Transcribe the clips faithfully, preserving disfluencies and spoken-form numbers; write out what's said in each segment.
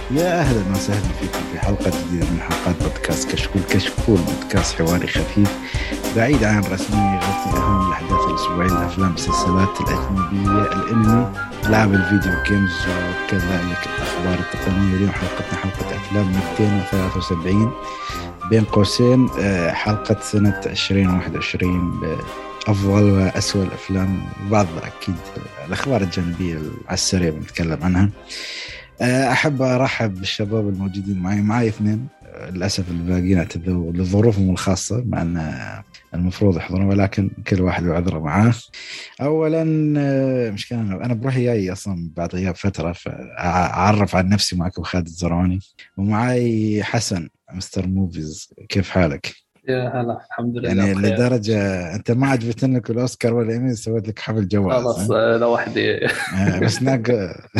يا أهلا وسهلا فيكم في حلقة جديدة من حلقات بودكاست كشكول. كشكول بودكاست حواري خفيف بعيد عن الرسمية، يغطي أهم الأحداث الأسبوعية، الأفلام، المسلسلات الأجنبية، الأنمي، ألعاب الفيديو جيمز، وكذلك الأخبار التقنية. اليوم حلقتنا حلقة أفلام مئتين وثلاثة وسبعين بين قوسين، حلقة سنة عشرين واحد وعشرين أفضل وأسوأ الأفلام، وبعض أكيد الأخبار الجانبية على السريع بنتكلم عنها. أحب أرحب بالشباب الموجودين معي معي اثنين، للأسف الباقيين اعتذروا لظروفهم الخاصة، مع أن المفروض يحضرون ولكن كل واحد يعذر معاه. أولا مش كان أنا بروحي جاي أصلا بعد غياب فترة، فأعرف عن نفسي. معكم خالد الزرعوني، ومعي حسن مستر موفيز. كيف حالك؟ يا هلا، الحمد لله يعني بخير. لدرجة أنت ما عجبتن لك الأوسكار ولا إيمي، سويت لك حفل جواز؟ خلاص لوحدي. آه بس ناق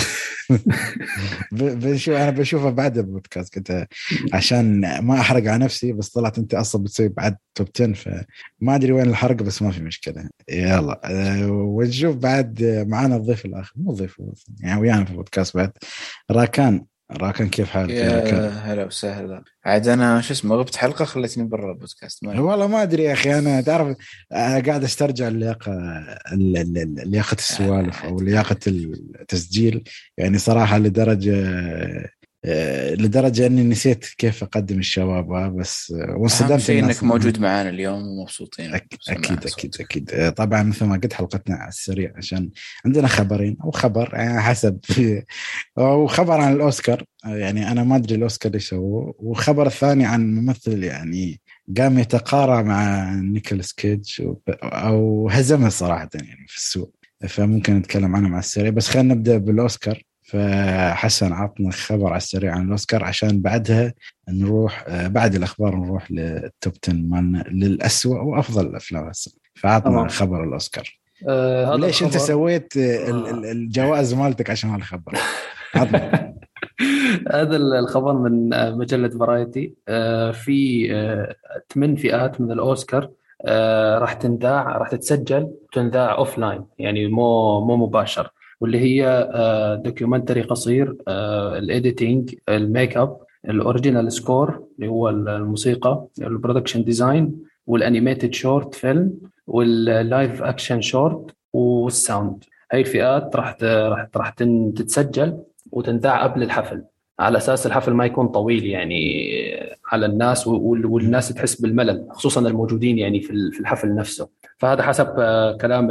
بشوف أنا بشوفه بعد البودكاست كنت عشان ما أحرق على نفسي، بس طلعت أنت أصلا بتسوي بعد توب عشرة، فما أدري وين الحرق، بس ما في مشكلة. يلا آه ونشوف بعد معانا الضيف الآخر، مو ضيف يعني ويانا في البودكاست بعد، راكان. راكان كيف حالك يا راكان؟ هلا وسهلا. عاد انا شو اسمه غبت حلقه خلتني برا البودكاست. ما والله ما ادري يا اخي، انا تعرف أنا قاعد استرجع اللياقه لياقه السوالف او لياقه التسجيل، يعني صراحه لدرجه لدرجه اني نسيت كيف اقدم الشباب، بس وانصدمت شيء انك موجود معانا اليوم ومبسوطين. أك اكيد اكيد اكيد طبعا، مثل ما قلت حلقتنا على السريع عشان عندنا خبرين او خبر يعني حسب او خبر عن الاوسكار، يعني انا ما ادري الاوسكار ايش هو، وخبر الثاني عن ممثل يعني قام يتقارع مع نيكولاس كيدج او هزمه صراحه يعني في السوق، فممكن نتكلم عنه مع السريع. بس خلينا نبدا بالاوسكار. فحسن عطنا خبر على السريع عن الأوسكار عشان بعدها نروح بعد الأخبار نروح للتوب عشرة مالنا للأسوأ وأفضل الأفلام. فعطنا خبر الأوسكار. آه ليش أنت سويت آه. الجوائز مالتك عشان هالخبر؟ عطنا. هذا الخبر من مجلة فرايتي. آه في آه ثمان فئات من الأوسكار آه راح تنذاع، راح تتسجل وتنذاع أوف لاين، يعني مو مو مباشر، واللي هي دوكيومنتري قصير، الإيديتينج، الميك اب، الأوريجينال سكور اللي هو الموسيقى، البرودكشن ديزاين، والأنيميتد شورت فيلم، واللايف أكشن شورت، والساوند. هاي الفئات راح راح راح تتسجل وتنذاع قبل الحفل، على أساس الحفل ما يكون طويل يعني على الناس، والناس تحس بالملل، خصوصا الموجودين يعني في الحفل نفسه. فهذا حسب كلام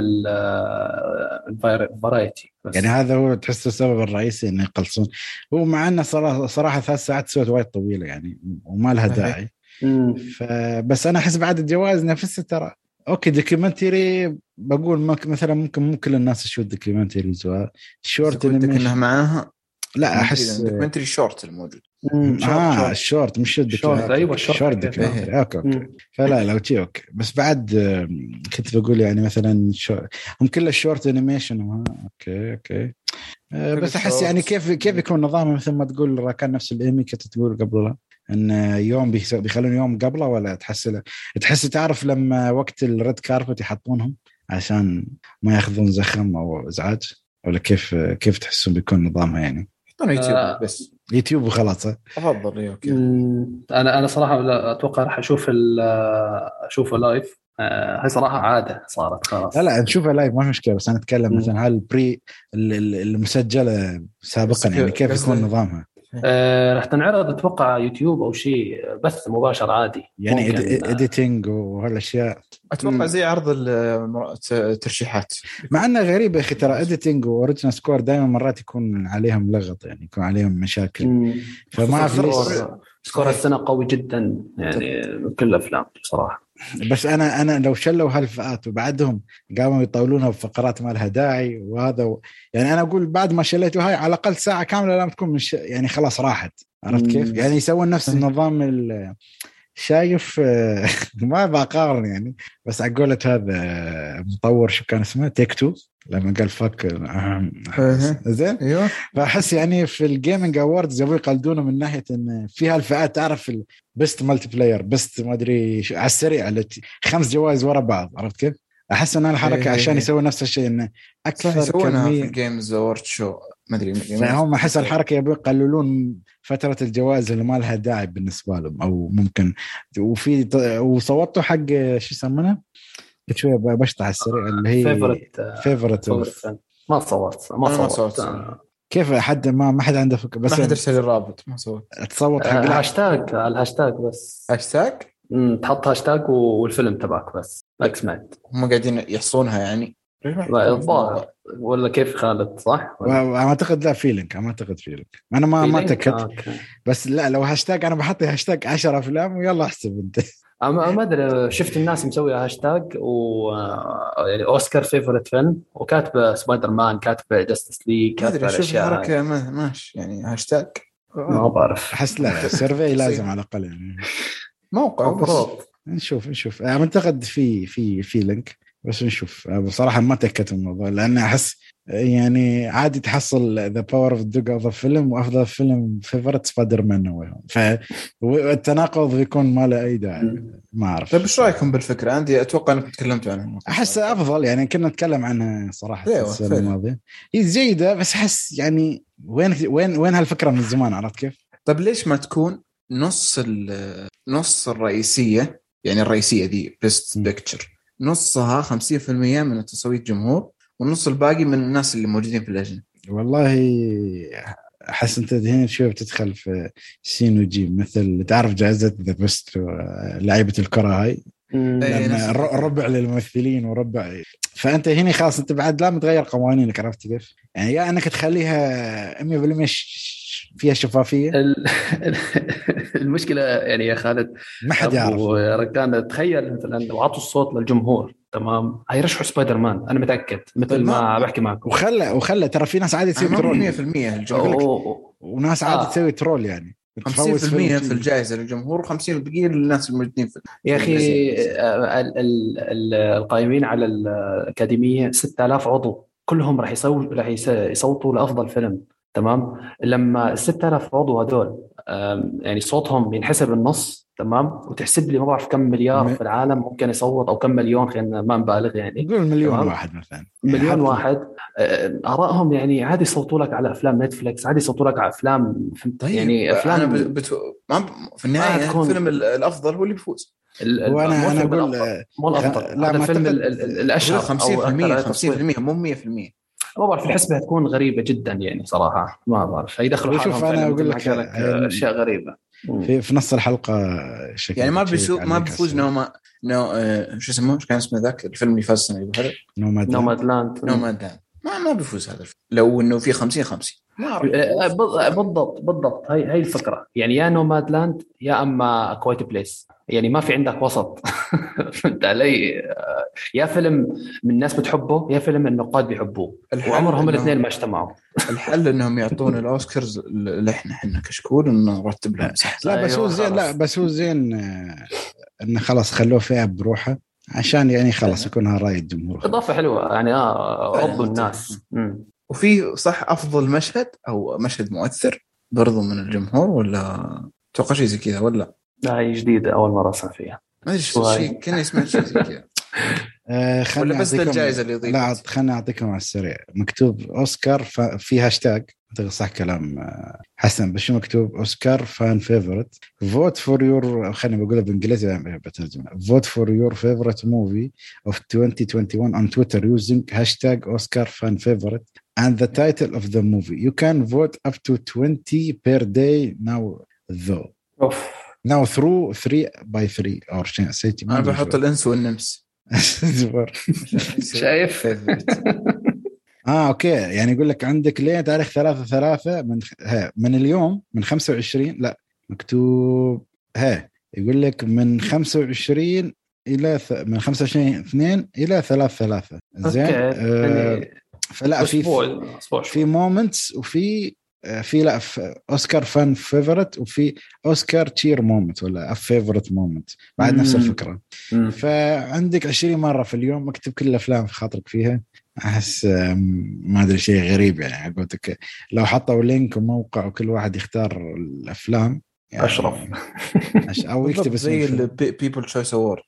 الفرايتي. يعني هذا هو تحس السبب الرئيسي انه يقلصون. هو مع انه صراحه صراحه ثلاث ساعات سوت وايد طويله يعني وما لها داعي. فبس انا احس بعد الجوائز نفسها ترى اوكي دوكيومنتري، بقول مثلا ممكن مو كل الناس تشوف دوكيومنتري سواء شورت انه معناها. لا احس دوكيومنتري شورت الموجود. اه الشورت مش الدوكيومنتري. ايوه الشورت دوكيومنتري. اوكي اوكي فلا لو تي اوكي. بس بعد كنت بقول يعني مثلا هم كل الشورت انيميشن. اوكي اوكي بس احس يعني كيف كيف يكون نظامه مثل ما تقول راكان نفس الايمي كنت تقول قبل ان يوم بيخلون يوم قبله، ولا تحس تحس تعرف لما وقت الريد كاربت يحطونهم عشان ما ياخذون زخم او ازعاج، ولا كيف كيف تحسون بيكون نظامها يعني؟ يوتيوب آه بس يوتيوب وخلاص. افضل ايوه كذا. انا انا صراحه اتوقع راح اشوف اشوفه لايف. آه هاي صراحه عاده صارت خلاص. لا لا نشوفها لايف ما مشكله، بس انا اتكلم مثلا هالبري المسجله سابقا يعني كيف يكون نظامها؟ آه راح تنعرض اتوقع يوتيوب او شيء بث مباشر عادي يعني اديتنج وهالاشياء. اتوقع زي عرض الترشيحات. مع انه غريب يا اخي ترى اديتنج واوريجينال سكور دائما مرات يكون عليهم لغط، يعني يكون عليهم مشاكل. مم. فما اعرف ليش سكور السنه قوي جدا يعني من كل الافلام بصراحه. بس انا انا لو شلوا هالفئات وبعدهم قاموا يطولونها بفقرات ما لها داعي وهذا و... يعني انا اقول بعد ما شليتوا هاي على الاقل ساعه كامله لازم تكون مش... يعني خلاص راحت. عرفت كيف؟ يعني يسوون نفس النظام ال... شايف ما بقارن يعني، بس أقولت هذا مطور شو كان اسمه تيك تو لما قال فك زين. ايوه فأحس يعني في الجيمنج أواردز يبغوا يقلدونه من ناحية إن فيها الفئات تعرف البست مالتي بلاير بست ما أدري على السريع التي خمس جوائز ورا بعض. عرفت كيف؟ أحس إن الحركة عشان يسوي نفس الشيء إنه أكثر كمية في الجيمز أورد شو ما ادري. فهم احس الحركه يبغوا يقللون فتره الجواز اللي ما لها داعي بالنسبه لهم، او ممكن وفي وصوتوا حق شو يسمونه شويه بشطح السريع اللي هي فيفورت فيفورت ما صوت ما صوت كيف حد ما ما حد عنده فكره، بس ما حد ارسل الرابط ما صوت تصوت حق هاشتاج على الهاشتاج بس هاشتاج امم تحط هاشتاج والفيلم تبعك بس اكس مان هم قاعدين يحصونها يعني الظاهر ولا كيف خالد صح؟ ما اعتقد لا في لينك ما اعتقد في لينك انا ما ما تاكدت بس لا لو هاشتاج انا بحط هاشتاج عشرة افلام ويلا احسب انت. انا ما ادري شفت الناس مسويه هاشتاج و يعني اوسكار فيفورت فيلم وكاتبه سبايدر مان كاتبه جاستس ليج كاتبه شوف الحركه ماشي يعني هاشتاج ما بعرف احس لا سيرفي لازم على الاقل يعني موقع بس نشوف نشوف اعتقد في في في لينك بس نشوف. بصراحة ما تأكدت من الموضوع لأن أحس يعني عادي تحصل The Power of the Dog أفضل فيلم وأفضل فيلم فيفورت سبايدر مان هو، فالتناقض يكون ما له أي داعي. ما أعرف. طيب إيش رأيكم بالفكرة؟ عندي أتوقع أنك تكلمت عنها. أحس أفضل يعني كنا نتكلم عنها صراحة السنة الماضية هي جيدة بس أحس يعني وين وين وين هالفكرة من زمان عرفت كيف؟ طب ليش ما تكون نص نص الرئيسية يعني الرئيسية دي Best Picture نصها خمسين في المية من التصويت جمهور والنص الباقي من الناس اللي موجودين في اللجنة. والله أحس أنت هنا شوي بتدخل في سين وجيم مثل تعرف جائزة ذا بيست لعيبة الكرة هاي لأن ربع للممثلين وربع فأنت هنا خلاص أنت بعد لا متغير قوانينك عرفت كيف يعني يا أنك تخليها مية بالمية فيها شفافية. المشكلة يعني يا خالد ما حد يعرف ركان تخيل مثلا لو عطوا الصوت للجمهور تمام هيرشحوا سبايدر مان أنا متأكد مثل ما بحكي معكم وخلى وخلى ترى في ناس عادي تسوي ترول مية في المية الجمهور وناس عادي آه. تسوي ترول يعني خمسين في المية في الجائزة للجمهور وخمسين البقية للناس الموجودين في يا أخي القائمين على الأكاديمية ستة آلاف عضو كلهم راح يصوتوا راح يصوتوا لأفضل فيلم تمام. لما الستة آلاف عضو هذول يعني صوتهم ينحسب النص تمام وتحسب لي ما بعرف كم مليار م... في العالم ممكن يصوت أو كم مليون خلينا ما نبالغ يعني نقول مليون واحد مثلا مليون يعني واحد آرائهم يعني عادي يصوتوا لك على أفلام نتفليكس عادي يصوتوا لك على أفلام طيب يعني أفلام أنا بت... ما في النهاية الفيلم الأفضل هو اللي بيفوز. وانا انا اقول مو الافضل لا الفيلم الاشهر خمسين في المية خمسين في المية مو مية في المية ما بعرف الحسبة هتكون غريبة جدا يعني صراحة ما بعرف هيدخلوا حالهم انا اقول لك اشياء غريبة في في نص الحلقة يعني ما بيسو ما بيفوز نو ما نو آه شو اسمه كان اسمه ذاك الفيلم اللي فاز السنة اللي فاتت نومادلاند نومادلاند ما ما بيفوز هذا الفيلم لو انه في خمسين خمسين بالضبط بالضبط هاي هاي الفكرة يعني يا نومادلاند يا اما كوايت بليس يعني ما في عندك وسط. فهمت علي؟ يا فيلم من الناس بتحبه يا فيلم النقاد بيحبوه وعمرهم الاثنين ما اجتمعوا. الحل انهم يعطون الاوسكارز اللي احنا احنا كشكول ونرتب لهم لا بس هو زين لا بس هو زين انه خلاص خلوه فيها بروحه عشان يعني خلاص يكونها راي الجمهور اضافه حلوه يعني اه رب الناس. وفي صح افضل مشهد او مشهد مؤثر برضو من الجمهور ولا توقع شيء زي كذا ولا لا هي جديدة أول مرة أسمع فيها ما أدري شيء كان اسمه شيء زي كذا آه خلنا بس الجائزة اللي يضيف لا خلنا أعطيكم على السريع مكتوب أوسكار في هاشتاج صح كلام حسن بس شو مكتوب أوسكار فان فيفورت vote for your خلينا بقولها بالإنجليزي بترجمة vote for your favorite movie of twenty twenty-one on Twitter using hashtag Oscar fan favorite and the title of the movie you can vote up to twenty per day now though أوف. now through three by three or say أنا بحط الأنس والنمس شايف اه اوكي يعني يقول لك عندك ليه تاريخ ثلاثة ثلاثة من ها من اليوم من خمسة وعشرين لا مكتوب ها يقول لك من خمسة وعشرين الى ث... من خمسة وعشرين اثنين الى ثلاثة ثلاثة زين آه فلا في في مومنتس وفي في لا في اوسكار فان فيفورت وفي اوسكار تشير مومنت ولا فيفورت مومنت بعد نفس الفكره. مم. فعندك عشرين مره في اليوم مكتب كل الافلام في خاطرك فيها. احس ما ادري شيء غريب يعني قلتك لو حطوا لينك وموقع وكل واحد يختار الافلام يعني اشرف او يكتب زي البيبل تشويس اوورد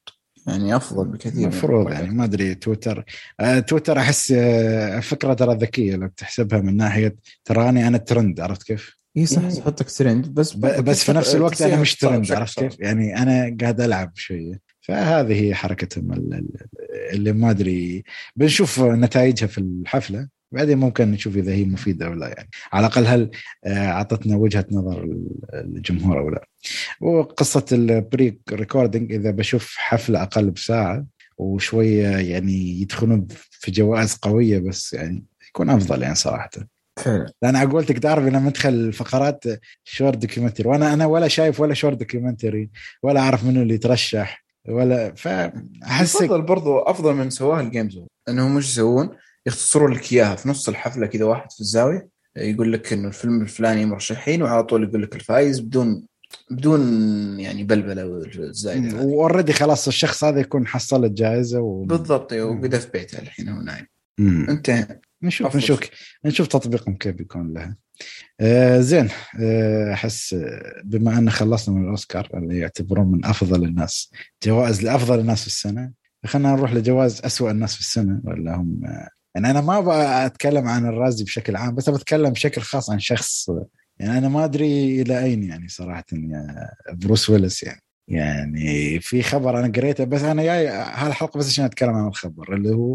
يعني افضل بكثير. مفروض يعني ما ادري تويتر آه تويتر احس آه فكره ترى ذكيه لو تحسبها من ناحيه تراني انا ترند، عرفت كيف؟ اي صح تحطك ترند بس بس في نفس الوقت انا مش ترند، عرفت كيف؟ يعني انا قاعد العب شويه، فهذه هي حركتهم اللي ما ادري بنشوف نتائجها في الحفله بعدين ممكن نشوف اذا هي مفيده او لا، يعني على الاقل هل اعطتنا وجهه نظر الجمهور او لا. وقصه البري ريكوردينج اذا بشوف حفله اقل بساعه وشويه يعني يدخلون في جوائز قويه بس يعني يكون افضل يعني صراحه. لأن أقولتك تعرف لما ندخل الفقرات شورت دوكيومنتري وأنا أنا ولا شايف ولا شورت دوكيومنتري ولا أعرف منه اللي يترشح ولا، فأحسك أفضل برضو أفضل من سواه الجيمز أنهم مش يسوون يختصروا لك إياها في نص الحفلة كذا واحد في الزاوية يقول لك إنه الفيلم الفلاني مرشحين وعلى طول يقول لك الفائز بدون بدون يعني بلبلة زايدة. وأوردي خلاص الشخص هذا يكون حصل الجائزة و... بالضبط وقدر في بيته الحين هو نايم. انت نشوف نشوف نشوف تطبيقهم كيف بيكون لها. آه زين آه أحس بما أن خلصنا من الأوسكار اللي يعتبرون من أفضل الناس جوائز لأفضل الناس في السنة، خلينا نروح لجوائز أسوأ الناس في السنة ولا هم. يعني أنا ما أبغى أتكلم عن الرازي بشكل عام بس بتكلم بشكل خاص عن شخص يعني أنا ما أدري إلى أين يعني صراحة يا بروس ويلس. يعني يعني في خبر أنا قريته بس أنا جاي هالحلقة بس عشان أتكلم عن الخبر اللي هو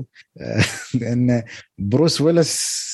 لأن بروس ويلس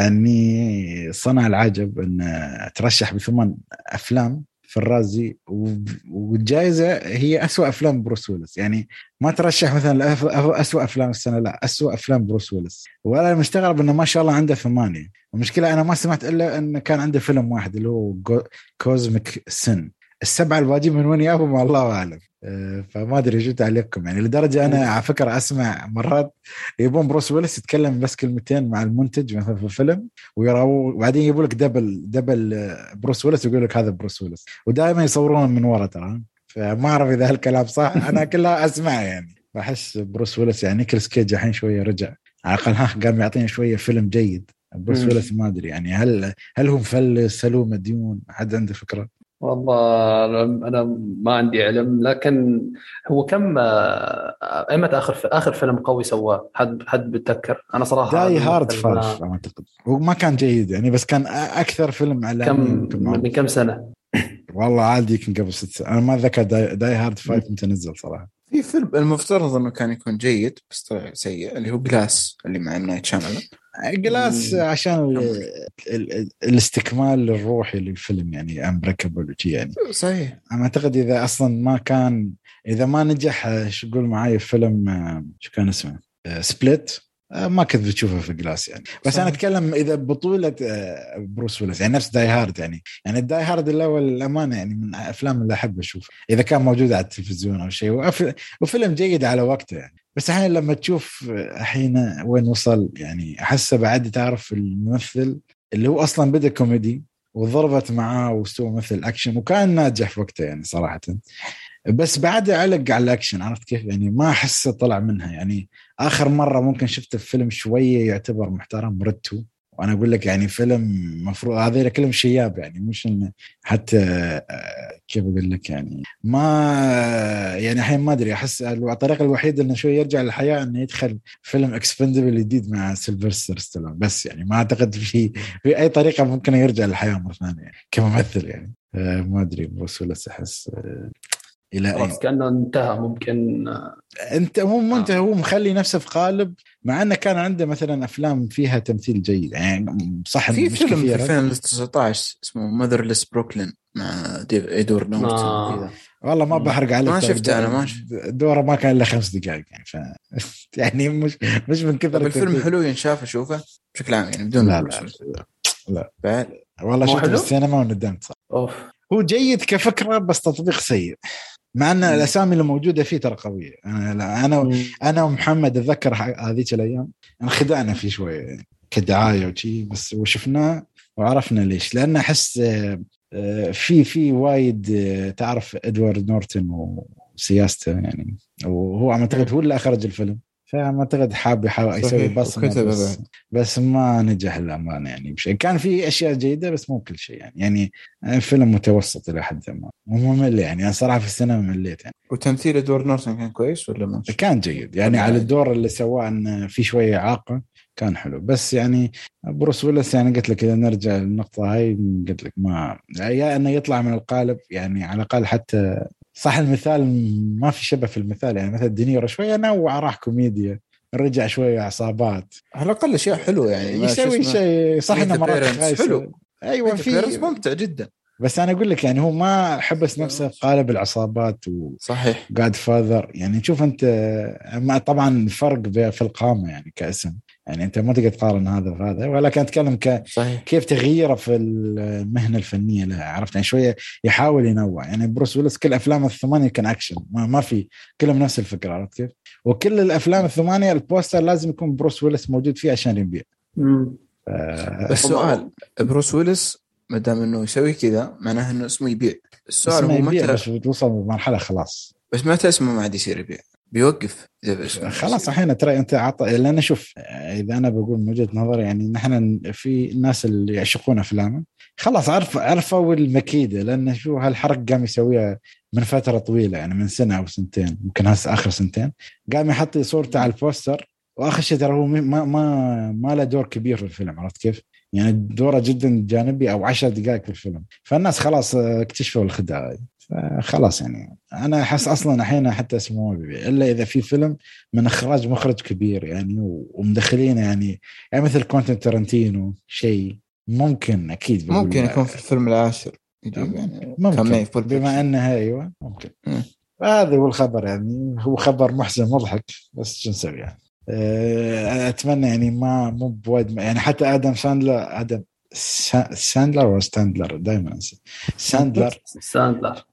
يعني صنع العجب أن ترشح بثمان أفلام في الرازي والجائزة هي أسوأ أفلام بروس ويلس. يعني ما ترشح مثلا أسوأ أفلام السنة لا أسوأ أفلام بروس ويلس. وأنا مستغرب أنه ما شاء الله عنده ثمانية. المشكلة أنا ما سمعت إلا أن كان عنده فيلم واحد اللي هو كوزميك سن. السبعة الواجب من وين يابوا ما الله أعلم. فما أدري جوت عليكم يعني لدرجة أنا على فكرة أسمع مرات يبون بروس ويلس يتكلم بس كلمتين مع المنتج مثلا في الفيلم ويراو وبعدين يقول لك دبل دبل بروس ويلس ويقول لك هذا بروس ويلس ودائما يصورون من ورا ترى. فما أعرف إذا هالكلام صح أنا كلها أسمع يعني بحس بروس ويلس يعني نيكولاس كيج الحين شوية رجع على الأقل ها قام يعطينا شوية فيلم جيد. بروس ويلس ما أدري يعني هل هل هو مفلس هل هو مديون حد عنده فكرة؟ والله أنا ما عندي علم لكن هو كم أيمت آخر آخر فيلم قوي سواه حد حد بتذكر؟ أنا صراحة داي هارد فايف أعتقد هو ما كان جيد يعني بس كان أكثر فيلم إعلامي كم من كم سنة والله عادي كان قبل ست سنين أنا ما ذكر داي, داي هارد فايف متى نزل صراحة. في فيلم المفترض إنه كان يكون جيد بس طلع سيء اللي هو جلاس اللي مع نايت شامل. جلاس عشان ال ال الاستكمال الروحي للفيلم يعني أمبريكابل يعني صحيح. أنا أعتقد إذا أصلا ما كان إذا ما نجح شو قول معاي فيلم شو كان اسمه سبليت ما كنت بتشوفه في جلاس يعني. بس صحيح. أنا أتكلم إذا بطولة بروس ويلس يعني نفس داي هارد يعني يعني الداي هارد الأول الأمانة يعني من أفلام اللي أحب أشوفه إذا كان موجود على التلفزيون أو شيء وفيلم جيد على وقته يعني. بس الحين لما تشوف الحين وين وصل يعني أحس بعد تعرف الممثل اللي هو أصلا بدأ كوميدي وضربت معاه وسوى مثل أكشن وكان ناجح في وقته يعني صراحة بس بعد علق على الأكشن عرفت كيف يعني ما أحس طلع منها. يعني آخر مرة ممكن شفت الفيلم شوية يعتبر محترم رتو وأنا أقول لك يعني فيلم مفروض هذا كلهم شياب يعني مش إنه حتى كيف أقول لك يعني ما يعني الحين ما أدري أحس الطريقة الوحيدة إنه شوي يرجع للحياة إنه يدخل فيلم إكسبندبل جديد مع سيلفستر ستالون بس يعني ما أعتقد في في أي طريقة ممكن يرجع للحياة مرة ثانية يعني كممثل يعني ما أدري بس ولا أحس إلى خلاص كأنه انتهى ممكن انت مو منتهى هو مخلي نفسه في قالب مع انه كان عنده مثلا افلام فيها تمثيل جيد يعني صح في مش فيلم كثير في ألفين وتسعة عشر اسمه ماذرلس بروكلين مع ديف إيدور نورتون آه. والله ما بحرق عليك ما شفته انا ما دوره ما كان الا خمس دقائق يعني ف يعني مش مش من كثر الفيلم حلو ينشاف اشوفه بشكل عام يعني بدون لا لا, لا. لا. والله شفته في السينما وندمت صح. أوف. هو جيد كفكرة بس تطبيق سيء مع أن الأسامي اللي موجودة فيه ترى قوية. أنا أنا مم. أنا ومحمد أتذكر هذيك الأيام انخدعنا فيه شوية كدعاية وشي بس وشفناه وعرفنا ليش لأن أحس في في وايد تعرف إدوارد نورتون وسياسته يعني وهو أعتقد هو اللي أخرج الفيلم فما اعتقد حاب يحاول يسوي بصمه بس, بس ما نجح الأمانة يعني بشيء. كان في اشياء جيده بس مو كل شيء يعني يعني فيلم متوسط الى حد ما وممل يعني. انا صراحه في السينما مليت يعني. وتمثيل ادوارد نورتون كان كويس ولا ما كان جيد يعني على الدور اللي سواه انه في شويه اعاقه كان حلو. بس يعني بروس ويلس يعني قلت لك إذا نرجع للنقطة هاي قلت لك ما يا أنه يطلع من القالب يعني على الأقل حتى صح المثال ما في شبه في المثال يعني مثل دينيرو شوية نوع راح كوميديا رجع شوية عصابات على الأقل أشياء حلوة يعني يسوي شيء صح إنه مرات خايسة أيوة في ممتع جدا. بس أنا أقول لك يعني هو ما حبس نفسه قالب العصابات و صحيح God Father يعني. شوف أنت ما طبعا فرق في القامة يعني كاسم يعني أنت ما تقدر تقارن هذا بهذا ولكن أتكلم ك صحيح. كيف تغييره في المهنة الفنية له عرفت يعني شوية يحاول ينوع يعني. بروس ويلس كل أفلام الثمانية كان أكشن ما, ما في كلهم نفس الفكرة عرفت كيف. وكل الأفلام الثمانية البوستر لازم يكون بروس ويلس موجود فيه عشان يبيع. ف... بس سؤال بروس ويلس ما دام إنه يسوي كذا معناه إنه اسمه يبيع. السؤال هو متى بس بتوصل مرحلة خلاص بس متى اسمه ما عاد يصير يبيع بيوقف خلاص الحين ترى انت عطى. لان شوف اذا انا بقول من وجهه نظري يعني نحن في الناس اللي يعشقون افلامه خلاص عرف عرفوا المكيده. لان شو هالحرق قام يسويها من فتره طويله يعني من سنه او سنتين ممكن هسه اخر سنتين قام يحط صورته على البوستر واخر شيء ترى هو ما ما ما له دور كبير في الفيلم عرفت كيف يعني دوره جدا جانبي او عشر دقائق في الفيلم. فالناس خلاص اكتشفوا الخداع خلاص يعني. أنا أحس أصلاً الحين حتى اسمه ما بيبيع إلا إذا في فيلم من إخراج مخرج كبير يعني ومدخلين يعني يعني مثل كوينتين تارانتينو شيء ممكن أكيد ممكن يكون في الفيلم العاشر يعني ممكن بما أنها أيوة ممكن. هذا هو الخبر يعني هو خبر محزن مضحك بس شو نسوي يعني. أه أتمنى يعني ما مو بوايد يعني حتى آدم ساندلر آدم ساندلر أو ستاندلر دائما ساندلر ساندلر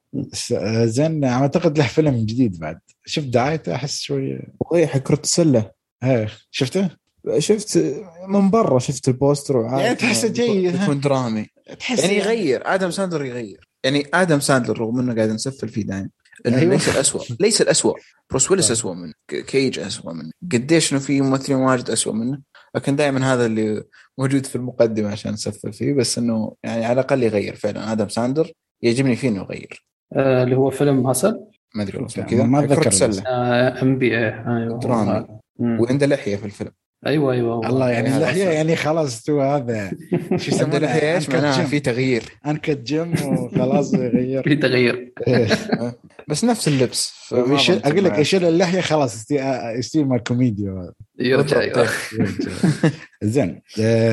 زين اعتقد له فيلم جديد بعد شفت دعايته احس شويه وهي كرة السله ايه شفته شفت من برا شفت البوستر وعارف يعني تحس جيد يكون درامي تحس يعني يغير آدم ساندلر يغير يعني آدم ساندلر رغم انه قاعد نسفل فيه دائما انه أيوة. ليس الأسوأ ليس الأسوأ بروس ويلس أسوأ منه كيج أسوأ منه قديش انه في ممثلين واجد أسوأ منه لكن دائما هذا اللي موجود في المقدمه عشان نسفل فيه. بس انه يعني على الأقل يغير فعلا. آدم ساندلر يعجبني فيه انه يغير آه اللي هو فيلم هاسل ما ادري اسمه كذا ما اتذكر ام بي اي ايوه درامي وعنده لحيه في الفيلم. ايوه ايوه الله يعني اللحيه يعني خلاص تو هذا شو يسمونه اللحيه ايش معناها في تغيير انكت جيم وخلاص يغير في تغيير بس نفس اللبس. اقول لك ايش اللحيه خلاص يصير مال كوميديا يرجع زين.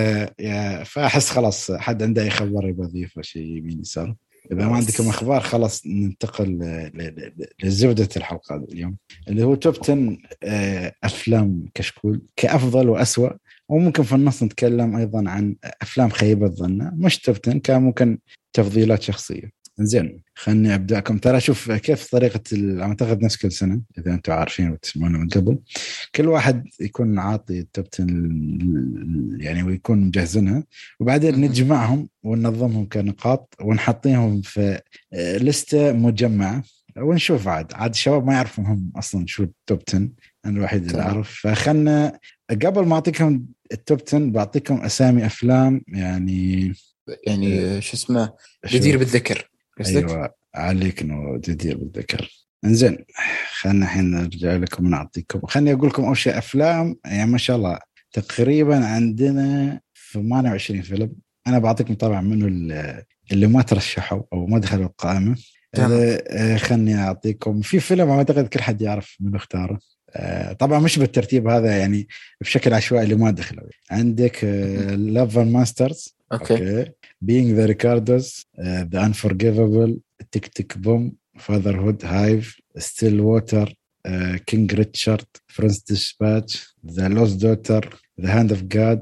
فاحس خلاص حد عنده اي خبر يبغى يضيف شيء يمين يسار. إذا ما عندكم أخبار خلاص ننتقل لزبدة الحلقة اليوم اللي هو توب عشرة أفلام كشكول كأفضل وأسوأ. وممكن في النص نتكلم أيضا عن أفلام خيبة ظننا مش توب عشرة كان ممكن تفضيلات شخصية. زين خلني أبدأكم. ترى شوف كيف طريقة أعتقد نفس كل سنة إذا أنتم عارفين وتسمعونا من قبل كل واحد يكون عاطي التوب عشرة يعني ويكون مجهزينها وبعدين نجمعهم وننظمهم كنقاط ونحطيهم في لستة مجمعة ونشوف عاد عاد الشباب ما يعرفون هم أصلا شو التوب عشرة. أنا الوحيد اللي أعرف. فخلنا قبل ما أعطيكم التوب عشرة بعطيكم أسامي أفلام يعني يعني شو اسمه جدير بالذكر. أيوة عليك إنه جدير بالذكر. إنزين خلنا الحين نرجع لكم ونعطيكم. خلني أقول لكم أول شيء أفلام يعني ما شاء الله تقريبا عندنا ثمانية وعشرين فيلم. أنا بعطيكم طبعا منه اللي ما ترشحوا أو ما دخلوا القائمة. خلني أعطيكم في فيلم أعتقد كل حد يعرف منه اختاره طبعا مش بالترتيب هذا يعني بشكل عشوائي اللي ما دخلوا. عندك Love and Masters أوكي Being the Ricardos uh, The Unforgivable Tick Tick Boom Fatherhood Hive Stillwater uh, King Richard French Dispatch The Lost Daughter The Hand of God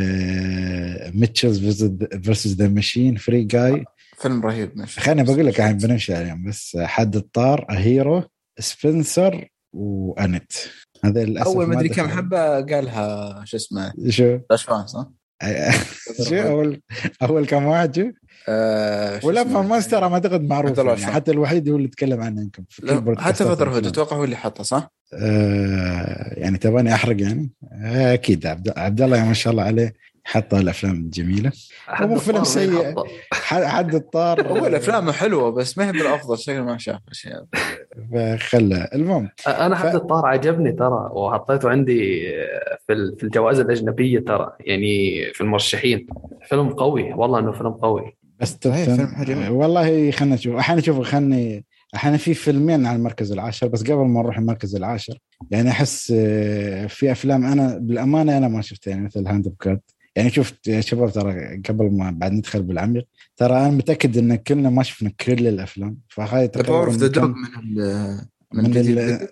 uh, Mitchells versus the Machine Free Guy. فيلم رهيب. ماشي خليني بقول لك عن بنمشي عليهم بس حد الطار هيرو سبنسر وأنت. هذا الأسف أول ما أدري كم حبة قالها شو اسمه شو رشفان صح شو أول أول كم واحد أه ولا فالماستر ما أعتقد معروف يعني حتى الوحيد هو اللي تكلم عنه يمكن حتى فترة هدى أتوقع هو اللي حطه صح آه يعني تباني احرق يعني؟ آه اكيد عبد, عبد الله ما شاء الله عليه حط الافلام الجميله. هو مو فيلم سيء، حد الطار. هو الافلام حلوه بس ما هي بالافضل، شكل ما شاف اشياء خلى. المهم انا حد ف... الطار عجبني ترى، وحطيته عندي في في الجوائز الاجنبيه ترى، يعني في المرشحين. فيلم قوي والله، انه فيلم قوي. بس فيلم والله. خلنا نشوف احيانا نشوف خلني احيانا في فيلمين على المركز العاشر. بس قبل ما نروح المركز العاشر يعني احس في افلام انا بالامانه انا ما شفتها، يعني مثل هاند اوف جاد. يعني شفت يا شباب ترى قبل ما بعد ندخل بالعميق، ترى انا متاكد ان كلنا ما شفنا كل الافلام. فهاي تقريبا من من, من ال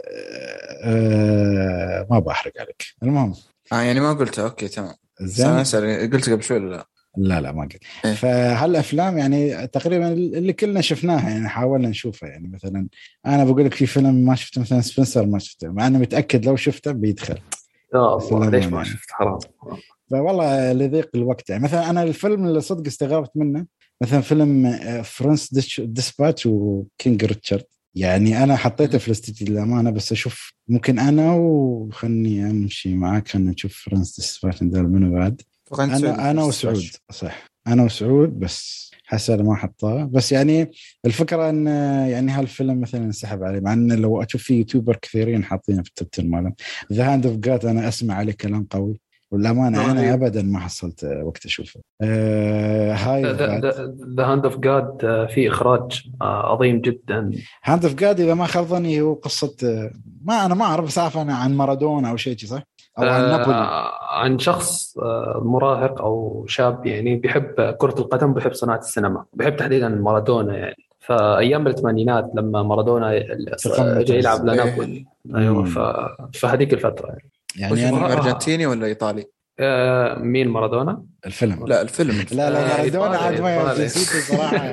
آه ما بحرق عليك. المهم اه يعني ما قلت اوكي تمام. زين قلت قبل شوي لا لا لا ما قلت. إيه؟ فهالافلام يعني تقريبا اللي كلنا شفناها، يعني حاولنا نشوفها. يعني مثلا انا بقول لك في فيلم ما شفته مثلا سبنسر ما شفته، مع اني متاكد لو شفته بيدخل. اه ليش ما شفت؟ حرام. فوالله لضيق الوقت. يعني مثلا انا الفيلم اللي صدق استغربت منه مثلا فيلم فرانس ديسباتش وكينج ريتشارد. يعني انا حطيته في الاستديو للامانه، بس اشوف ممكن انا وخلني امشي معاك خلينا نشوف فرانس ديسباتش ده منو بعد. انا انا وسعود صح، انا وسعود بس حسن ما حطاه. بس يعني الفكره ان يعني هالفيلم مثلا انسحب عليه، مع ان لو اشوف في يوتيوبر كثيرين حاطينه في التوب عشرة مالهم. ذا هاند اوف جاد انا اسمع عليه كلام قوي، والامانه انا ابدا ما حصلت وقت اشوفه. آه هاي ذا هاند اوف جاد في اخراج عظيم جدا. هاند اوف جاد اذا ما خاب ظني هو قصه ما انا ما اعرف صراحه انا عن مارادونا او شيء صح، او عن نابولي. آه عن شخص آه مراهق او شاب يعني بيحب كره القدم، بيحب صناعه السينما، بيحب تحديدا مارادونا. يعني فايام الثمانينات لما مارادونا جاي يلعب لنابولي. ايوه فهذيك الفتره يعني. يعني أنا أرجنتيني ولا إيطالي؟ آه مين مارادونا؟ الفيلم لا الفيلم, الفيلم. لا لا مارادونا عاد ما نسيته صراحة.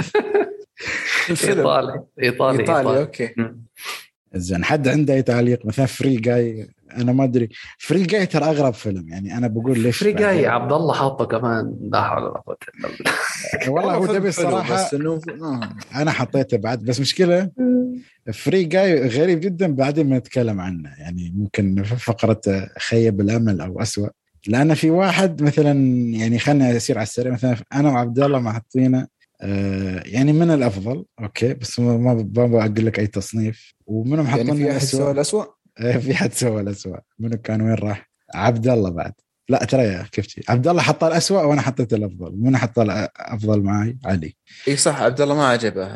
الفيلم إيطالي إيطالي إيطالي أوكي. زين حد عنده أي تعليق؟ مثلا فري جاي، أنا ما أدري فري جاي ترى أغرب فيلم. يعني أنا بقول ليش فري جاي عبد الله حاطه كمان. لا حول ولا قوة إلا بالله. والله هو دبي الصراحة أنا حطيته بعد. بس مشكلة فري جاي غريب جدا بعدين ما نتكلم عنه. يعني ممكن في فقرة خيب الأمل أو أسوأ، لأن في واحد مثلا يعني خلنا يصير على السريع. مثلا أنا وعبد الله ما حطينا آه يعني من الأفضل أوكي، بس ما بابا أقول لك أي تصنيف. ومنهم حطينا يعني في أحد سوى الأسوأ؟ في حد سوى الأسوأ. منو كان وين راح؟ عبد الله بعد. لا ترى كيف تي عبد الله حط الأسوأ وأنا حطيت الأفضل. من حط الأفضل معي؟ علي. إيه صح عبد الله ما عجبه.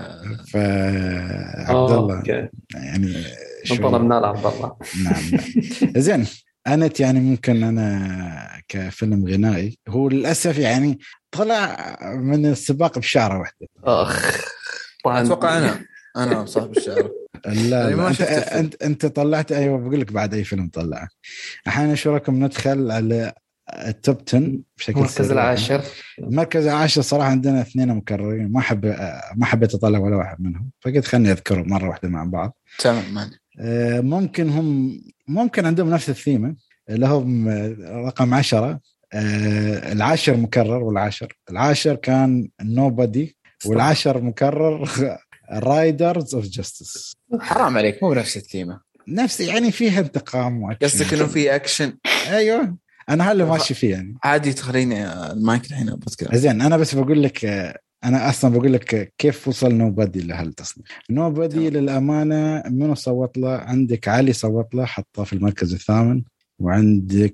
فعبد الله يعني طلبنا لعبد الله. نعم نعم. زين أنا يعني ممكن أنا كفيلم غنائي هو للأسف يعني طلع من السباق بشعرة واحدة. أخ طبعا أتوقع أنا أنا صاحب الشعر. لا لا أنت, أنت أنت طلعت. أيوة بقول لك بعد أي فيلم طلعه. أحيانا شو رأيكم ندخل على التوب عشرة بشكل المركز العاشر. المركز العاشر صراحة عندنا اثنين مكررين، ما حب ما حبيت أطلع ولا واحد منهم، فقلت خلني أذكرهم مرة واحدة مع بعض. تمام. ممكن هم ممكن عندهم نفس الثيمة. لهم رقم عشرة. العاشر مكرر والعاشر العاشر كان نوبادي، والعاشر مكرر رايدرز اوف جاستس. حرام عليك مو نفس الثيمة. نفس يعني فيها انتقام واكشن. قصدك انه في اكشن؟ ايوه انا هلا ماشي فيه يعني. عادي تخليني المايك الحين بذكر. زين انا بس بقول لك انا اصلا بقول لك كيف وصل نوبادي لهالتصنيف. نوبادي للامانه منو صوت له؟ عندك علي صوت له حطه في المركز الثامن، وعندك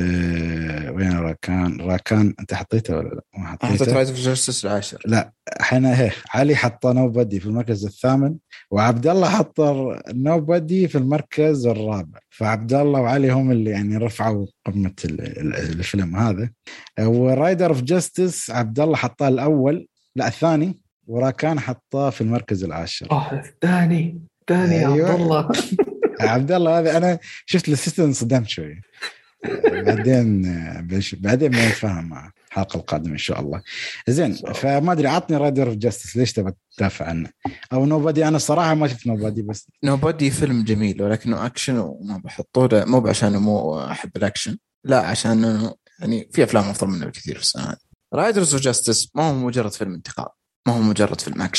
وين راكان راكان انت حطيته ولا لا؟ ما حطيته. حطيت رايد اوف جاستس العاشر. لا احنا هي علي حط نوبادي في المركز الثامن، وعبد الله حط نوبادي في المركز الرابع. فعبد الله وعلي هم اللي يعني رفعوا قمه الفيلم هذا. ورايدر اوف جاستس عبد الله حطه الاول لا الثاني، وراكان حطه في المركز العاشر. اه الثاني ثاني يا أيوة. عبد الله عبد الله هذا انا شفت السيستم انصدمت شوي. بعدين بعدين ما نتفاهم مع الحلقه القادمه ان شاء الله. زين فما ادري عطني رايدر اوف جاستس ليش تبغى تدافع عنه او نوبادي؟ انا الصراحه ما شفت نوبادي. بس نوبادي فيلم جميل ولكنه اكشن وما بحطه له، مو عشان مو احب الاكشن، لا عشان انه يعني في افلام افضل منه بكثير في السنه. رايدرز اوف جاستس ما هو مجرد فيلم انتقام، ما هو مجرد فيلم اكشن،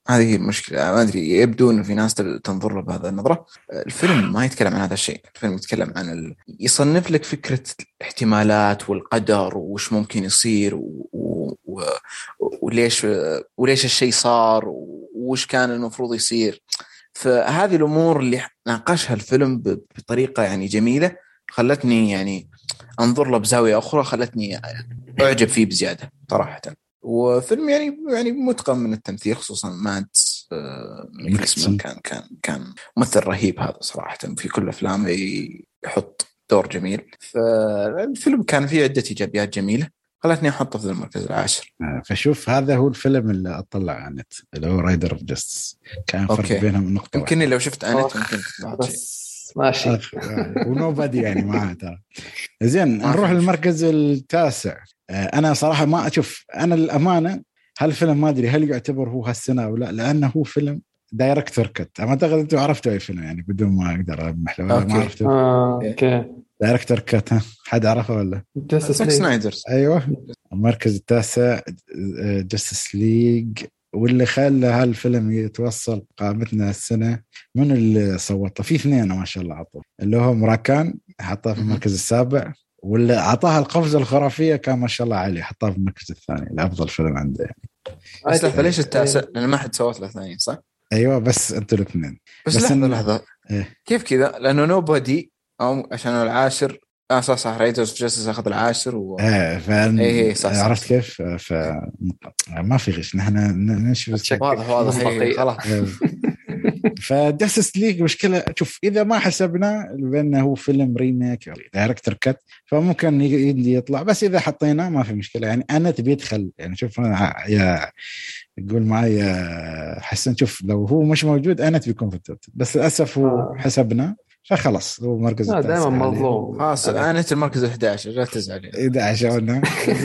هذه المشكلة. ما أدري، يبدو إنه في ناس تنظر له بهذا النظرة. الفيلم ما يتكلم عن هذا الشيء. الفيلم يتكلم عن ال... يصنف لك فكرة الاحتمالات والقدر وش ممكن يصير و... و... وليش وليش الشيء صار وش كان المفروض يصير. فهذه الأمور اللي ناقشها الفيلم بطريقة يعني جميلة، خلتني يعني أنظر له بزاوية أخرى، خلتني أعجب فيه بزيادة صراحة. وفيلم يعني يعني متقن من التمثيل، خصوصا مادز ميكلسون كان كان كان ممثل رهيب هذا صراحة. في كل أفلامه يحط دور جميل. فالفيلم كان فيه عدة إيجابيات جميلة خلتني أحطه في المركز العاشر. فشوف هذا هو الفيلم اللي أطلع عنه اللي هو رايدر اوف جاستس. كان فرق أوكي. بينهم نقطة. يمكن لو شفت أنت ممكن بس ماشي ونو بادي يعني معاه ترى. زين نروح للمركز التاسع. أنا صراحة ما أشوف، أنا الأمانة هالفيلم ما أدري هل يعتبر هو هالسنة أو لا، لأنه هو فيلم دايركتور كت. أما أعتقد أنتوا عرفتوا أي فيلم يعني بدون ما أقدر أمح له. ما عرفتوا آه، أوكي. دايركتور كت ها حد عرفه ولا؟ زاك سنايدر. أيوة المركز التاسع جاستس ليج. واللي خلى هالفيلم يتوصل قائمتنا السنة من اللي صوته فيه اثنين ما شاء الله عطوه، اللي هو مراكان حطاه في المركز السابع، واللي عطاها القفزة الخرافية كان ما شاء الله علي حطاه في المركز الثاني لأفضل فيلم عنده يعني. بس لحظة ليش التاسع؟ لأن ما حد سوت له ثاني صح؟ أيوة بس أنتوا الاثنين. بس, بس لحظة لحظة إيه؟ كيف كذا؟ لأنه نوبودي أو عشان العاشر آه صح صح رايدرز اوف جاستس أخذ العاشر و إيه فعلا إيه صح صح عرفت كيف. فما في غش نحن نشوف واضح واضح خلاص. فجاستس ليج مشكلة. شوف إذا ما حسبنا بأنه هو فيلم ريميك دايركتور كات فممكن يطلع، بس إذا حطينا ما في مشكلة يعني. أنا تبي يدخل يعني. شوف يا يقول معي حسن، شوف لو هو مش موجود أنا تبي يكون في التوت، بس للأسف هو حسبنا فخلاص هو مركز التاسع. دائما مظلوم. خلاص أنا في المركز الأحد عشر لا تزعل. إذا عشان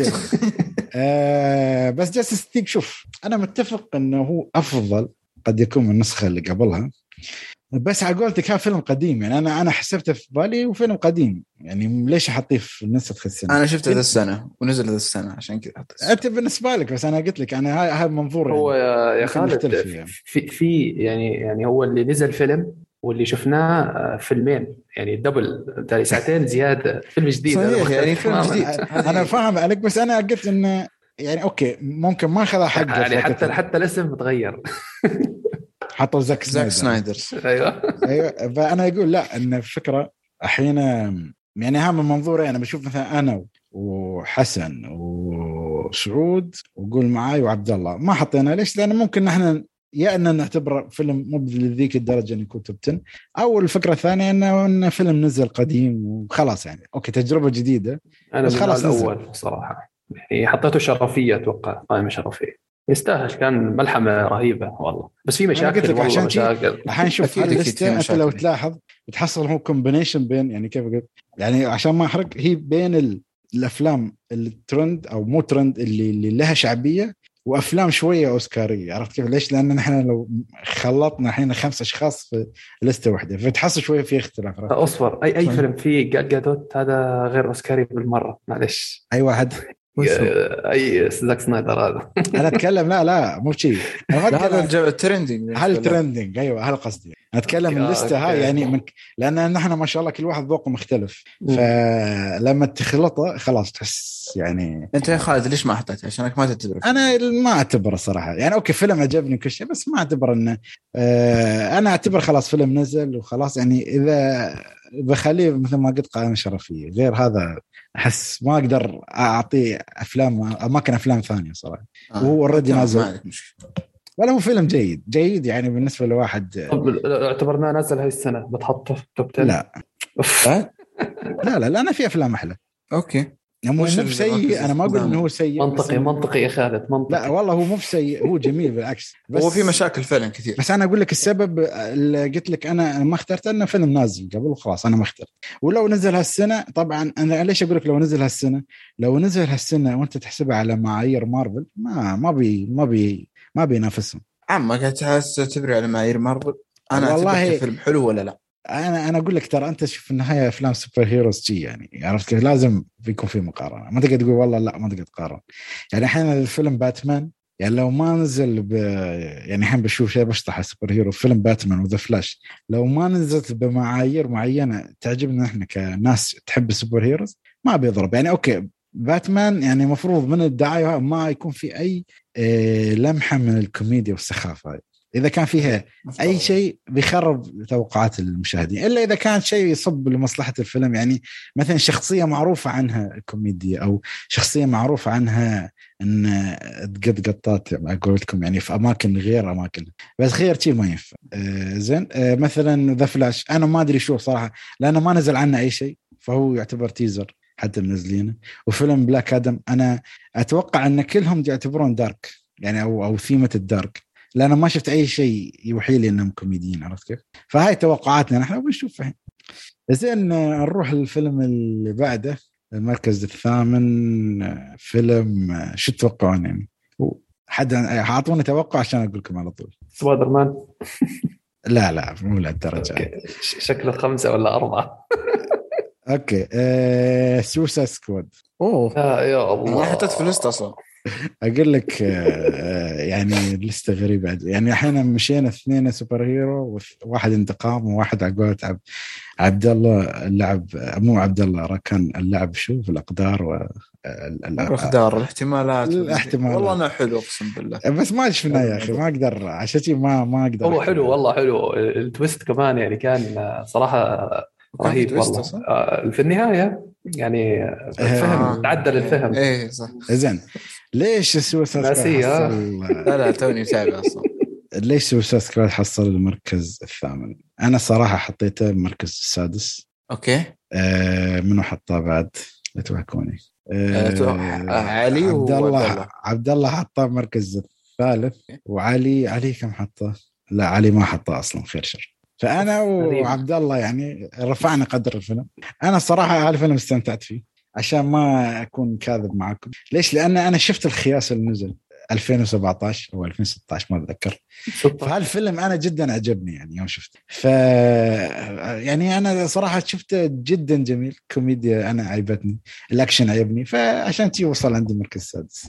آه بس جاستس ليج شوف أنا متفق إنه هو أفضل قد يكون من النسخة اللي قبلها، بس عقولتك ها فيلم قديم يعني. أنا أنا حسبته في بالي وفيلم قديم يعني ليش أحطيه في نسخة السنة؟ أنا شفته ذا السنة ونزل ذا السنة عشان كذا حطيته. أنت بالنسبة لك بس أنا قلت لك أنا هاي هاي منظور هو يعني. يا خالد يعني. في في يعني يعني هو اللي نزل فيلم واللي شفناه فيلمين يعني دبل تالي ساعتين زيادة فيلم جديد يعني فيلم جديد. أنا فاهم عليك بس أنا قلت إنه يعني أوكي ممكن ما أخذ حقه يعني حتى حتى الاسم متغير. حطوا زاك زاك سنايدر. ايوه ايوه. فانا يقول لا ان الفكره احيانا يعني هم من منظوري انا بشوف مثلا انا وحسن وسعود وقول معاي وعبد الله ما حطينا ليش؟ لان ممكن نحن يا ان نعتبر فيلم مو بذيك الدرجه ان يكون توب عشرة، او الفكره الثانيه انه إن فيلم نزل قديم وخلاص يعني اوكي تجربه جديده. انا بس خلاص الاول صراحه يعني حطيته شرفيه اتوقع قائمه شرفيه يستاهل. كان ملحمة رهيبة والله بس في مشاكل والله عشان مشاكل. الحين شوف الليستة أنت لو تلاحظ بتحصل هو كومبينيشن بين يعني كيف قلت يعني عشان ما أحرق هي بين ال... الأفلام الترند أو مو ترند اللي اللي لها شعبية وأفلام شوية أوسكارية. عرفت كيف ليش؟ لأن نحن لو خلطنا الحين خمس أشخاص في لستة واحدة فتحصل شوية في اختلاف. أصفر أي أي فيلم فيه جادوت هذا غير أوسكاري بالمرة معلش. أي واحد اي زاك سنايدر هذا. انا اتكلم لا لا مو شيء هذا الجو ترندينج. هل ترندينج ايوه هل قصدي اتكلم الليسته هاي يعني من لان نحن ما شاء الله كل واحد ذوقه مختلف فلما تخلطه خلاص تحس يعني. انت يا خالد ليش ما حطيته؟ عشانك ما تعتبره؟ انا ما اعتبره صراحه يعني اوكي فيلم عجبني كل شيء بس ما اعتبر انه آه انا اعتبر خلاص فيلم نزل وخلاص يعني. اذا بخليه مثل ما قلت قائمه شرفيه غير هذا احس ما اقدر اعطيه افلام اماكن افلام ثانيه صراحه. آه. وهو اوريدي نازل ولا هو فيلم جيد جيد يعني بالنسبه لواحد. طب اعتبرناه نازل هاي السنه بتحطه توب عشرة؟ لا لا لا لا انا في افلام احلى. اوكي مو مو سيء انا ما اقول انه هو سيء منطقي منطقي يا خالد منطقي. لا والله هو مو سيء هو جميل بالعكس بس هو في مشاكل فعلا كثير. بس انا اقول لك السبب اللي قلت لك انا ما اخترت انه فيلم نازل قبل وخلاص انا ما اخترت. ولو نزل هالسنه طبعا انا ليش اقول لك لو نزل هالسنه لو نزل هالسنه وانت تحسبها على معايير مارفل ما ما بي ما بي ما بينافسهم. عم قاعد تعتبر على معايير مارفل انا والله فيلم حلو ولا لا؟ انا انا اقول لك ترى انت شوف النهايه افلام سوبر هيروز شيء يعني عرفت كيف لازم يكون في مقارنه. ما تقدر تقول والله لا ما تقدر تقارن يعني. الحين الفيلم باتمان يعني لو ما نزل ب... يعني الحين بشوف شيء بشطح سوبر هيرو فيلم باتمان وذا فلاش، لو ما نزلت بمعايير معينة تعجبنا احنا كناس تحب السوبر هيروز ما بيضرب. يعني اوكي باتمان يعني مفروض من الدعاية ما يكون في اي اه لمحة من الكوميديا والسخافة، اذا كان فيها اي شيء بيخرب توقعات المشاهدين، الا اذا كان شيء يصب لمصلحة الفيلم. يعني مثلا شخصية معروفة عنها الكوميديا او شخصية معروفة عنها ان تقد قطات اقول لكم يعني في اماكن غير اماكن، بس غير شيء ما ينفع. آه زين آه مثلا ذا فلاش انا ما ادري شو صراحه لانه ما نزل عنه اي شيء، فهو يعتبر تيزر حتى منزلينه. وفيلم بلاك ادم انا اتوقع ان كلهم يعتبرون دارك يعني او او ثيمه الدارك، لأن ما شفت أي شيء يوحي لي أنهم كوميديين، عرفت كيف؟ فهاي توقعاتنا نحن وبنشوف فهم. زين نروح للفيلم اللي بعده المركز الثامن. فيلم شو تتوقعون يعني؟ حد أعطوني توقع عشان أقول لكم على طول. سبايدر مان. لا لا مو لهالدرجة. شكله خمسة ولا أربعة. أوكي أه... سوسايد سكواد. أوه يا الله ما حطيت في الليست أصلا. أقول لك يعني لسه غريبة يعني أحيانا مشينا اثنين سوبر هيرو وواحد انتقام وواحد عقوات عبد عبد الله اللعب مو عبد الله راكان اللعب شو في الأقدار و الأقدار الاحتمالات الاحتمالات والله أنا حلو أقسم بالله بس ما شفنا يا أخي ما أقدر عشان ما ما أقدر. هو حلو والله حلو التويست كمان يعني كان صراحة رهيب والله في النهاية يعني فهم تعدل الفهم. إيه صح. زين ليش سوسايد سكواد حصل؟ لا لا توني تابع أصلا. ليش سوسايد سكواد حصل المركز الثامن؟ أنا صراحة حطيته المركز السادس. أوكي آه منو حطه بعد لا توهكوني؟ آه علي عبد الله الله عبد الله حطه المركز الثالث. وعلي علي كم حطه؟ لا علي ما حطه أصلا خير شر. فأنا وعبد الله يعني رفعنا قدر الفيلم. أنا صراحة هذا الفيلم استمتعت فيه عشان ما أكون كاذب معكم. ليش؟ لأن أنا شفت الخياس اللي نزل ألفين وسبعة عشر أو ألفين وستة عشر ما أتذكر. فهالفيلم أنا جدا عجبني يعني يوم شفته. ف يعني أنا صراحة شفته جدا جميل. كوميديا أنا عجبتني، الأكشن عجبني، فعشان تي وصل عندي المركز السادس.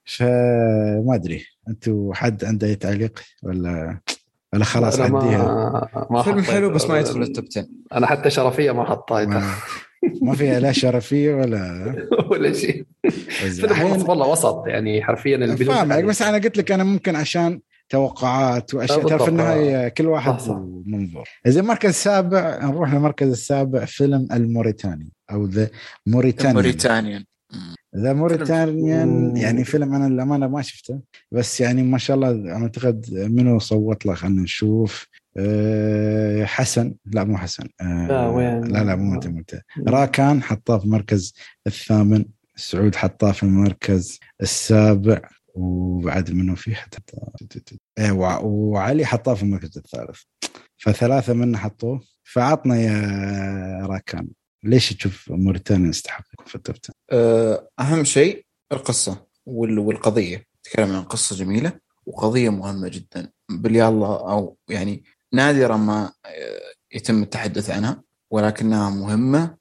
فما أدري أنتوا حد عنده أي تعليق ولا ولا خلاص عديها؟ ما, ما فيلم حلو بس ما يدخل التوب عشرة. أنا حتى شرفية ما حطيته. ما, ما فيها لا شرفية ولا ولا شيء. فيلم والله وسط يعني حرفيا. فاهمك بس أنا قلت لك أنا ممكن عشان توقعات وأشياء تعرف في النهاية كل واحد منظور. إذا مركز سابع نروح للمركز السابع فيلم الموريتاني أو ذا موريتانيان. ذا موريتانيان يعني فيلم أنا للأمانة ما شفته بس يعني ما شاء الله أعتقد منو صوت له. خلنا نشوف. أه حسن لا مو حسن أه لا لا مو انت راكان حطاه في المركز الثامن. سعود حطاه في المركز السابع وبعد منه في حتى ايه وعلي حطاه في المركز الثالث. فثلاثة منه حطوه. فعطنا يا راكان ليش تشوف موريتانيا يستحق يكون في التوب عشرة؟ أهم شيء القصة والقضية. تكلم عن قصة جميلة وقضية مهمة جدا بالله أو يعني نادرا ما يتم التحدث عنها ولكنها مهمة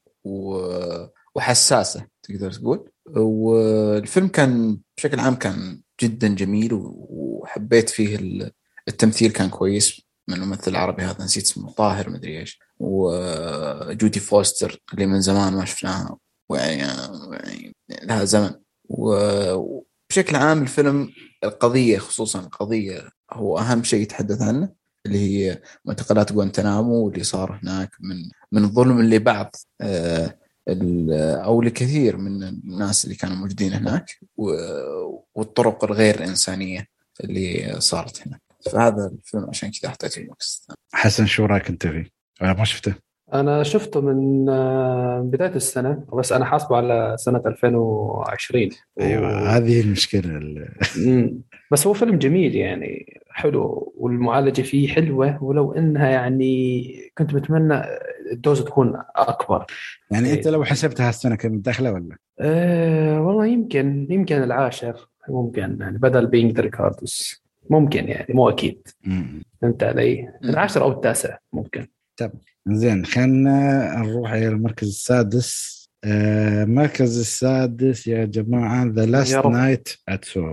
وحساسة تقدر تقول. والفيلم كان بشكل عام كان جدا جميل وحبيت فيه التمثيل كان كويس من الممثل العربي هذا نسيت اسمه طاهر مدري إيش وجودي فوستر اللي من زمان ما شفناها ويعني لها زمن. وبشكل عام الفيلم القضية خصوصا القضية هو أهم شيء يتحدث عنه اللي هي معتقلات غوانتنامو واللي صار هناك من من ظلم لبعض أو لكثير من الناس اللي كانوا موجودين هناك والطرق الغير إنسانية اللي صارت هناك. فهذا الفيلم عشان كذا حطيته المركز. حسن شو رأيك أنت فيه؟ أنا ما شفته. أنا شفته من بداية السنة بس أنا حاسبه على سنة ألفين وعشرين. أيوة و... هذه المشكلة. بس هو فيلم جميل يعني حلو والمعالجة فيه حلوة ولو إنها يعني كنت بتمنى الدوز تكون أكبر. يعني إيه. أنت لو حسبتها السنة كم داخلة ولا؟ أه والله يمكن يمكن العاشر ممكن يعني بدل بينج ذا ريكاردوس ممكن يعني مو أكيد. أنت علي العاشر أو التاسع ممكن. طب زين خلنا نروح إلى المركز السادس. آه مركز السادس يا جماعة The Last Night at Soho.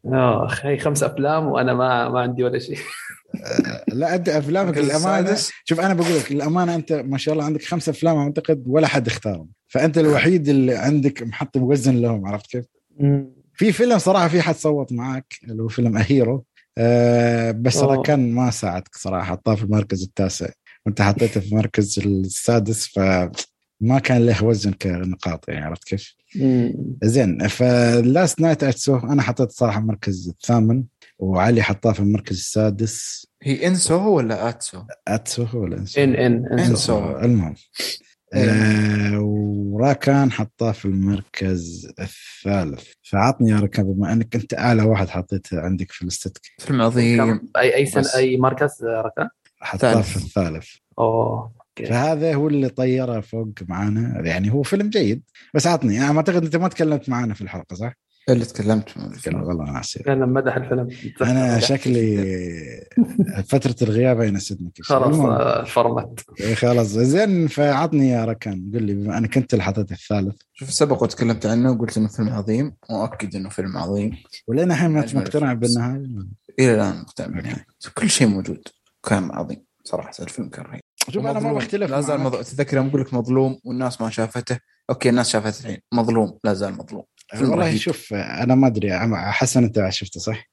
اه اخي خمس افلام وانا ما ما عندي ولا شيء. لا أنت أفلامك الأمانة، شوف أنا بقول لك الأمانة، أنت ما شاء الله عندك خمس أفلام أعتقد ولا حد اختارهم، فأنت الوحيد اللي عندك محط موزن لهم، عرفت كيف؟ في فيلم صراحة في حد صوت معك اللي هو فيلم أهيرو، أه بس كان ما ساعدك صراحة، حطاه في المركز التاسع وأنت حطيته في المركز السادس، فما كان له وزن كنقاط يعني، عرفت كيف؟ زين. فلاست نايت أت سو أنا حطيت صراحة المركز الثامن، وعلي حطاه في المركز السادس. هي إنسو ولا أتسو؟ أتسو ولا إنسو؟ إن إن إنسو. المهم آه وراكان حطاه في المركز الثالث. فعطني يا راكان بما أنك أنت أعلى واحد حطيته عندك في الاستاتيك. فيلم عظيم. أي أي سنة أي مركز راكان؟ حطاه في الثالث. أوه. فهذا هو اللي طيره فوق معانا، يعني هو فيلم جيد بس عطني يعني، ما أعتقد أنت ما تكلمت معانا في الحلقة صح؟ اللي تكلمت والله ناسي. كان مدح الفيلم. أنا شكلي فترة الغياب ينسدني كل شيء. خلاص فرمت. خلاص زين. فعطني يا ركان، قل لي بما أنا كنت اللي حطيت الثالث. شوف سبق وتكلمت عنه وقلت إنه فيلم عظيم، وأكد إنه فيلم عظيم، ولين الحين ما مقتنع بالنهاية. إلى الآن مقتنع بالنهاية، كل شيء موجود، كان عظيم صراحة. الفيلم كان رهيب. شوف أنا ما بختلف، لا زال مض... تذكر يوم أقول لك مظلوم والناس ما شافته، أوكي الناس شافته الحين، مظلوم لا زال مظلوم. والله شوف أنا ما أدري، حسن أنت شفته صح؟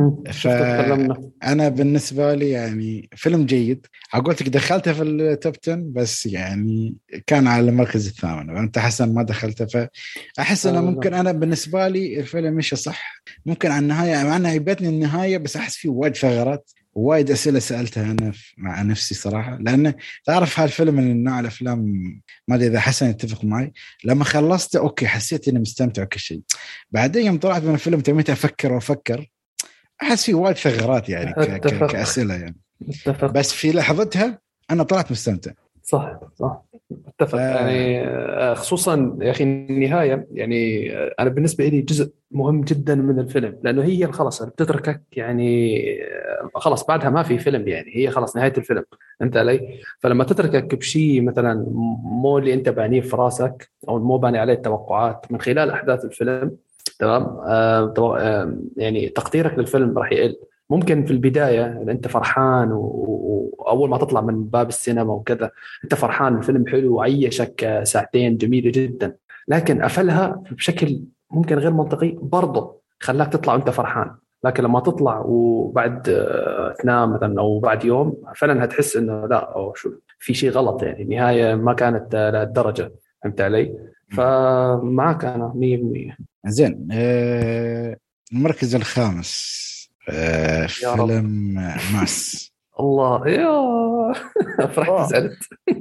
فأنا بالنسبة لي يعني فيلم جيد. قلت لك دخلته في التوب عشرة بس يعني كان على المركز الثامن، وأنت حسن ما دخلته، فأحس أنه ممكن أنا بالنسبة لي الفيلم مش صح، ممكن عن النهاية مع أنها عيبتني النهاية، بس أحس فيه وايد ثغرات وايد أسئلة سألتها أنا مع نفسي صراحة. لأن تعرف هالفيلم من النوع الأفلام، ما أدري إذا حسن يتفق معي، لما خلصته أوكي حسيت إني مستمتع وكل شيء، بعدين يوم طلعت من الفيلم تميت أفكر وأفكر أحس فيه وايد ثغرات يعني ك- ك- كأسئلة يعني. اتفق. بس في لحظتها أنا طلعت مستمتع. صح صح اتفق. ف... يعني خصوصا يا أخي النهاية، يعني أنا بالنسبة لي جزء مهم جدا من الفيلم، لأنه هي خلاص بتتركك يعني خلاص بعدها ما في فيلم، يعني هي خلاص نهاية الفيلم أنت علي. فلما تتركك بشيء مثلا مو اللي أنت بانيه في راسك أو مو باني عليه التوقعات من خلال أحداث الفيلم، تمام آه آه يعني تقديرك للفيلم راح يقل. ممكن في البداية أنت فرحان و... وأول ما تطلع من باب السينما وكذا أنت فرحان الفيلم حلو وعيشك ساعتين جميلة جدا، لكن قفلها بشكل ممكن غير منطقي برضه خلاك تطلع وأنت فرحان. لكن لما تطلع وبعد تنام مثلا أو بعد يوم فعلا هتحس إنه لا أو شو في شيء غلط، يعني النهاية ما كانت لهالدرجة. فهمت علي؟ فمعك أنا مية بالمية. زين. آه المركز الخامس آه فيلم ماس. الله يا فرحت زعلت.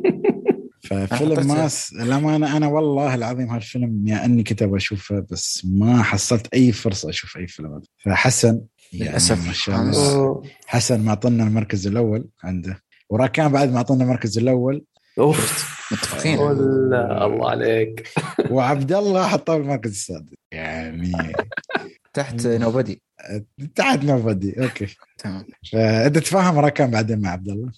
ففيلم ماس لما أنا أنا والله العظيم هالفيلم يا أني كنت أشوفه بس ما حصلت أي فرصة أشوف أي فيلم. فحسن يعني ما شاء الله حسن ما أعطنا المركز الأول عنده، وراكان بعد ما أعطنا المركز الأول. أوف متفقين. الله عليك. وعبد الله حطه المركز السادس يعني تحت نوبدي. تحت نوبدي اوكي تمام. فانت تفهم راكان بعدين مع عبد الله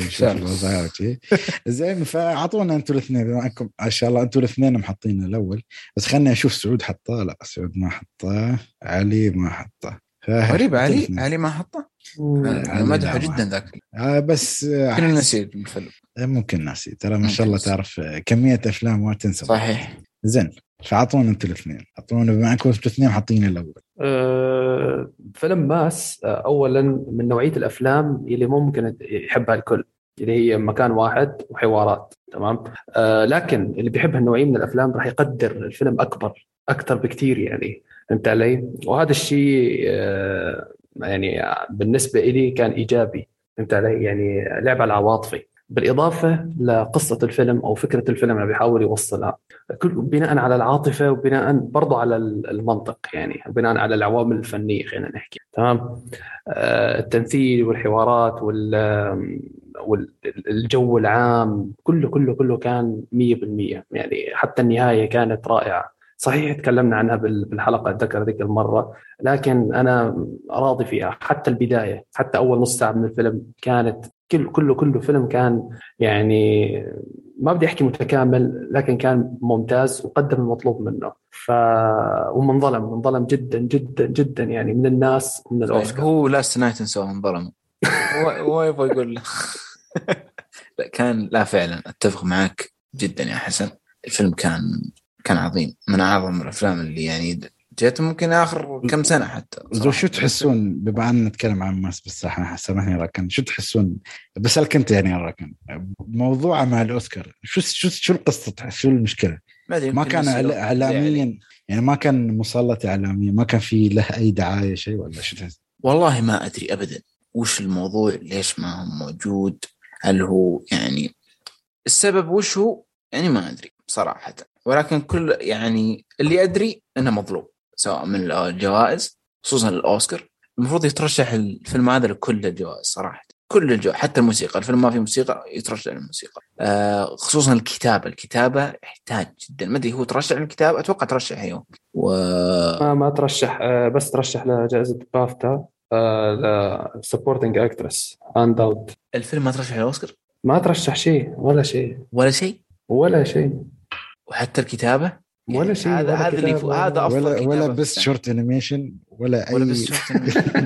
زين. فاعطونا انتوا الاثنين بما انكم ما شاء الله انتوا الاثنين محطين الاول، بس خلينا نشوف سعود حطه. لا سعود ما حطه، علي ما حطه. غريب علي علي ما حطه. انا مدحه جدا ذاك آه بس كنا نسيت الفيلم، ممكن ناسي ترى ما شاء الله تعرف كمية أفلام ما تنسى. صحيح. زين فعطونا أنتوا الاثنين، عطونا بما أنكم أنتوا الاثنين حاطين الأول. أه فيلم ماس أولا من نوعية الأفلام اللي ممكن يحبها الكل، اللي هي مكان واحد وحوارات تمام. أه لكن اللي بيحب هالنوعية من الأفلام راح يقدر الفيلم أكبر أكثر بكتير يعني. فهمت علي؟ وهذا الشيء أه يعني بالنسبة إلي كان إيجابي. فهمت علي؟ يعني لعب على عواطفي بالإضافة لقصة الفيلم أو فكرة الفيلم اللي بيحاول يوصلها، كل بناء على العاطفة وبناء برضو على المنطق، يعني بناء على العوامل الفنية خلينا نحكي تمام. آه التمثيل والحوارات والجو العام كله كله كله كان مية بالمية يعني. حتى النهاية كانت رائعة. صحيح تكلمنا عنها بالحلقة أتذكر ذيك المرة، لكن أنا راضي فيها. حتى البداية حتى أول نص ساعة من الفيلم كانت كل كله كله فيلم كان يعني ما بدي أحكي متكامل، لكن كان ممتاز وقدم المطلوب منه. ف ومنظلم منظلم جدا جدا جدا يعني من الناس من الأوسكار. هو لاست نايت نسوه انظلم. هو هو يبغى يقول لا كان لا فعلا أتفق معك جدا يا حسن. الفيلم كان كان عظيم، من أعظم الأفلام اللي يعني جت ممكن آخر كم سنة حتى. زو شو تحسون بما أن نتكلم عن ماس بالصحة سامحني راكن، شو تحسون بسألك أنت يعني راكن موضوع مع الأوسكار، شو شو شو القصة، شو المشكلة؟ ما, ما كان إعلاميا يعني ما كان مسلط إعلاميا، ما كان في له أي دعاية شيء ولا شو تحس؟ والله ما أدري أبدا وش الموضوع، ليش ما هو موجود، هل هو يعني السبب وش هو يعني ما أدري صراحة. ولكن كل يعني اللي أدري أنه مظلوم سواء من الجوائز خصوصا الأوسكار. المفروض يترشح الفيلم هذا لكل الجوائز صراحة، كل الجوائز حتى الموسيقى. الفيلم ما فيه موسيقى يترشح للموسيقى. آه خصوصا الكتابة الكتابة يحتاج جدا. ما أدري هو ترشح للكتابة أتوقع ترشح اليوم و... ما ما ترشح آه بس ترشح لجائزة بافتا آه لسبورتنج أكترس أند أوت. الفيلم ما ترشح للأوسكار، ما ترشح شيء ولا شيء ولا شيء ولا شيء وحتى الكتابة يعني ولا شيء. هذا هذا اللي فو... هذا أفضل ولا كتابة ولا بس شورت أنيميشن ولا أي ولا بس شورت أنيميشن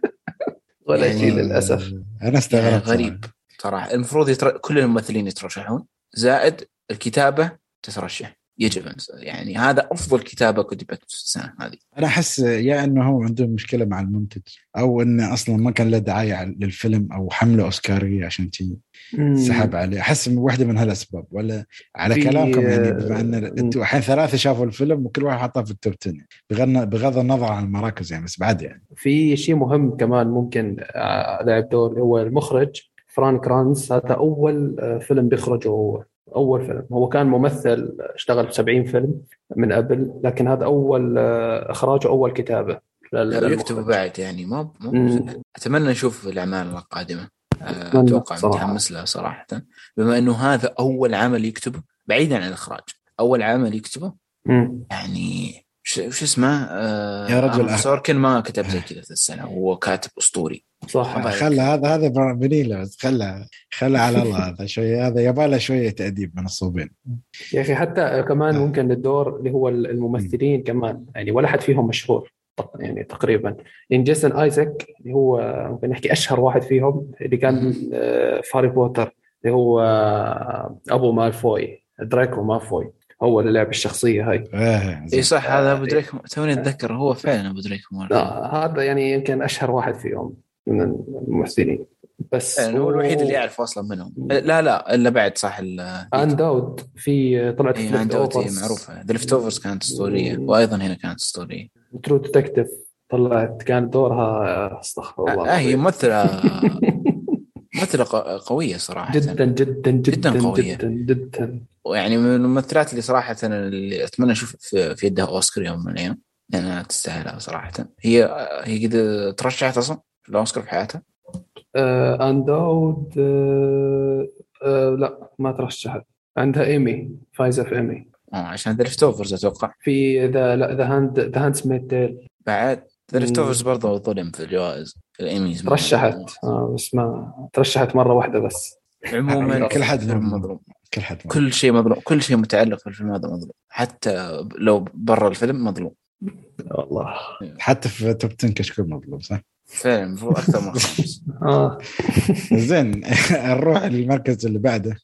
ولا يعني شيء للأسف. أنا استغربت يعني غريب صراحة. المفروض يتر... كل الممثلين يترشحون زائد الكتابة تترشح يجب يعني هذا أفضل كتابة كتبت في السنة هذه. أنا أحس يا أنه هو عنده مشكلة مع المنتج أو أنه أصلا ما كان له دعاية للفيلم أو حملة أوسكارية عشان تي سحب عليه. أحس واحدة من هالأسباب. ولا على كلامكم يعني بما أن أنتوا الحين ثلاثة شافوا الفيلم وكل واحد حطه في التوب عشرة بغض بغض النظر عن المراكز يعني، بس بعد يعني في شيء مهم كمان ممكن لعب دور هو المخرج فرانك رانز. هذا أول فيلم بيخرجه هو أول فيلم. هو كان ممثل اشتغل بسبعين فيلم من قبل، لكن هذا أول إخراجه أول كتابة يكتب بعد يعني ما مو أتمنى نشوف الأعمال القادمة. أتوقع متحمس لها صراحة بما أنه هذا أول عمل يكتبه بعيدا عن الإخراج، أول عمل يكتبه. مم. يعني وش اسمه آه يا رجل أه... سوركن ما كتب زي كذا في السنة، هو كاتب أسطوري صح. خلى هذا هذا بنيله خلى خلى على الله هذا شوية، هذا يباله شوية تأديب من الصوبين يا أخي. حتى كمان ممكن الدور اللي هو الممثلين م. كمان يعني ولا حد فيهم مشهور يعني تقريبا. يعني جيسون آيزاك اللي هو ممكن نحكي أشهر واحد فيهم اللي كان في هاري بوتر اللي هو أبو مالفوي دراكو مالفوي، هو اللي لعب الشخصية هاي. إيه صح هذا أبو دريكو توني أتذكر هو فعلا أبو دريكو مالفوي. لا هذا يعني يمكن أشهر واحد فيهم من الممثلين، بس يعني هو الوحيد اللي يعرف أصلا منهم. لا لا إلا بعد صح أنداود في طلعت في أندود معروفة. The Leftovers كانت أسطورية وأيضا هنا كانت أسطورية. ترو ديتكتيف طلعت كان دورها استغفر الله. آه هي ممثلة ممثلة قوية صراحة جدا جدا جدا جدا قوية جدا جدا. ويعني من الممثلات اللي صراحة اللي أتمنى أشوف في, في يدها أوسكار يوم من الأيام لأنها تستاهلها صراحة. هي هي قد ترشحت أصلا في الأوسكار في حياتها. آه أندود آه آه لا ما ترشحت. عندها إيمي فايزة في إيمي آه عشان The Leftovers أتوقع. في ذا لا ذا هاند ذا هاندز ميد تيل بعد The Leftovers برضه ظلم في الجوائز الإيميز. ترشحت آه بس ما ترشحت مرة واحدة بس. عموما كل حد مظلوم. كل حد مظلوم. كل شيء مظلوم. كل شيء متعلق بالفيلم هذا مظلوم حتى لو برا الفيلم مظلوم والله. حتى في توب عشرة كشكول مظلوم صح فعلا المفروض أكثر من خمس. آه زين نروح للمركز اللي بعده.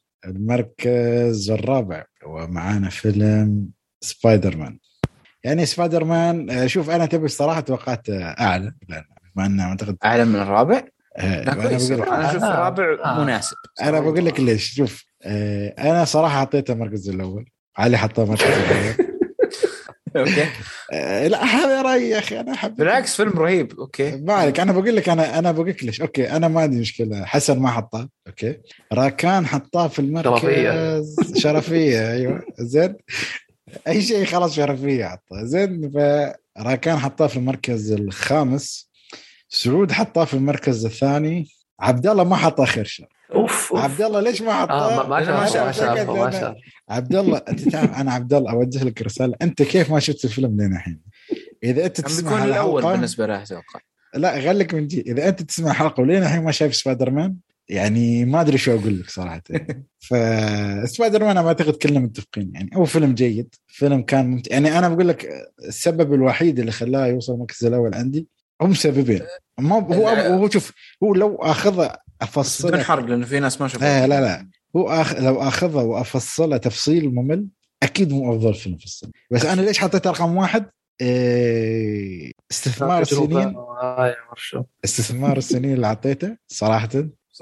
المركز الرابع ومعانا فيلم سبايدر مان. يعني سبايدر مان شوف أنا تبي الصراحة توقعت أعلى ما أنه أعتقد أعلى من الرابع. أه أنا بقول أنا أشوف الرابع آه. مناسب. أنا بقول لك ليش. شوف أه أنا صراحة حطيته المركز الأول، علي حطه المركز الأول. أوكي أه لا هذا رأيي يا أخي أنا أحب. بالعكس فيلم رهيب. أوكي ما عليك أنا بقول لك أنا أنا بقول لك ليش. أوكي أنا ما عندي مشكلة. حسن ما حطه أوكي. راكان حطاه في المركز شرفية, شرفية. أيوة زين أي شيء خلاص شرفية حطه زين. فراكان حطاه في المركز الخامس. سعود حطاه في المركز الثاني. عبد الله ما حطه خير شر. اوف عبد الله ليش ما حطه؟ آه ما شاف ما شاف ما شاف عبد الله انت تعرف انا عبد الله اوجه لك رساله. انت كيف ما شفت الفيلم لين الحين؟ اذا انت تسمع الاول بالنسبه له اتوقع لا غلك من جي. اذا انت تسمع الحلقه ولين الحين ما شايف سبايدر مان يعني ما ادري شو اقول لك صراحه. فسبايدر مان انا اعتقد كلنا متفقين يعني هو فيلم جيد، فيلم كان ممتع. يعني انا بقول لك السبب الوحيد اللي خلاه يوصل المركز الاول عندي هم سببين. ما هو هو شوف هو لو اخذ افصل بدون حرق لانه في ناس ما شافوه. آه لا لا هو أخ... لو اخذه وافصله تفصيل ممل اكيد مو افضل فيلم في السنه. بس انا ليش حطيت رقم واحد؟ إيه... استثمار السنين استثمار السنين اللي عطيته صراحه،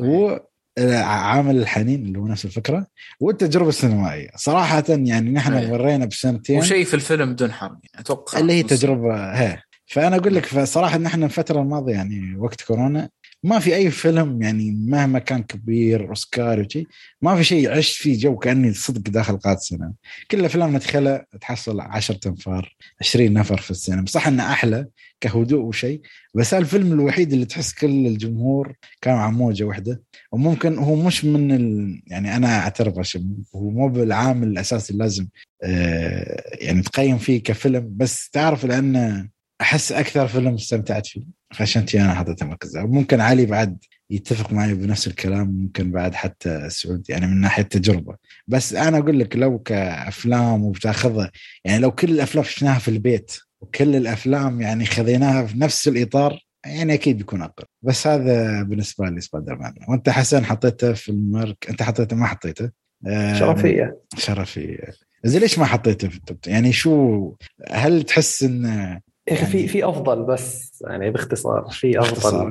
وعامل الحنين اللي هو نفس الفكره، والتجربه السينمائيه صراحه. يعني نحن ورينا بسنتين وشيء في الفيلم بدون حرق اتوقع اللي هي تجربه ها. فانا اقول لك فصراحه نحن الفتره الماضيه يعني وقت كورونا ما في أي فيلم يعني مهما كان كبير أوسكار وشي ما في شيء عشت فيه جو كأني صدق داخل قاعة السينما. كل الأفلام ندخلها تحصل عشرة أنفار عشرين نفر في السينما، صح إنه أحلى كهدوء وشيء، بس الفيلم الوحيد اللي تحس كل الجمهور كان على موجة واحدة. وممكن هو مش من ال... يعني أنا أعترف عشان هو مو بالعامل الأساسي لازم آه يعني تقيم فيه كفيلم، بس تعرف لأنه أحس أكثر فيلم استمتعت فيه فعشانتي أنا حطيته مركز. ممكن علي بعد يتفق معي بنفس الكلام، ممكن بعد حتى سعود يعني من ناحية تجربة. بس أنا أقول لك لو كأفلام وبتاخذها يعني لو كل الأفلام شفناها في البيت وكل الأفلام يعني خذيناها في نفس الإطار يعني أكيد بيكون أقل. بس هذا بالنسبة لي سبايدر مان. وأنت حسن حطيته في المرك، أنت حطيته ما حطيته؟ شرفية شرفية. زي ليش ما حطيته في التوب؟ يعني شو هل تحس إن يعني في في افضل بس يعني باختصار في افضل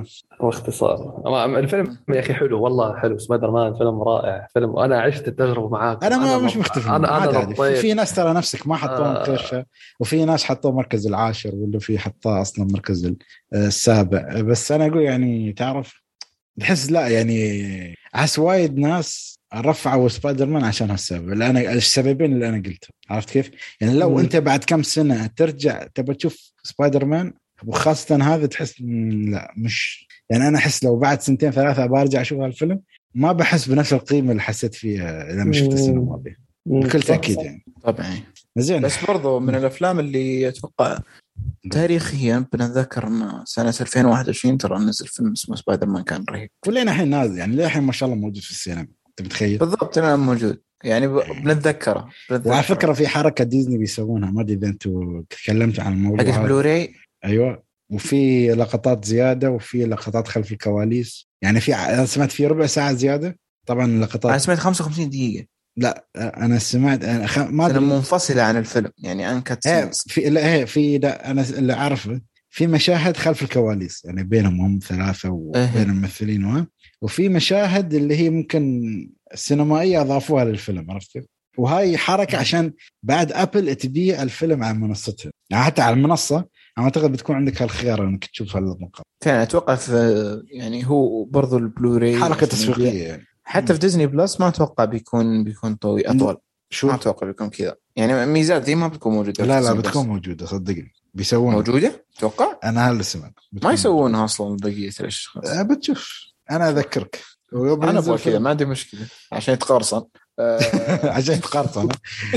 واختصار الفيلم يا اخي حلو والله حلو. سبايدر مان فيلم رائع فيلم، وانا عشت التجربه معاك. انا ما مش مختلف انا انا في, في ناس ترى نفسك ما حطوه آه مكرشه، وفي ناس حطوه مركز العاشر ولا في حطاه اصلا مركز السابع. بس انا اقول يعني تعرف تحس لا يعني احس وايد ناس رفعوا سبايدر مان عشان هالسبب اللي انا السببين اللي انا قلتهم. عرفت كيف؟ يعني لو م- انت بعد كم سنه ترجع تبى تشوف سبايدر مان وخاصه هذا تحس لا مش يعني انا احس لو بعد سنتين ثلاثه برجع اشوف هالفيلم ما بحس بنفس القيمه اللي حسيت فيها لما شفت السنه الماضيه بكل تاكيد يعني. طبعا زين. بس برضو من الافلام اللي اتوقع تاريخيا بنتذكر ان سنه ألفين وواحد وعشرين ترى نزل فيلم اسمه سبايدر مان كان رهيب، ولين الحين نازل يعني للحين ما شاء الله موجود في السينما. انت متخيل؟ بالضبط انا موجود يعني بنتذكره. وعلى فكره في حركه ديزني بيسوونها ما ادري اذا انتم تكلمتوا عن الموضوع حق بلوراي. ايوه وفي لقطات زياده وفي لقطات خلف الكواليس يعني في انا سمعت في ربع ساعه زياده. طبعا اللقطات انا سمعت خمسة وخمسين دقيقه. لا انا سمعت أنا خ... ما ادري منفصله عن الفيلم يعني انكت في لا هي في لا انا اللي اعرفه في مشاهد خلف الكواليس يعني بينهم هم ثلاثه وبين الممثلين وها. وفي مشاهد اللي هي ممكن السينمائيه اضافوها للفيلم. عرفت؟ وهاي حركه عشان بعد ابل تبيع الفيلم على منصتها يعني حتى على المنصه اعتقد بتكون عندك هالخيار انك تشوف هالمقطع. فعلا اتوقع في يعني هو برضو البلوراي حركه تسويقيه يعني. حتى في ديزني بلس ما اتوقع بيكون بيكون طويل اطول. شو ما اتوقع بيكون كذا يعني ميزات دي ما بتكون موجوده. لا لا بتكون موجوده صدقني بيسوون موجوده اتوقع. انا هل سمعت ما يسوونها اصلا بقيه الاشخاص. أه بتشوف انا اذكرك انا ابغى كذا ما عندي مشكله عشان يتقارصن عشان يتقارصن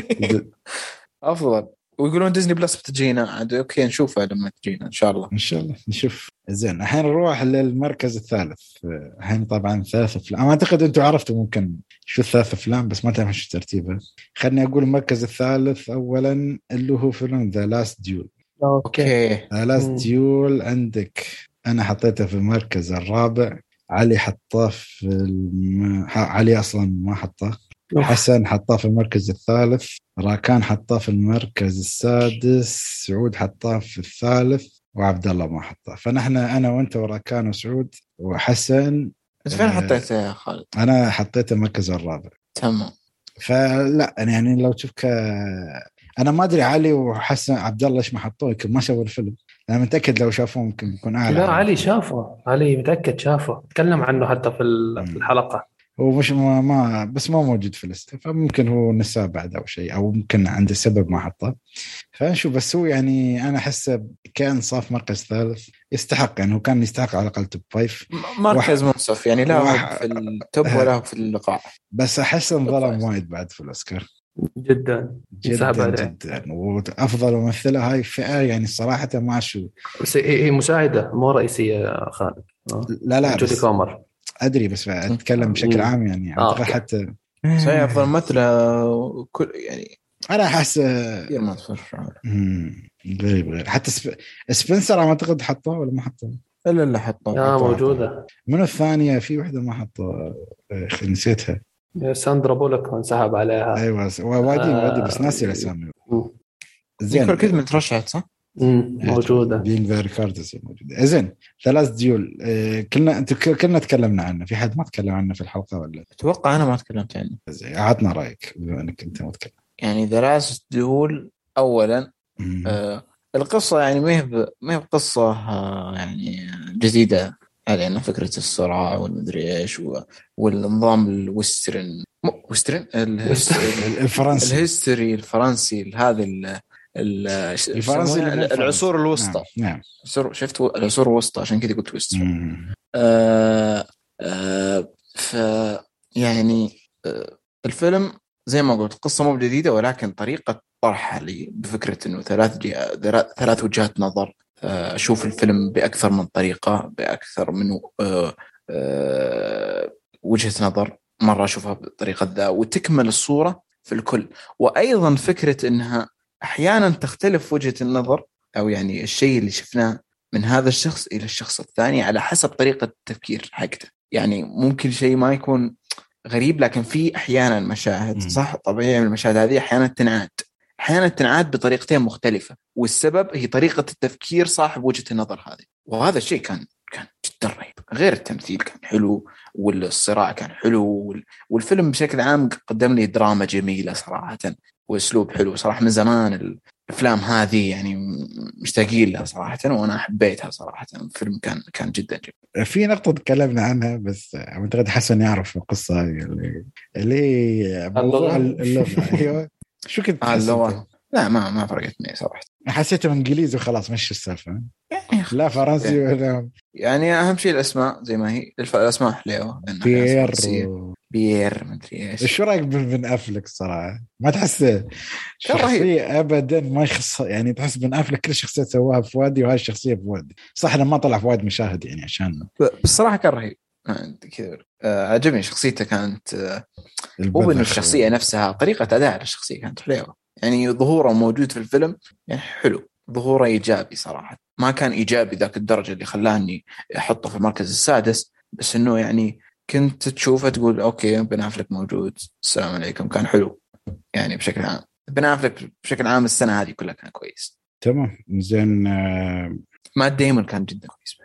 افضل. ويقولون ديزني بلس بتجينا عاد اوكي نشوفها لما تجينا ان شاء الله ان شاء الله نشوف. زين الحين نروح للمركز الثالث. الحين طبعا ثلاث افلام اعتقد انتم عرفتوا ممكن شو الثلاث افلام بس ما تعرفوا شو ترتيبها. خلني اقول المركز الثالث اولا اللي هو فيلم ذا لاست ديول. اوكي ذا لاست ديول عندك انا حطيته في المركز الرابع، علي حطاه في الم... علي اصلا ما حطاه، حسن حطاه في المركز الثالث، راكان حطاه في المركز السادس، سعود حطاه في الثالث، وعبد الله ما حطاه. فنحن انا وانت وراكان وسعود وحسن. بس فين حطيته يا خالد؟ انا حطيته المركز الرابع. تمام. فلا يعني لو تشوف ك انا ما ادري علي وحسن عبد الله ايش ما حطوه يمكن ما شافوا الفيلم. انا متاكد لو شافوه ممكن يكون اعلى. لا علي شافه، علي متاكد شافه، تكلم عنه حتى في الحلقه. هو مش ما, ما بس ما موجود في الليسته فممكن هو نساه بعد او شيء او ممكن عنده سبب ما حطه. فنشوف. بس هو يعني انا احسه كان صاف مركز ثالث يستحق يعني هو كان يستحق على الاقل توب فايف مركز منصف يعني لا وح... في التوب ولا في اللقاء. بس احس انظلم وايد بعد في الاوسكار جدا جدا جدا. وافضل ممثله هاي فئه يعني صراحه ما شو بس هي مساعده مو رئيسيه خالد. لا لا جودي كومر ادري بس اتكلم بشكل عام يعني آه. اعتقد حتى صحيح افضل ممثله كل يعني انا احس كثير ما اتفرج غريب غير حتى سب... سبنسر ما اعتقد حطوه ولا ما حطوه الا الا حطوه اه موجوده. من الثانيه في وحده ما حطوه نسيتها ساندرا بولك انسحب عليها. ايوه وادي آه. وادي بس ناسي الاسامي. زين نيكول كيدمان ترشحت صح؟ امم موجوده. بينج فيري كاردس موجوده. زين ثلاث ديول آه كلنا انت كلنا تكلمنا عنه. في حد ما تكلم عنه في الحلقه ولا؟ اتوقع انا ما تكلمت عنه. عطنا رايك بما انك انت ما تكلم. يعني ثلاث ديول اولا آه القصه يعني ما هي ما هي قصه آه يعني جديده علينا، فكره الصراع والمدري ايش والنظام الويسترن ويسترن الفرنسي الهيستوري الفرنسي هذا الفرنسي العصور الوسطى. نعم نعم. شفت العصور الوسطى عشان كذا قلت ويسترن. آه آه ف يعني آه الفيلم زي ما قلت قصة مو جديدة، ولكن طريقة طرحها لي بفكرة إنه ثلاث ثلاث وجهات نظر. أشوف الفيلم بأكثر من طريقة، بأكثر من أه أه وجهة نظر. مرة أشوفها بطريقة ذا وتكمل الصورة في الكل. وأيضا فكرة إنها أحيانا تختلف وجهة النظر، أو يعني الشيء اللي شفناه من هذا الشخص إلى الشخص الثاني على حسب طريقة التفكير حقته. يعني ممكن شيء ما يكون غريب، لكن في أحيانا مشاهد صح طبيعي من المشاهد هذه أحيانا تنعاد أحيانا تنعاد بطريقتين مختلفة، والسبب هي طريقة التفكير صاحب وجهة النظر هذه. وهذا الشيء كان كان جدا رهيب. غير التمثيل كان حلو، والصراع كان حلو، والفيلم بشكل عام قدم لي دراما جميلة صراحة، وأسلوب حلو صراحة. من زمان الأفلام هذه يعني مشتاقين لها صراحة، وأنا حبيتها صراحة. الفيلم كان كان جدا جميل. في نقطة تكلمنا عنها بس أعتقد حسن يعرف القصة هذه اللي اللي موضوع اللغة. أيوة شو كنت اللغة؟ لا ما ما فرقت معي صراحة. حسيته إنجليزي وخلاص مش السالفة. لا فرنسي ولا يعني أهم شيء الأسماء زي ما هي. الأسماء حلوة. بيير و... بيير ما أدري إيش. إيش رأيك بن أفلك صراحة؟ ما تحس شخصية أبدا ما يخص يعني. تحس بن أفلك كل شخصية سواها بفوادي وهاي الشخصية بفوادي. صح لما طلع فواد مشاهد يعني عشان بالصراحة كان رهيب كذا. عجبني شخصيته كانت هو إنه الشخصية و... نفسها طريقة أداء الشخصية كانت حلوة. يعني ظهوره موجود في الفيلم يعني حلو، ظهوره إيجابي صراحة. ما كان إيجابي ذاك الدرجة اللي خلاني أحطه في المركز السادس، بس إنه يعني كنت تشوفه تقول أوكي بن أفلك موجود السلام عليكم. كان حلو يعني بشكل عام. بن أفلك بشكل عام السنة هذه كلها كان كويس. تمام زين. مات دايمون كان جدا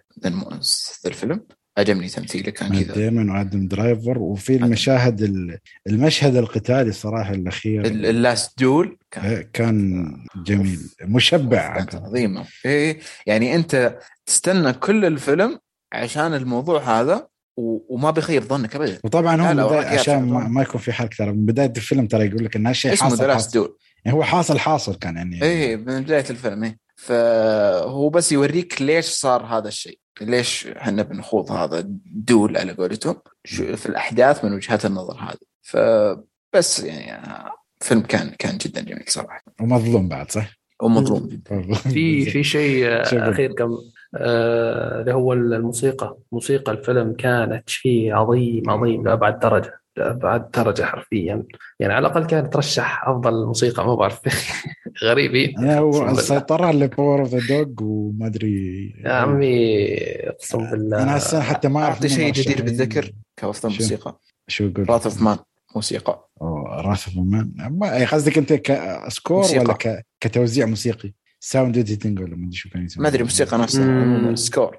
كويس في الفيلم. عجبني تمثيله كان كذا دائما وآدم درايفر. وفي المشاهد المشهد القتالي الصراحة الأخير اللاست دول كان, كان جميل مشبع عظيمة. إيه يعني أنت تستنى كل الفيلم عشان الموضوع هذا وما بيخيب ظنك أبدا. وطبعا هو عشان ما, ما يكون في حرق ترى من بداية الفيلم ترى يقول لك إن هالشيء حاصل حاصل. يعني هو حاصل حاصل كان يعني إيه من بداية الفيلم. إيه فهو بس يوريك ليش صار هذا الشيء، ليش احنا بنخوض هذا دول على قولتهم في الأحداث من وجهات النظر هذه. فبس يعني فيلم كان كان جدا جميل صراحة. ومظلوم بعد صح؟ ومظلوم جدا. في في شيء أخير كم اللي آه هو الموسيقى. موسيقى الفيلم كانت شيء عظيم عظيم لأبعد درجة لأبعد درجة حرفيا. يعني على الأقل كانت ترشح أفضل موسيقى ما بعرف غريبين. أنا هو السيطرة اللي باور اوف ذا دوغ وما أدري يا عمي أقسم بالله. أنا هسه حتى ما أعرف شيء جديد بالذكر كأفضل موسيقى. شو يقول؟ راث اوف مان موسيقى. أوه راث اوف مان. ما قصدك أنت كسكور موسيقى. ولا ك... كتوزيع موسيقي ساوند إديتنج ولا ما أدري شو كان يسمى. ما أدري موسيقى نفسها سكور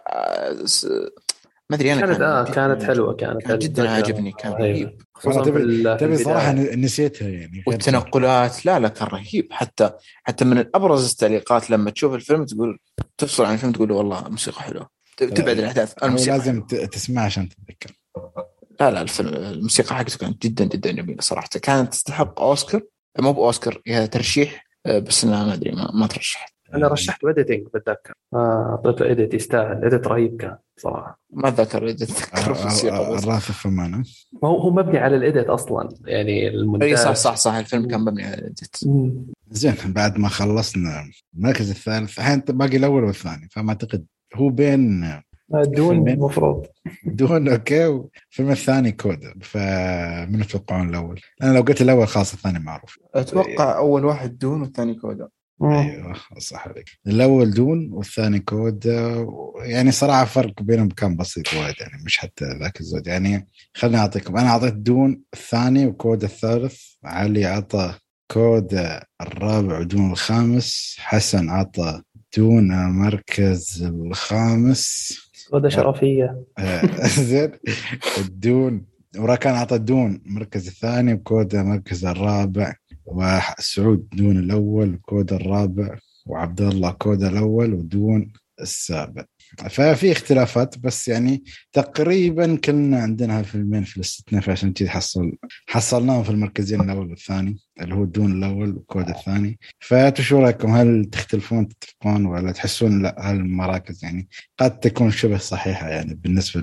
ما أدري أنا. كانت كان آه كانت حلوة كانت, كانت جدا عجبني. كان رهيب خصوصا تبي تبي صراحة نسيتها يعني. والتنقلات لا لا كان رهيب. حتى حتى من أبرز التعليقات لما تشوف الفيلم تقول تفصل عن الفيلم تقول والله موسيقى حلوة تبعد الأحداث. لازم تسمع عشان تتذكر. لا لا الفيلم الموسيقى حقته كانت جدا جدا جميلة صراحة. كانت تستحق أوسكار مو بأوسكار هي ترشيح بس أنا ما أدري ما, ما ترشحت. أنا رشحت إيديتنج بتذكر أعطيته إيديت يستاهل. إيديت رهيب كان صراحة. ما أتذكر إيديت ذكر في الموسيقى. الراث فمانة هو هو مبني على الإيديت أصلا يعني المونتاج. صح صح صح الفيلم كان مبني على الإيديت. زين بعد ما خلصنا المركز الثالث الحين باقي الأول والثاني. فما أعتقد هو بين دون فيلمين المفروض. دون اوكي، والفيلم الثاني كودا. فمن تتوقعون الاول؟ انا لو قلت الاول خلاص الثاني معروف. اتوقع اول واحد دون والثاني كودا. ايوه صح عليك، الاول دون والثاني كودا. يعني صراحه فرق بينهم كان بسيط وايد، يعني مش حتى ذاك الزود. يعني خليني اعطيكم، انا اعطيت دون الثاني وكودا الثالث، علي عطى كودا الرابع ودون الخامس، حسن عطى دون المركز الخامس. كودا شرفية. زين. الدون وراكان عطى دون المركز الثاني وكودا المركز الرابع، وسعود دون الأول وكودا الرابع، وعبد الله كودا الأول ودون السابع. ففي اختلافات، بس يعني تقريبا كلنا عندنا هالفيلمين في الاستثناء، فعشان كذا حصل حصلناهم في المركزين الأول والثاني، اللي هو دون الأول وكودا الثاني. فتشو رأيكم؟ هل تختلفون تتفقون، ولا تحسون لا هالمراكز يعني قد تكون شبه صحيحة يعني بالنسبة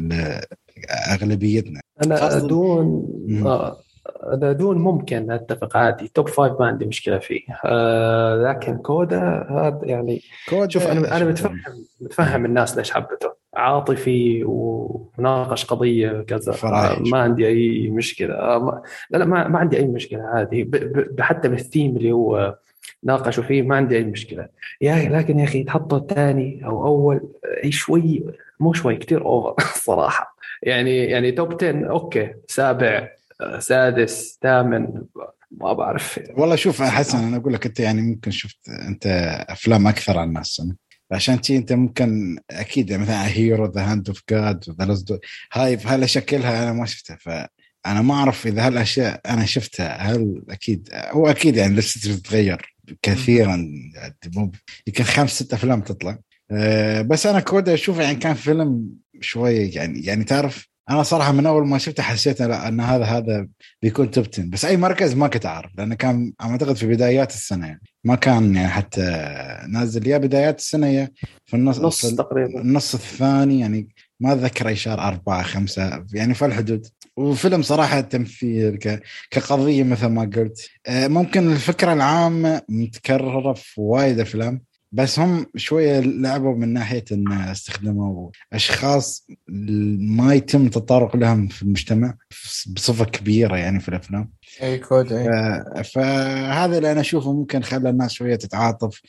لأغلبيتنا؟ أنا دون آه أنا دون ممكن أتفق عادي، توب فايف ما عندي مشكلة فيه. آه لكن كودا هذا يعني كودا شوف، أنا أنا متفهم متفهم مم. الناس ليش حبته، عاطفي وناقش قضية كذا. آه فرايح ما عندي أي مشكلة. آه ما لا لا ما, ما عندي أي مشكلة عادي، ب- ب- حتى بالثيم اللي هو ناقشوا فيه ما عندي أي مشكلة. يا لكن يا أخي تحطه ثاني أو أول، أي شوي مو شوي كتير أوفر الصراحة. يعني يعني توب عشرة أوكي، سابع سادس ثامن ما بعرف. والله شوف حسن، انا اقول لك انت يعني ممكن شفت انت افلام اكثر عن الناس أنا. عشان تي انت ممكن اكيد يعني مثلا هيرو، ذا هاند اوف جاد، وذا لازد، هاي هل شكلها انا ما شفتها، فانا ما اعرف اذا هالاشياء انا شفتها. هل اكيد هو اكيد يعني لسه تتغير كثيرا، يعني يمكن خمس ست افلام تطلع. أه بس انا كودا اشوف يعني كان فيلم شويه يعني يعني تعرف، انا صراحه من اول ما شفته حسيت لا ان هذا هذا بيكون توب عشرة، بس اي مركز ما كنت اعرف، لانه كان اعتقد في بدايات السنه، يعني ما كان يعني حتى نازل يا بدايات السنه يا في النص نص في تقريبا. النص الثاني، يعني ما اتذكر اي شهر، أربعة خمسة يعني في الحدود. وفيلم صراحه تمثيل ك... كقضيه مثل ما قلت، ممكن الفكره العامه متكرره في وايد افلام، بس هم شوية لعبوا من ناحية أن استخدموا أشخاص ما يتم التطرق لهم في المجتمع بصفة كبيرة يعني في الأفلام. أي كود أي. فهذا اللي أنا أشوفه ممكن خلى الناس شوية تتعاطف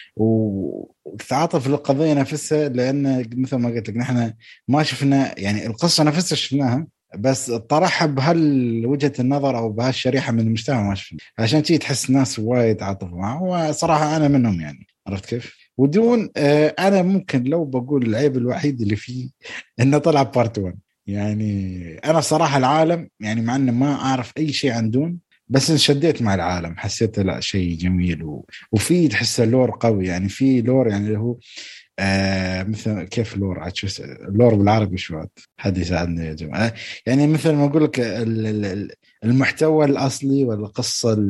وتتعاطف للقضية نفسها، لأن مثل ما قلت لك نحن ما شفنا يعني القصة نفسها شفناها، بس طرحها بهالوجهة النظر أو بهالشريحة من المجتمع ما شفنا، عشان تيجي تحس الناس وايد عاطفوا معه. وصراحة أنا منهم يعني، عرفت كيف؟ ودون آه أنا ممكن لو بقول العيب الوحيد اللي فيه إنه طلع بارت واحد. يعني أنا صراحة العالم يعني مع إنه ما أعرف أي شيء عن دون، بس انشديت مع العالم، حسيت لا شيء جميل و... وفي تحس اللور قوي، يعني في لور يعني اللي هو آه مثل كيف لور عاد شو لور بالعربي شو حد يساعدني يا جماعة. يعني مثل ما أقول لك المحتوى الأصلي والقصة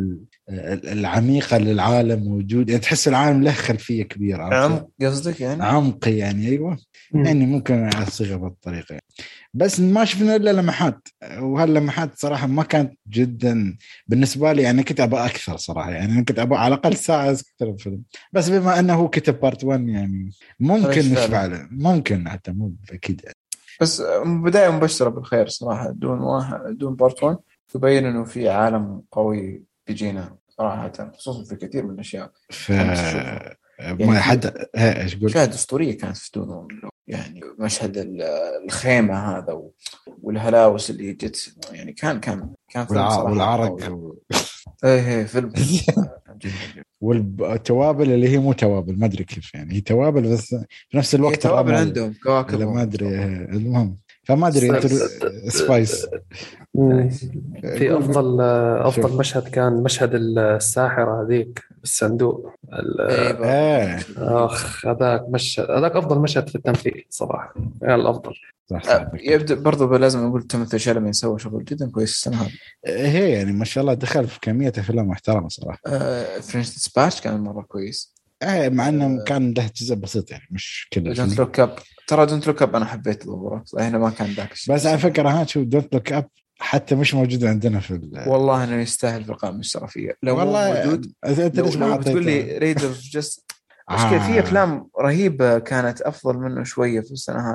العميقة للعالم موجود، يعني تحس العالم له خلفية كبيرة. عمق قصدك يعني؟ عمق يعني أيوة. يعني ممكن أصيغها بالطريقة يعني. بس ما شفنا إلا لمحات، وهاللمحات صراحة ما كانت جدا بالنسبة لي، يعني كنت أبغى أكثر صراحة، يعني كنت أبغى على الأقل ساعة أكثر الفيلم، بس بما أنه كتب بارت واحد يعني ممكن نشفع له، ممكن حتى مو أكيد يعني. بس بداية مبشرة بالخير صراحة، دون واحد دون بارت واحد تبين إنه في عالم قوي بيجينا صراحة، خصوصا في كثير من الأشياء. ف يعني ما حد ايش قلت؟ مشاهد أسطورية كانت في دون، يعني مشهد الخيمة هذا والهلاوس اللي جت، يعني كان كان كان فيلم صراحة والعرق و... ايه فيلم والتوابل اللي هي مو توابل، ما ادري كيف يعني هي توابل بس في نفس الوقت توابل عندهم كواكب ما ادري. المهم فما ادري انت سبايس. في افضل افضل مشهد كان مشهد الساحره هذيك بالصندوق. ايه اخ هذاك مشهد، هذاك افضل مشهد في التمثيل صراحه، يعني الافضل. صح صح. يبدأ برضو لازم نقول تيموثي شالامي سوى شغل جدا كويس السنة هذه. هي يعني ما شاء الله دخل في كمية أفلام محترمة صراحة. آه فرنش ديسباتش كان مرة كويس. آه مع إنه كان له جزء بسيط يعني مش كله. دونت لوك أب، ترى دونت لوك أب أنا حبيت الأوبرا، هنا ما كان ذاك الشيء. بس على فكرة ها شو دونت لوك أب حتى مش موجود عندنا في والله إنه يستاهل في القائمة الشرفية لو والله موجود. أنت ليش ما بتقول لي ريدرز جست مشكلة في أفلام رهيبة كانت أفضل منه شوية في السنة هذه.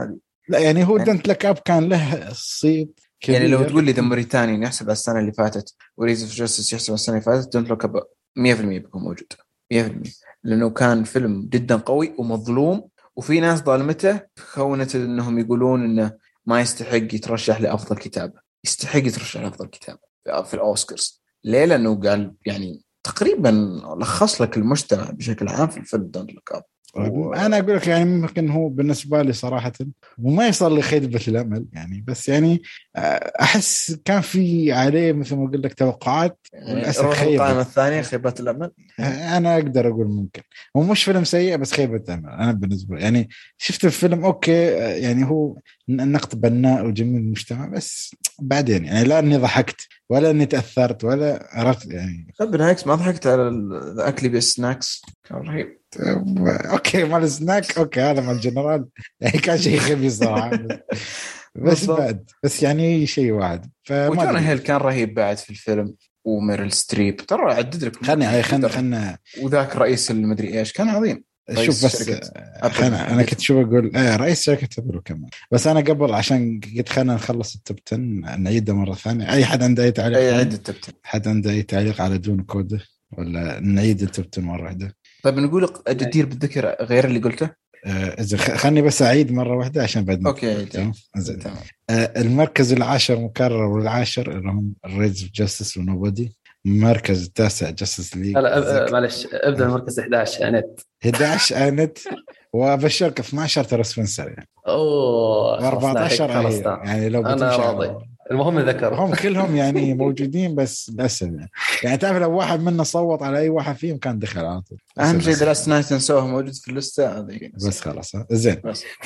لا يعني هو دنت لك اب كان له صيت كبير. يعني لو تقول لي ذا موريتاني يحسب على السنه اللي فاتت وريز اوف جاستس يحسب على السنه اللي فاتت، دنت لك اب مية بالمية بيكون موجود مية بالمية، لانه كان فيلم جدا قوي ومظلوم، وفي ناس ظالمته خونت انهم يقولون انه ما يستحق يترشح لافضل كتابه. يستحق يترشح لافضل كتابه في الاوسكارز. ليه؟ لانه قال يعني تقريبا لخص لك المجتمع بشكل عام في الفيلم دونت لوك اب. و... انا اقول لك يعني ممكن هو بالنسبه لي صراحه وما يصل لخيبه الامل يعني، بس يعني احس كان في عليه مثل ما قلت لك توقعات وللاسف يعني خيبه. القائمه الثانيه خيبه الامل. انا اقدر اقول ممكن هو مش فيلم سيء بس خيبه امل. انا بالنسبه لي يعني شفت الفيلم اوكي يعني هو النقد بناء وجميل المجتمع، بس بعدين يعني لا اني ضحكت ولا اني تاثرت ولا عرفت يعني. بالعكس ما ضحكت على الاكل بالسناكس، كان رهيب. اوكي مال السناك اوكي هذا مال الجنرال يعني كان شيء خبيث صراحه بس بعد بس يعني شيء واحد. وجون هيل كان رهيب بعد في الفيلم، وميرل ستريب ترى عدد لك خلني خلنا خلنا وذاك رئيس المدري ايش كان عظيم. شوف بس خلنا انا كنت شو بقول آه رئيس شركه ابل كمان، بس انا قبل عشان قلت خلنا نخلص التوب عشرة نعيده مره ثانيه. اي حد عنده اي تعليق؟ اي عيد التوب عشرة. حد عنده اي تعليق على دون كود ولا نعيد التوب عشرة مره واحده؟ طيب نقول جدير بالذكر غير اللي قلته. إذا آه خلني بس أعيد مرة واحدة عشان بعد. أوكي تمام. آه المركز العاشر مكرر والعاشر اللي هم الريدز جاستس ونوبودي. المركز التاسع جاستس ليج. لا معلش ابدأ المركز إحدى عشر أنت. إحدى عشر أنت وبشرك اثنا عشر ترى سبنسر يعني. أوه. أربعة عشر يعني لو أنا راضي. المهم ذكرهم هم كلهم يعني موجودين بس للأسف يعني. يعني تعرف لو واحد منا صوت على أي واحد فيهم كان دخل على طول. أهم شيء دراس نايت نسوه موجود في اللستة هذه بس خلاص زين.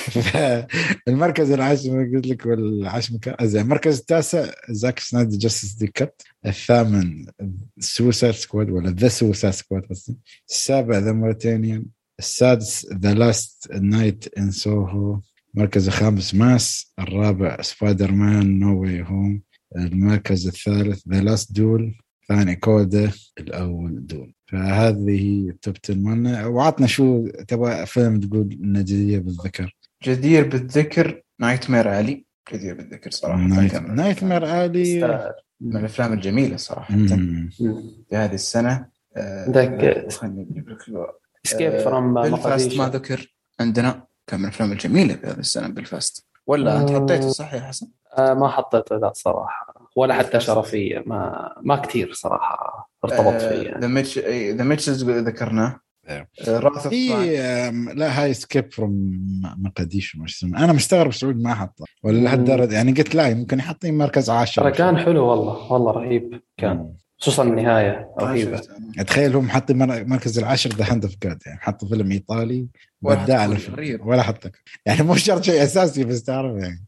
المركز العاشر قلت لك والعاشر زين. المركز التاسع زاك سنايدر جاستس دي كات. الثامن سوسايد سكواد ولا ذا سوسايد سكواد قصدي. السابع ذا موريتانيان. السادس ذا لاست نايت إن سوهو. المركز الخامس ماس. الرابع سبايدر مان نو واي هوم. المركز الثالث ذا لاست دول. ثاني كودا. الأول دول. فهذه التوب عشرة مالنا. وعطنا شو تبغى فيلم تقول إنه جدير بالذكر؟ جدير بالذكر نايت مير علي. جدير بالذكر صراحة. نايت, نايت مير علي من الأفلام الجميلة صراحة في هذه السنة. ذاك اسكيب فروم بلفاست ما ذكر عندنا كان من الأفلام الجميلة في هذه السنة بلفاست. ولا أنت حطيته صح يا حسن؟ آه ما حطيته لا صراحة ولا حتى شرفية ما ما كتير صراحة ارتبط فيه. ذا ميتش ذا ميتشز ذكرناه. راث في لا هاي سكيب فروم مقديشو مش سمع. أنا مستغرب سعود ما حطه ولا لهالدرجة يعني. قلت لا ممكن يحطين مركز عاشر. كان حلو والله والله رهيب كان خصوصا النهاية رهيبة. أتخيل هم حاطين مركز العاشر ذا هاند اوف جاد يعني حطوا فيلم إيطالي وبدأ على فيلم ولا حطك يعني مش شرط شيء أساسي بس تعرف يعني.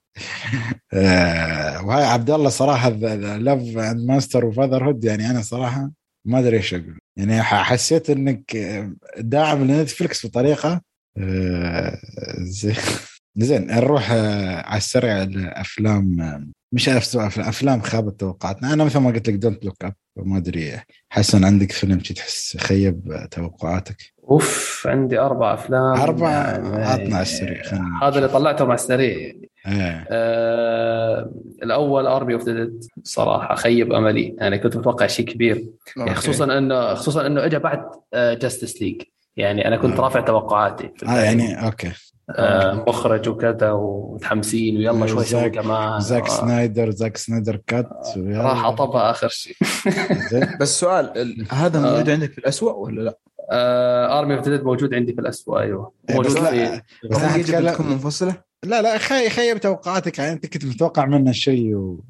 آه وهاي عبد الله صراحة لاف اند ماستر وفاذر هود يعني أنا صراحة ما أدري إيش أقول يعني. حسيت إنك داعم لنتفليكس بطريقة آه زين. زين نروح آه على السريع الأفلام. مش أفلام أفلام خابت توقعاتنا. أنا مثل ما قلت لك دونت لوك أب. ما أدري حسن عندك فيلم شي تحس خيب توقعاتك؟ أوف عندي أربع أفلام. أربع عطنا على السريع. هذا اللي طلعته مع السريع يعني. آه. آه الأول أرمي أوف ذا ديد صراحة خيب أملي يعني. كنت متوقع شيء كبير يعني خصوصا إنه خصوصا إنه إجا بعد جاستس ليج يعني. أنا كنت آه. رافع توقعاتي آه يعني أوكي. آه مخرج وكذا ومتحمسين ويلا شوي سوي كمان. زاك آه. سنايدر زاك سنايدر كات آه. راح أطبها آخر شيء. بس سؤال هذا موجود آه. عندك في الأسوأ ولا لا؟ أرمي أوف ذا ديد موجود عندي في الأسوأ. أيوة موجود في. بس أنا تكون منفصلة. لا لا خي خيب توقعاتك يعني. أنت كنت متوقع منه شيء و...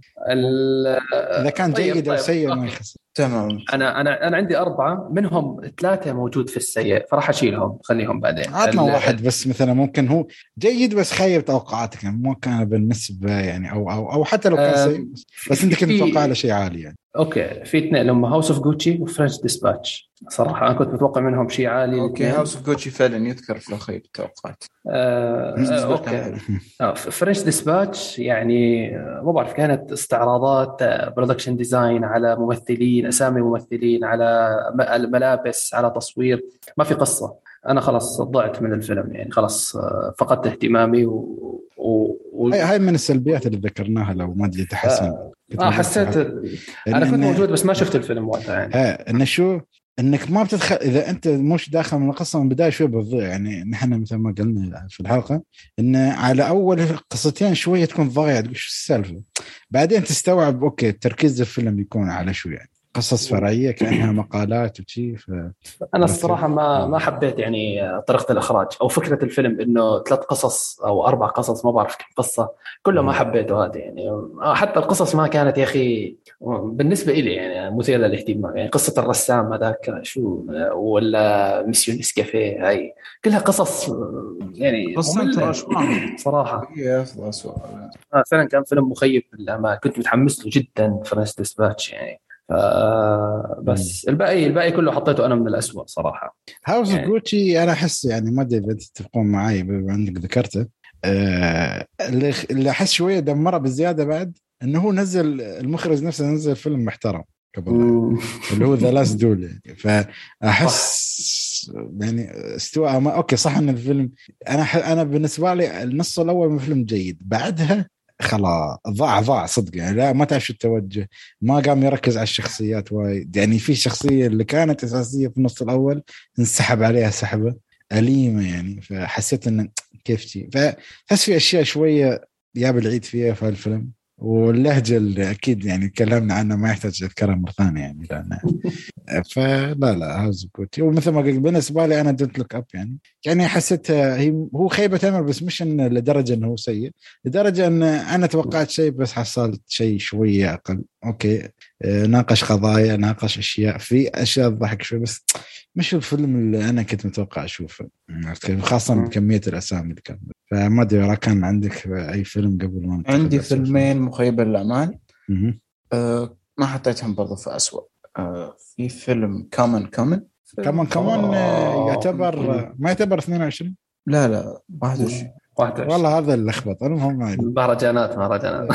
إذا كان جيد طيب أو طيب. سيء ما يخسر. تمام. أنا أنا أنا عندي أربعة منهم ثلاثة موجود في السيء فراح أشيلهم خليهم بعدين. عطنا واحد بس مثلا ممكن هو جيد بس خيب توقعاتك يعني مو كان بالنسبة يعني أو أو أو حتى لو كان سيء بس أنت كنت متوقع له شيء عالي يعني. اوكي في اثنين لما هاوس اوف جوتشي وفرنش ديسباتش صراحه انا كنت متوقع منهم شيء عالي. اوكي هاوس اوف جوتشي فعلا يذكر في خيب التوقعات. آه اوكي آه فرنش ديسباتش يعني مو بعرف كانت استعراضات برودكشن ديزاين على ممثلين أسامي ممثلين، على الملابس، على تصوير، ما في قصة. أنا خلاص ضعت من الفيلم يعني، خلاص فقدت اهتمامي و... و... و... هاي هاي من السلبيات اللي ذكرناها لو ما ادري تحسن. آه حسيت أنا كنت موجود بس ما شفت الفيلم وقتها يعني. ها إنه شو انك ما بتدخل اذا انت مش داخل من القصه من البدايه شوي بتضيع. يعني نحن مثل ما قلنا في الحلقه ان على اول قصتين شويه تكون ضايع، تقول شو السالفه، بعدين تستوعب اوكي تركيز الفيلم يكون على شو يعني قصص فرعيه كانها مقالات وشي. ف... انا الصراحه ما ما حبيت يعني طريقه الاخراج او فكره الفيلم انه ثلاث قصص او اربع قصص ما بعرف كم قصه كله ما حبيته هذا يعني. حتى القصص ما كانت يا اخي بالنسبه لي يعني مثيره للاهتمام. يعني قصه الرسام هذاك شو ولا ميسيون نسكافيه هاي كلها قصص يعني قصة صراحه هي افضل اسوء. آه فعلا كان فيلم مخيب بالامال، كنت متحمس له جدا فرنسا ديسباتش يعني. بس مم. الباقي الباقي كله حطيته انا من الأسوأ صراحه. هاوس يعني. جوتشي انا احس يعني ما ادري اذا تتفقون معي بما انك ذكرته، آه اللي اللي احس شويه دمره بالزياده بعد انه هو نزل المخرج نفسه نزل فيلم محترم قبل اللي هو ذا لاست دول يعني. فاحس يعني استوى ما اوكي صح ان الفيلم انا انا بالنسبه لي النص الاول من الفيلم جيد، بعدها خلاص ضاع ضاع صدق يعني. لا ما تعرف التوجه، ما قام يركز على الشخصيات وايد يعني. في شخصية اللي كانت أساسية في النص الأول انسحب عليها سحبة أليمة يعني. فحسيت إن كيف شيء، فحس في أشياء شوية يا بالعيد فيها في الفيلم. واللهجة اللي أكيد يعني تكلمنا عنها ما يحتاج أذكرها مرة ثانية يعني لأنها فلا لا هاوس جوتشي. ومثل ما قلت بالنسبة لي أنا دونت لوك أب يعني يعني حسيتها هي هو خيبة أمل، بس مش إنه لدرجة إنه هو سيء، لدرجة إن أنا توقعت شيء بس حصلت شيء شوية أقل. أوكي ناقش قضايا، ناقش أشياء، في أشياء ضحك شوي، بس مش الفيلم اللي أنا كنت متوقع أشوفه خاصة بكمية الأسامي اللي كانت. فما أدري كان عندك أي فيلم قبل ما عندي فيلمين مخيب للأمال أه ما حطيتهم برضو في أسوأ. أه في فيلم كامن كامن كمان كمان يعتبر ما يعتبر اثنين وعشرين لا لا واحد وعشرين والله هذا اللخبط. المهم مهرجانات مهرجانات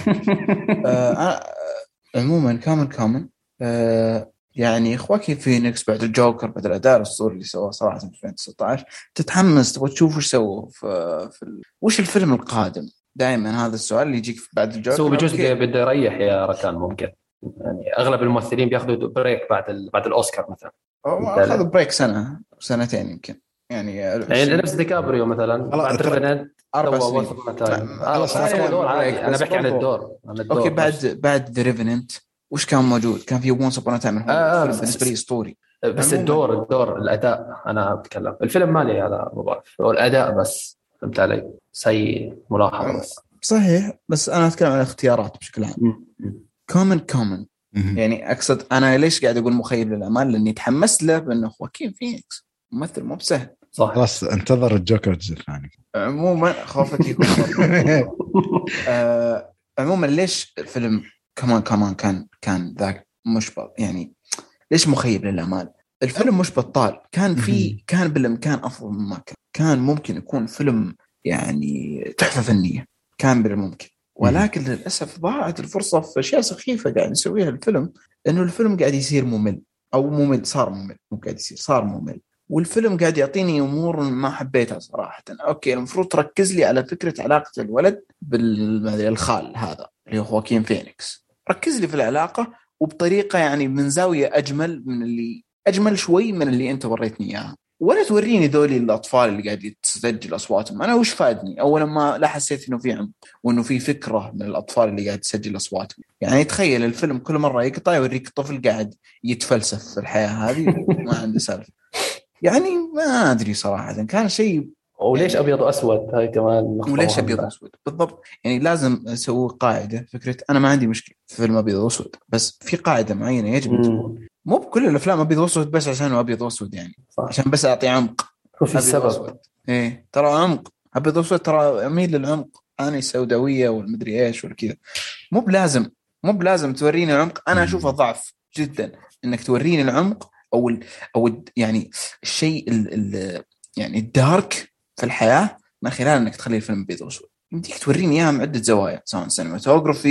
أه عموما كامن كامن أه يعني إخواكي فينيكس بعد الجوكر بعد الأداء الأسطوري اللي سواه صراحة في ألفين وتسعة عشر تتحمس تبغى تشوف وش سووا في, في ال... وش الفيلم القادم. دائما هذا السؤال اللي يجيك بعد الجوكر. سو بجزء بده يريح يا ركان ممكن يعني اغلب الممثلين بياخذوا بريك بعد ال... بعد الاوسكار مثلا. اخذوا بريك سنه سنتين يمكن يعني يعني نفس ديكابريو مثلا بعد ريفننت اربع سنين. انا بحكي عن الدور عن الدور اوكي بعد نفسه. بعد ريفننت وش كان موجود؟ كان في وونس ابون تايم آه بالنسبه لي اسطوري. بس الدور الدور الاداء انا بتكلم الفيلم مالي على مباراه والاداء بس فهمت علي سيء ملاحظه بس صحيح. بس انا اتكلم عن الاختيارات بشكل عام. كومن كومن يعني اقصد انا ليش قاعد اقول مخيب للامال لاني تحمست له بانه خواكين فينيكس ممثل مو بسهل. صح خلاص انتظر الجوكر الجزء الثاني. عموما خوفك يكون آه عموما ليش الفيلم كمان كمان كان كان ذاك مش يعني ليش مخيب للامال؟ الفيلم مش بطال، كان في كان بالامكان افضل مما كان. كان ممكن يكون فيلم يعني تحفه فنيه كان بالممكن، ولكن للأسف ضاعت الفرصة في أشياء سخيفة قاعد يسويها الفيلم. إنه الفيلم قاعد يصير ممل أو ممل صار ممل مو قاعد يصير صار ممل. والفيلم قاعد يعطيني أمور ما حبيتها صراحة. أوكي المفروض تركز لي على فكرة علاقة الولد بالخال هذا اللي هو خواكين فينيكس، ركز لي في العلاقة وبطريقة يعني من زاوية أجمل من اللي أجمل شوي من اللي أنت وريتني إياها، ولا توريني ذولي الأطفال اللي قاعد تسجل أصواتهم. أنا وش فادني؟ أولا ما لا حسيت إنه في عمق وإنه في فكرة من الأطفال اللي قاعد تسجل أصواتهم. يعني تخيل الفيلم كل مرة يقطع يوريك طفل قاعد يتفلسف في الحياة هذه وما عنده سالفة. يعني ما أدري صراحة كان شيء. وليش يعني أبيض وأسود هاي كمان؟ وليش أبيض وأسود بالضبط؟ يعني لازم أسوي قاعدة فكرة. أنا ما عندي مشكلة في فيلم أبيض وأسود، بس في قاعدة معينة يجب أن تكون. مو بكل الأفلام أبيض وأسود بس عشان أبيض وأسود يعني صح. عشان بس أعطي عمق. وفي السبب إيه ترى عمق أبيض وأسود ترى أميل للعمق. أنا السوداوية والمدري إيش والكذا. مو بلازم مو بلازم توريني العمق. أنا أشوفه ضعف جدا إنك توريني العمق أو ال أو ال يعني الشيء ال ال يعني الدارك في الحياة من خلال إنك تخلي الفيلم أبيض وأسود. يمديك توريني إياها من عدة زوايا سواء سينماتوغرافي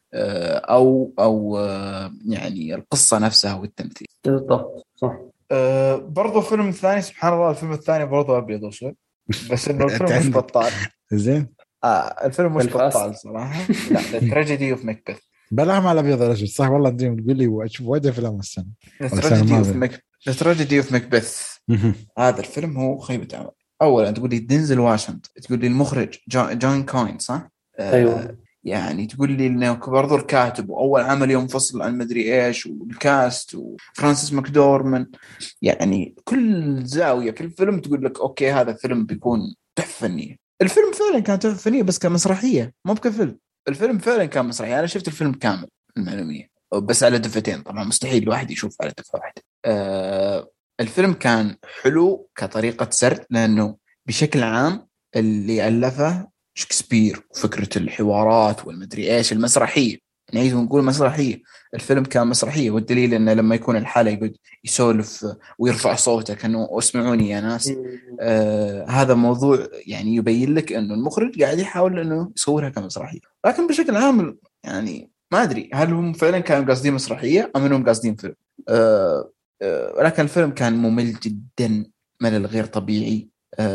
او او يعني القصه نفسها والتمثيل. بالضبط صح. أه برضو فيلم ثاني سبحان الله، الفيلم الثاني برضو ابيض واسود، بس انه الفيلم مش بطال. زين آه الفيلم مش بالفاست. بطال صراحه. لا The Tragedy of Macbeth. بلا ما على ابيض ولا اسود صح والله. تقول لي واشوف وايد افلام السنه. The Tragedy of Macbeth. The Tragedy of Macbeth. هذا الفيلم هو خيبة عمل. اولا تقول لي دينزل واشنطن، تقول لي المخرج جون, جون كوين صح. آه ايوه يعني تقول لي انه برضو الكاتب واول عمل ينفصل عن مدري ايش، والكاست وفرانسيس ماكدورمان، يعني كل زاويه في الفيلم تقول لك اوكي هذا فيلم بيكون تحفه فنيه. الفيلم فعلا كان تحفه فنيه بس كمسرحيه مو كفيلم. الفيلم فعلا كان مسرحيه. انا شفت الفيلم كامل المعلوميه بس على دفتين، طبعا مستحيل الواحد يشوف على دفه واحده. آه الفيلم كان حلو كطريقه سرد، لانه بشكل عام اللي الفه شكسبير وفكرة الحوارات والمدري إيش المسرحية، نعيد ونقول مسرحية. الفيلم كان مسرحية، والدليل إنه لما يكون الحالة يقعد يسولف ويرفع صوته كأنه اسمعوني يا ناس. آه هذا موضوع يعني يبين لك إنه المخرج قاعد يحاول إنه يصورها كمسرحية. لكن بشكل عام يعني ما أدري هل هم فعلا كانوا قاصدين مسرحية أم إنهم قاصدين فيلم. آه آه لكن الفيلم كان ممل جدا، ملل غير طبيعي.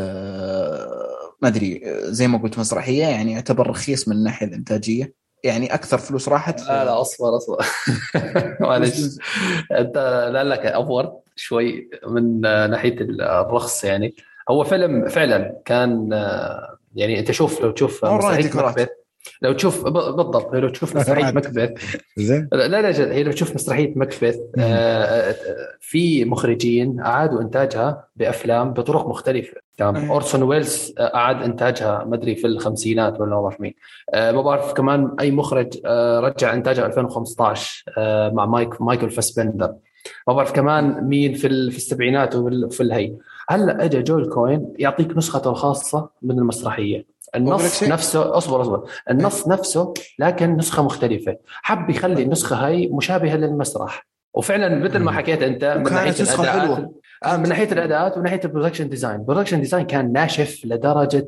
آه ما أدري زي ما قلت مسرحية، يعني يعتبر رخيص من الناحية الإنتاجية، يعني أكثر فلوس راحت. لا لا أصبر أصبر معلش أنت لعلك أفور شوي من ناحية الرخص. يعني هو فيلم فعلا كان يعني أنت شوف لو تشوف مسرحية مكبث، لو تشوف بالضبط لو تشوف مسرحية مكبث زين لا لا جد هي لو تشوف مسرحية مكبث في مخرجين أعادوا إنتاجها بأفلام بطرق مختلفة. تمام. أورسون ويلز أعاد إنتاجها ما أدري في الخمسينات ولا ما بعرف مين. ما بعرف كمان أي مخرج رجع إنتاجها ألفين وخمسة عشر مع مايك مايكل فاسبندر. ما بعرف كمان مين في في السبعينات وفي الهي. هلا أجا جويل كوين يعطيك نسخته الخاصة من المسرحية. النص نفسه أصبر أصبر النص نفسه لكن نسخة مختلفة. حب يخلي النسخة هاي مشابهة للمسرح، وفعلا مثل ما حكيت أنت من ناحية الأداءات آه من ناحية الأداءات وناحية البرودكشن ديزاين. البرودكشن ديزاين كان ناشف لدرجة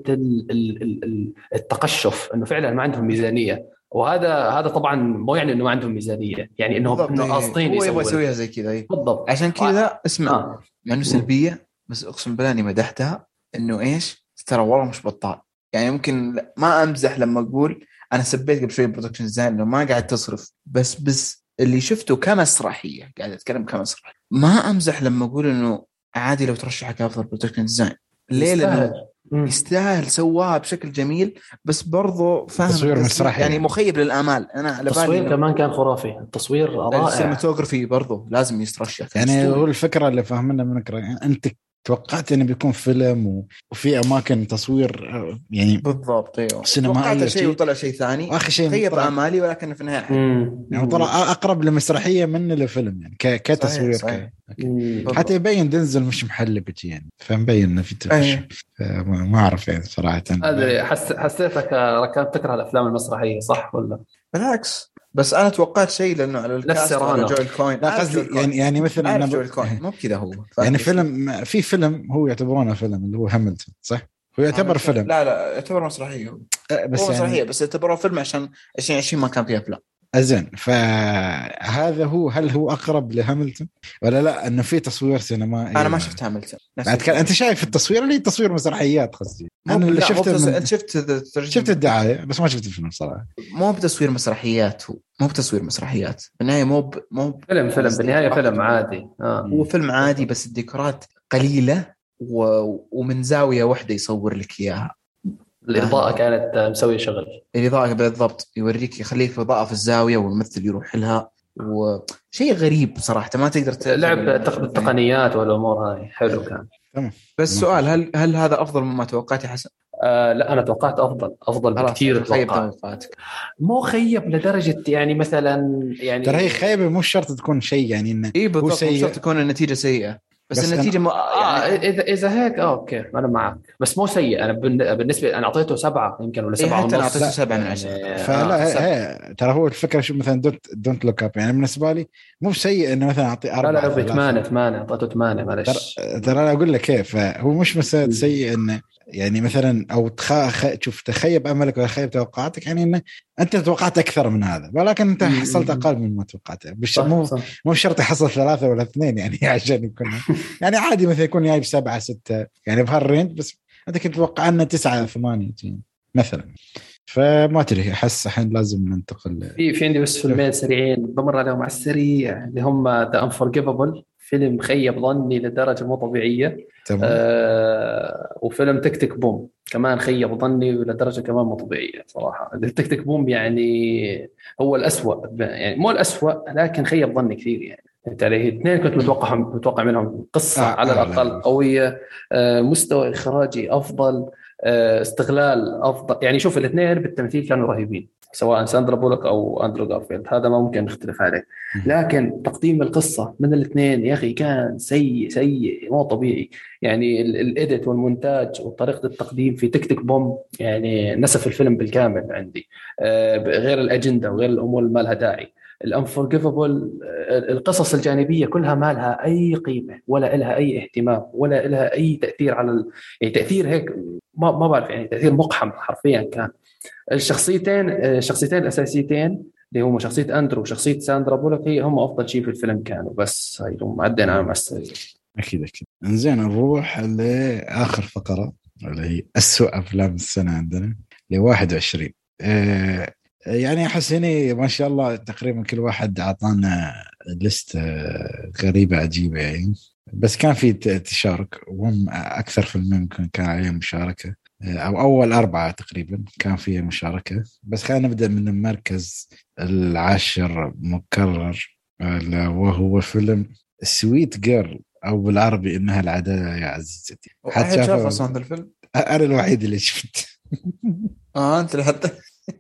التقشف، إنه فعلا ما عندهم ميزانية. وهذا هذا طبعا مو يعني إنه ما عندهم ميزانية، يعني إنه إنه قاصدين هو يبغى يسويها زي كذا. بالضبط. عشان كذا اسمع آه. مع إنه سلبية بس أقسم بالله إني مدحتها إنه إيش ترى والله مش بطال. يعني ممكن ما أمزح لما أقول أنا سبيت قبل شوي برودكشن ديزاين إنه ما قاعد تصرف، بس بس اللي شفته كمسرحية، قاعد أتكلم كمسرح، ما أمزح لما أقول إنه عادي لو ترشح كأفضل برودكشن ديزاين. ليه؟ لأنه يستاهل، سواها بشكل جميل بس برضو فاهم تصوير مسرحي يعني مخيب للآمال. أنا على بالي التصوير كمان كان خرافي، التصوير رائع. السينماتوغرافي برضو لازم يسترشح. يعني هو الفكرة اللي فهمنا منك أنت توقعت انه بيكون فيلم وفي اماكن تصوير يعني بالضبط. ايوه سينمائي، توقعت شيء وطلع شيء ثاني، اخر شيء خيب اعمالي، ولكن في النهايه يعني طلع اقرب لمسرحيه من الفيلم يعني كتصوير. صحيح صحيح. حتى يبين دنزل مش محلبت يعني، فمبين انه في تفش. ما اعرف يعني صراحه ادري حس حسيتك كانت تكره الافلام المسرحيه صح ولا؟ بالعكس بس انا توقعت شيء لانه على الكاست على جويل كوين. لا قصدي يعني يعني مثلا انا جويل كوين مو كذا هو يعني فيلم في فيلم هو يعتبرونه فيلم اللي هو هاملتون صح؟ هو يعتبر فيلم. لا لا يعتبر مسرحيه هو. بس هو مسرحيه يعني بس يعتبره فيلم عشان عشان عشان ما كان فيه افلام. أزين فهذا هو. هل هو أقرب لهاملتون ولا لا أنه في تصوير سينمائي؟ أنا ما شفت هاملتون. أنت شايف التصوير اللي تصوير مسرحيات قصدي. أنا اللي شفته من... شفت شفت الدعاية بس ما شفت الفيلم صراحة. مو بتصوير مسرحيات، هو مو بتصوير مسرحيات بالنهاية، مو ب... مو فيلم فيلم بالنهاية فيلم عادي. آه. هو فيلم عادي بس الديكورات قليلة و... ومن زاوية واحدة يصور لك إياها. الإضاءة آه. كانت مسوية شغل. الإضاءة بالضبط يوريك يخليك في إضاءة في الزاوية والممثل يروح لها، وشيء غريب صراحة ما تقدر لعب تقبل التقنيات والأمور هاي حلو كان. تمام. بس سؤال هل هل هذا أفضل مما توقعت حسن؟ آه لا أنا توقعت أفضل أفضل بكثير. خيب توقعاتك. مو خيب لدرجة يعني مثلا يعني ترى هي خيبة مش شرط تكون شيء يعني إنه إيه بالضبط مش شرط تكون النتيجة سيئة بس, بس النتيجة أنا... م... يعني... آه إذا إذا هيك آه أوكي أنا معك بس مو سيء. أنا بالنسبة أنا أعطيته سبعة يمكن ولا سبعة إيه ونص. أنا أعطيته سبعة من عشرة. يعني... فلا آه ترى هو الفكرة شو مثلا دونت دونت لوك أب يعني بالنسبة لي مو سيء إنه مثلا أعطي أربعة. لا لا ثمانية ثمانية أعطيته ثمانية معلش. ترى أنا أقول لك كيف هو مش مسألة سيء إنه يعني مثلا او تخ... تشوف تخيب املك وتخيب توقعاتك، يعني انه انت توقعت اكثر من هذا ولكن انت حصلت اقل من ما توقعته. بش... صح مو صح. مو شرط يحصل ثلاثه ولا اثنين يعني عشان يكون يعني عادي مثلا يكون جايب سبعه سته يعني بهالرينج، بس انت كنت تتوقع انه تسعه ثمانيه مثلا. فما تدري، احس الحين لازم ننتقل. في في عندي بس فيلمين سريعين بمر عليهم على السريع اللي هم ذا انفورجيفبل، فيلم خيب ظني لدرجه مو طبيعيه. تمام. آه وفيلم تك تك بوم كمان خيب ظني لدرجه كمان مو طبيعيه صراحه. تك تك بوم يعني هو الأسوأ، يعني مو الأسوأ لكن خيب ظني كثير يعني. انت عليه اثنين كنت متوقع متوقع منهم قصه آه على آه الاقل لا. قويه، آه مستوى اخراجي افضل، آه استغلال افضل. يعني شوف الاثنين بالتمثيل كانوا رهيبين سواء ساندرا بولوك او اندرو غارفيلد، هذا ما ممكن نختلف عليه. لكن تقديم القصه من الاثنين يا اخي كان سيء سيء مو طبيعي. يعني الايديت والمونتاج وطريقه التقديم في تك تك بوم يعني نسف الفيلم بالكامل عندي، آه غير الاجنده وغير الامور اللي ما لها داعي. الانفورجيفبل القصص الجانبيه كلها ما لها اي قيمه ولا لها اي اهتمام ولا لها اي تاثير على ال... يعني تاثير هيك ما ما بعرف، يعني تاثير مقحم حرفيا كان. الشخصيتين الشخصيتين الاساسيتين اللي هم شخصيه اندرو وشخصيه ساندرا بولوك هي هم افضل شيء في الفيلم كانوا، بس هاي هم عدينا على السريع. اكيد اكيد. انزين نروح لاخر فقره اللي هي اسوأ افلام السنه عندنا ل واحد وعشرين. أه يعني احس هنا ما شاء الله تقريبا كل واحد اعطانا لست غريبه عجيبه يعني، بس كان في تشارك وهم اكثر فيلمين ممكن كان عليهم مشاركه، او اول اربعه تقريبا كان فيها مشاركه. بس خلينا نبدا من المركز العاشر مكرر وهو فيلم سويت جيرل او بالعربي انها العداله يا عزيزتي. حد شاف اصلا هذا الفيلم؟ انا الوحيد اللي شفت. اه انت اللي حتى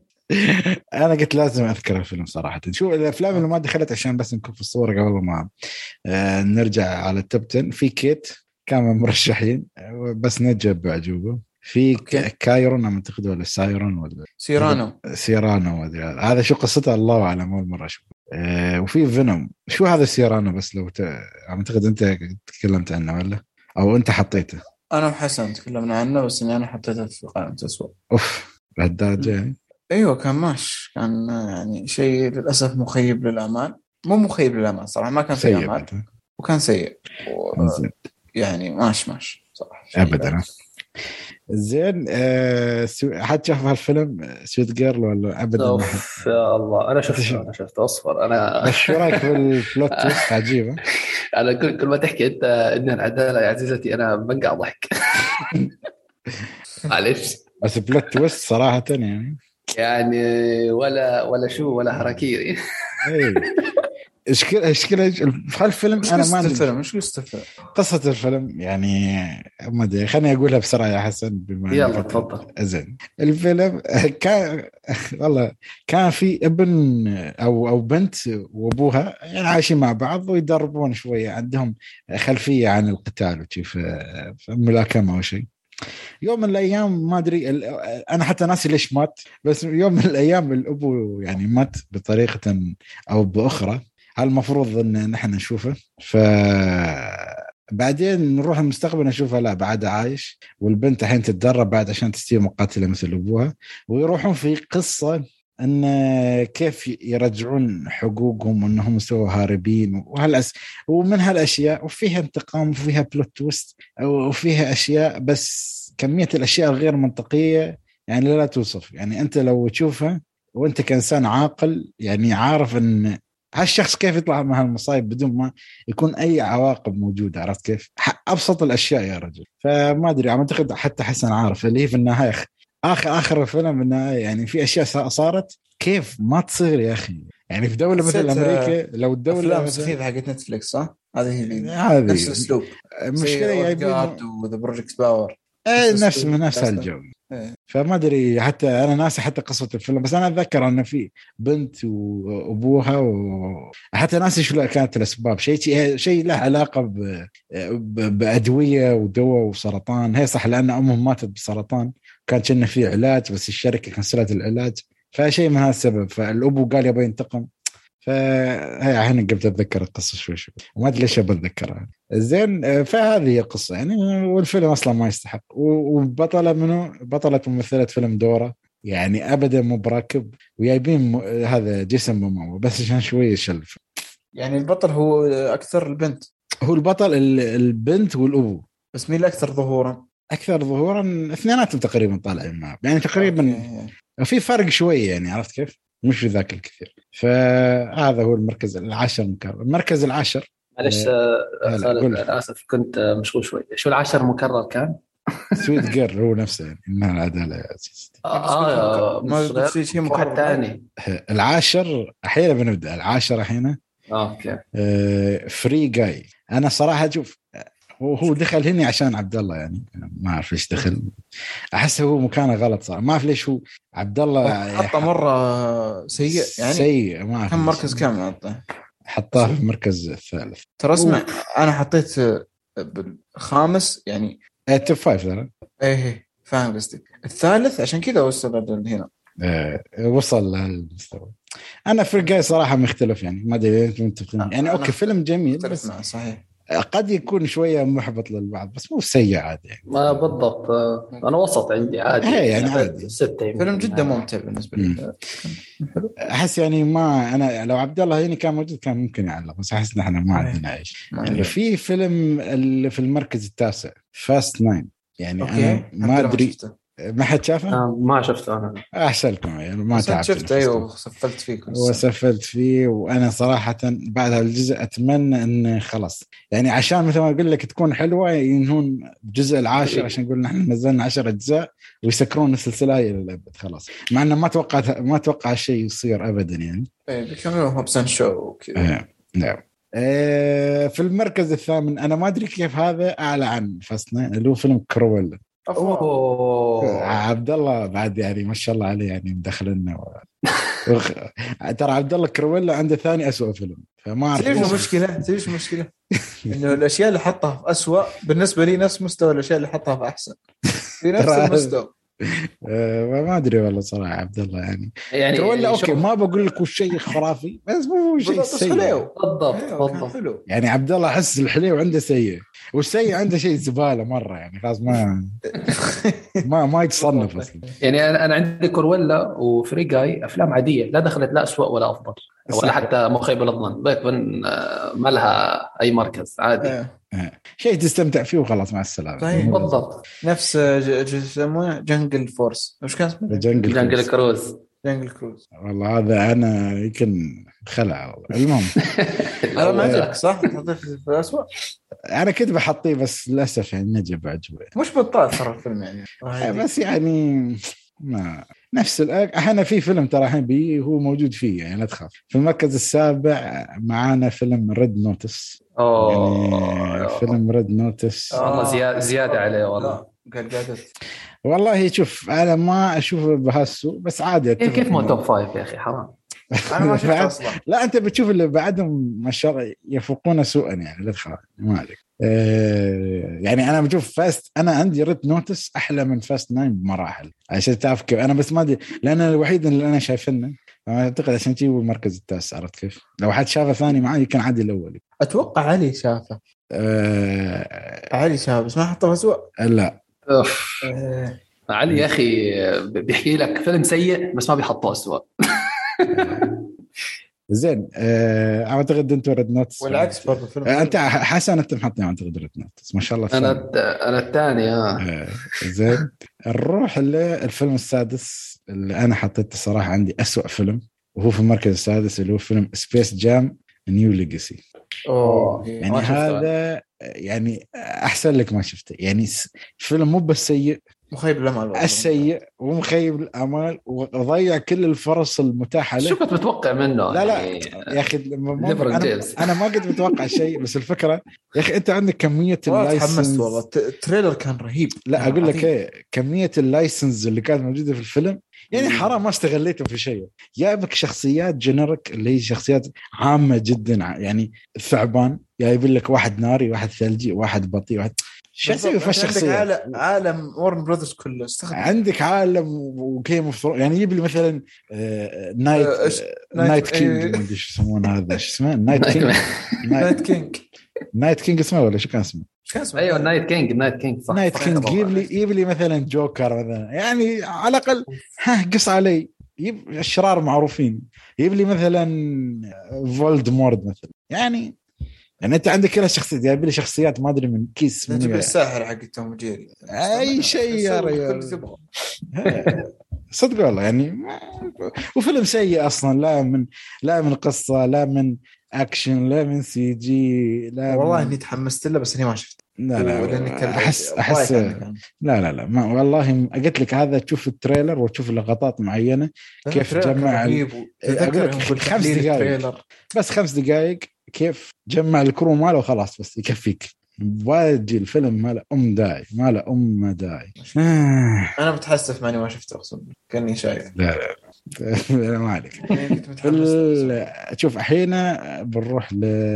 انا قلت لازم اذكر الفيلم صراحه. شوف الافلام اللي ما دخلت عشان بس نكون في الصوره قبل ما آه نرجع على التوب عشرة. في كيت كانوا مرشحين بس نجب بعجوبه. في كايرون انا اعتقد ولا سايرون ولا سيرانو سيرانو هذا شو قصته الله اعلم اول مره اشوفه. آه وفي فينوم. شو هذا سيرانو بس لو ت... اعتقد انت تكلمت عنه ولا او انت حطيته؟ انا وحسن تكلمنا عنه بس اني انا حطيته في قائمه اسوء. اوف لهالدرجه يعني؟ ايوه كان ماش كان يعني شيء للاسف مخيب للامال. مو مخيب للامال صراحه، ما كان في امال وكان سيء و... يعني ماش ماش صراحه ابدا. زين أه سو... حد شاف هالفيلم سويت جيرل ولا ابدا؟ اوف يا الله انا شفت انا شفت اصفر انا. بس شو رايك بالبلوت تويست عجيبه؟ انا كل كل ما تحكي انت ان العداله يا عزيزتي انا بنقع ضحك. معلش بس بلوت تويست صراحه يعني يعني ولا ولا شو ولا هراكيري. اي اشكال اشكال في هالفيلم. انا ما ادري مش قصه الفيلم. قصه الفيلم يعني ما ادري، خليني اقولها بسرعه يا حسن بما يلا تفضل. زين الفيلم كان والله كان في ابن او او بنت وابوها يعني عايشين مع بعض ويدربون شويه، عندهم خلفيه عن القتال وكيف ملاكمه او شيء. يوم من الايام ما ادري انا حتى ناسي ليش مات، بس يوم من الايام الابو يعني مات بطريقه او باخرى هل المفروض ان نحن نشوفه. فبعدين نروح المستقبل نشوفه لا بعد عايش، والبنت الحين تتدرب بعد عشان تصير مقاتله مثل ابوها، ويروحون في قصه ان كيف يرجعون حقوقهم وانهم سووا هاربين وهالأس ومن هالاشياء، وفيها انتقام وفيها بلوت تويست وفيها اشياء، بس كميه الاشياء الغير منطقيه يعني لا توصف. يعني انت لو تشوفها وانت كإنسان عاقل يعني عارف ان هالشخص كيف يطلع من هالمصايب بدون ما يكون اي عواقب موجوده، عرفت كيف؟ ابسط الاشياء يا رجل. فما ادري اعتقد حتى حسن عارف اللي هي في النهايه اخر اخر الفيلم انه يعني في اشياء صارت كيف ما تصير يا اخي. يعني في دوله مثل امريكا لو الدوله افلام سخيفه حقت نتفليكس صح هذه هي هذه نفس الاسلوب. المشكله جايبين وذا بروجكت باور نفس من نفس هالجو. فما ادري حتى انا ناسي حتى قصه الفيلم، بس انا اتذكر انه في بنت وابوها وحتى ناسي شو كانت الاسباب. شيء شيء له علاقه ب... بادويه ودواء وسرطان. هي صح لان امهم ماتت بسرطان، كان كنا في علاج بس الشركه كنسلت العلاج، فشيء من هذا السبب. فالابو قال يبغى ينتقم. فهي الحين قبل اتذكر القصه شوي شوي وما ادري ليش بتذكرها. زين فهذه هي القصه يعني، والفيلم اصلا ما يستحق. وبطله منه بطله ممثله فيلم دورة يعني ابدا مو براكب، وجايبين م... هذا جيسون مومو بس عشان شويه شلف. يعني البطل هو اكثر البنت، هو البطل البنت والابو، بس مين الاكثر ظهورا؟ اكثر ظهورا اثنيناتهم تقريبا طالعين معه يعني تقريبا أوكي. في فرق شويه يعني، عرفت كيف؟ مش ذاك الكثير. فهذا هو المركز العاشر مكرر. المركز العاشر معلش آه خالد اسف كنت مشغول شوي. شو العاشر مكرر كان؟ سويت جير هو نفسه يعني انها العداله يا اساس. اه ما في شيء مكرر ثاني. العاشر احيانا بنبدا العاشر الحين. اوكي آه فري جاي. انا صراحه اشوف هو هو دخل هنا عشان عبد الله يعني ما اعرف ليش دخل. احس هو مكانه غلط صار، ما اعرف ليش هو عبد الله حطه مره سيء يعني سيء. ما كم مركز كم حطه؟ حطاه في المركز الثالث. ترى اسمع انا حطيت بالخامس يعني توب فايف ترى. ايه فاهم قصدي. الثالث عشان كذا وصل هنا. آه وصل للمستوى. انا في الجاي صراحه مختلف يعني، ما ادري انتم متفقين يعني. اوكي فيلم جميل بس صحيح قد يكون شويه محبط للبعض بس مو سيء عادي يعني. ما بالضبط انا وسط عندي عادي يعني عادي. فيلم جدا ممتع بالنسبه لي. احس يعني ما انا لو عبد الله هنا كان موجود كان ممكن يعلق، بس احس ان احنا ما عندنا عيش يعني. في فيلم اللي في المركز التاسع فاست ناين يعني أوكي. انا ما ادري ما حد شافه. آه ما شفته انا. احسنكم يعني ما تعبت. شفته ايوه سفلت فيه وسفلت فيه. وانا صراحه بعد هالجزء اتمنى ان خلاص يعني عشان مثل ما اقول لك تكون حلوه ينهون الجزء العاشر عشان نقول نحن نزلنا عشر اجزاء ويسكرون السلسله الى الابد خلاص. مع انه ما توقعت ما اتوقع الشيء يصير ابدا يعني. ايه بيكملوا هوبسن شو كذا. آه. نعم. آه في المركز الثامن انا ما ادري كيف هذا اعلى عن فاستنا اللي هو فيلم كرويلا. اوه عبد الله بعد يعني ما شاء الله عليه يعني مدخلنا و... وخ... ترى عبد الله كرويلا عنده ثاني أسوأ فيلم. فما اعرف ايش المشكله ايش المشكله انه الاشياء اللي حطها في أسوأ بالنسبه لي نفس مستوى الاشياء اللي حطها في احسن في نفس المستوى. أه ما ادري والله صراحه عبد الله يعني, يعني كرويلا اوكي ما بقول لك وش شيء خرافي بس مو شيء سيء بالضبط بالضبط. يعني عبد الله احس الحليو عنده سيء والسيء عنده شيء زباله مره يعني خلاص ما ما ما يتصنف اصلا. يعني انا انا عندي كرويلا وفري جاي افلام عاديه لا دخلت لا اسوء ولا افضل ولا حتى مخيبه للظن بيكون ما لها اي مركز عادي. آه. آه. شيء تستمتع فيه وخلاص مع السلامه. طيب بالضبط نفس يسمونه جنجل فورس ايش كان اسمه جنجل كروز. جنجل كروز والله هذا انا يمكن خلع المهم. انا ما عجبك صح تحطيه في الأسوأ. انا كنت بحطيه بس للاسف يعني نجب عجبه مش بطال ترى الفيلم يعني بس يعني ما نفس الأك... احنا في فيلم ترى الحين بي هو موجود فيه يعني لا تخاف. في المركز السابع معانا فيلم ريد نوتس. اوه يعني فيلم ريد نوتس والله زياده زياده عليه والله. قعدت والله شوف انا ما اشوفه بهالسوء بس عادي. كيف مو توب فايف يا اخي حرام. انا ما شفته اصلا. لا انت بتشوف اللي بعدهم ما شاء الله يفوقون سوءا يعني لا تخاف ما عليك. أه يعني انا بشوف فاست انا عندي ريد نوتس احلى من فاست ناين بمراحل عشان تعرف كيف. انا بس ما ادري لان انا الوحيد اللي انا شايفنه اعتقد عشان تجيبوا المركز التاسع. عرفت كيف؟ لو حد شافه ثاني معي كان عادي الاول. اتوقع علي شافه. أه علي شافه بس ما حطه أسوأ. لا اوف أه. علي يا اخي بيحكي لك فيلم سيء بس ما بيحطه أسوأ. زين أه اعتقد انت ريد نوتس والعكس برضه فيلم أه انت حسن انت محطين اعتقد ريد نوتس ما شاء الله. انا انا الثاني اه, آه. زين نروح للفيلم السادس اللي انا حطيته صراحه عندي أسوأ فيلم وهو في المركز السادس اللي هو فيلم سبيس جام نيو ليجاسي. اوه يعني هذا يعني احسن لك ما شفته يعني فيلم مو بس سيء مخيب الامال السيء ومخيب الامال وضيع كل الفرص المتاحه له. شو كنت متوقع منه لا لا يعني يا اخي أنا, انا ما كنت متوقع شيء بس الفكره يا اخي انت عندك كميه اللايسنس والله التريلر كان رهيب. لا اقول لك ايه كميه اللايسنس اللي كانت موجوده في الفيلم يعني حرام ما استغليته في شيء. جايبك شخصيات جينيريك اللي هي شخصيات عامه جدا يعني الثعبان جايب لك واحد ناري واحد ثلجي واحد بطيء واحد شو اسوي في الشخصيه؟ عالم عالم وارن براذرز كله استخدم. عندك عالم وجيم اوف ثرونز، يعني يجيب لي مثلا آه نايت آه نايت كينج، ما ادري ايش يسمونه هذا، ايش اسمه نايت كينج نايت كينج نايت كينج اسمه ولا شو كان اسمه؟ ايوه نايت كينج نايت كينج صح. نايت كينج يجيب لي يجيب لي مثلا جوكر مثلا، يعني على الاقل ها قص علي، يجيب الشرار معروفين، يجيب لي مثلا فولدمورت مثلا، يعني يعني انت عندك كل الشخصيات، جايب لي شخصيات ما ادري من كيس نجيب من الساحر حق توم جيري اي شيء يا رجال صدق والله يعني. وفيلم سيء اصلا، لا من لا من قصه لا من اكشن لا من سي جي لا والله من... اني تحمست له بس اني ما شفت. لا لا احس احس لا لا لا ما والله قلت لك هذا، تشوف التريلر وتشوف لقطات معينه كيف جمع ال... خمس دقائق بس خمس دقائق كيف جمع الكرو ماله وخلاص بس يكفيك. واجي الفيلم ما له ام داعي ما له ام داعي. انا بتحسف ماني ما شفته اقسم كاني شايف. لا لا ما عليك. شوف الحين بنروح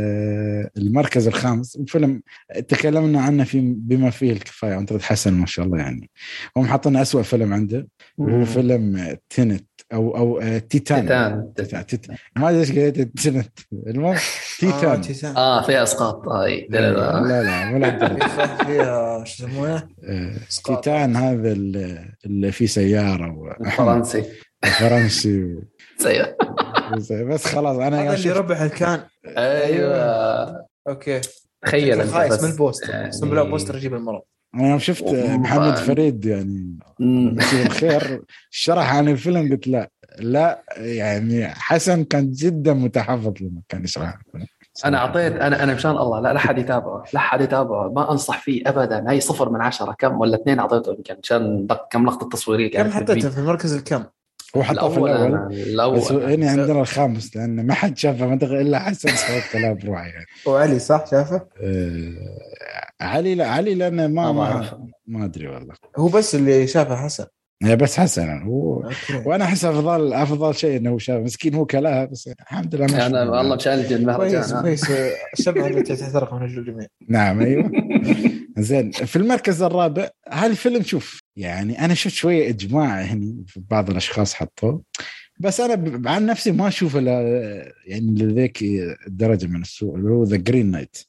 للمركز الخامس، فيلم تكلمنا عنه في بما فيه الكفايه، وانت حسن ما شاء الله يعني، هم حاطين أسوأ فيلم عنده وهو فيلم تينت او او تيتان تيتان, تيتان. تيتان. ما ادري ايش قلت تينت، المهم تيتان اه فيها اسقاط. اي لا لا لا لا ولا فيها شو يسمونه تيتان، هذا اللي فيه سياره فرنسي فرنسي سيء بس خلاص انا هذا اللي ربح الكان. ايوه اوكي تخيل انت خايس من البوستر اسم بالله بوستر يجيب المرض. انا يوم شفت محمد فريد يعني مسير الخير شرح عن الفيلم قلت لا لا يعني حسن كان جدا متحفظ لما كان يشرح. انا اعطيت انا انا مشان الله لا لا حد يتابعه لا حد يتابعه ما انصح فيه ابدا. هي صفر من عشرة كم ولا اثنين اعطيته يمكن عشان كم لقطه تصويريه كم حطيته في المركز الكم؟ هو حطه في الأول, الأول. بس إني عندنا الخامس لأن ما حد شافه ما دخل إلا حسن صوت كلام بروحه يعني. وعلي صح شافه؟ آه علي لا علي لأن ما ما ما أدري والله. هو بس اللي شافه حسن. هي بس حسن هو أوكي. وأنا أحس أفضل أفضل شيء إنه شاف مسكين هو كلاه بس الحمد لله. أنا والله مشالج المهرجان. كويس كويس الشمعة اللي تحترق من الجميع. نعم أيوة. زين في المركز الرابع هالفيلم شوف يعني أنا شفت شوية إجماع هنا في بعض الأشخاص حطوه بس أنا عن نفسي ما أشوف يعني لذيك الدرجة من السوء اللي هو The Green Knight.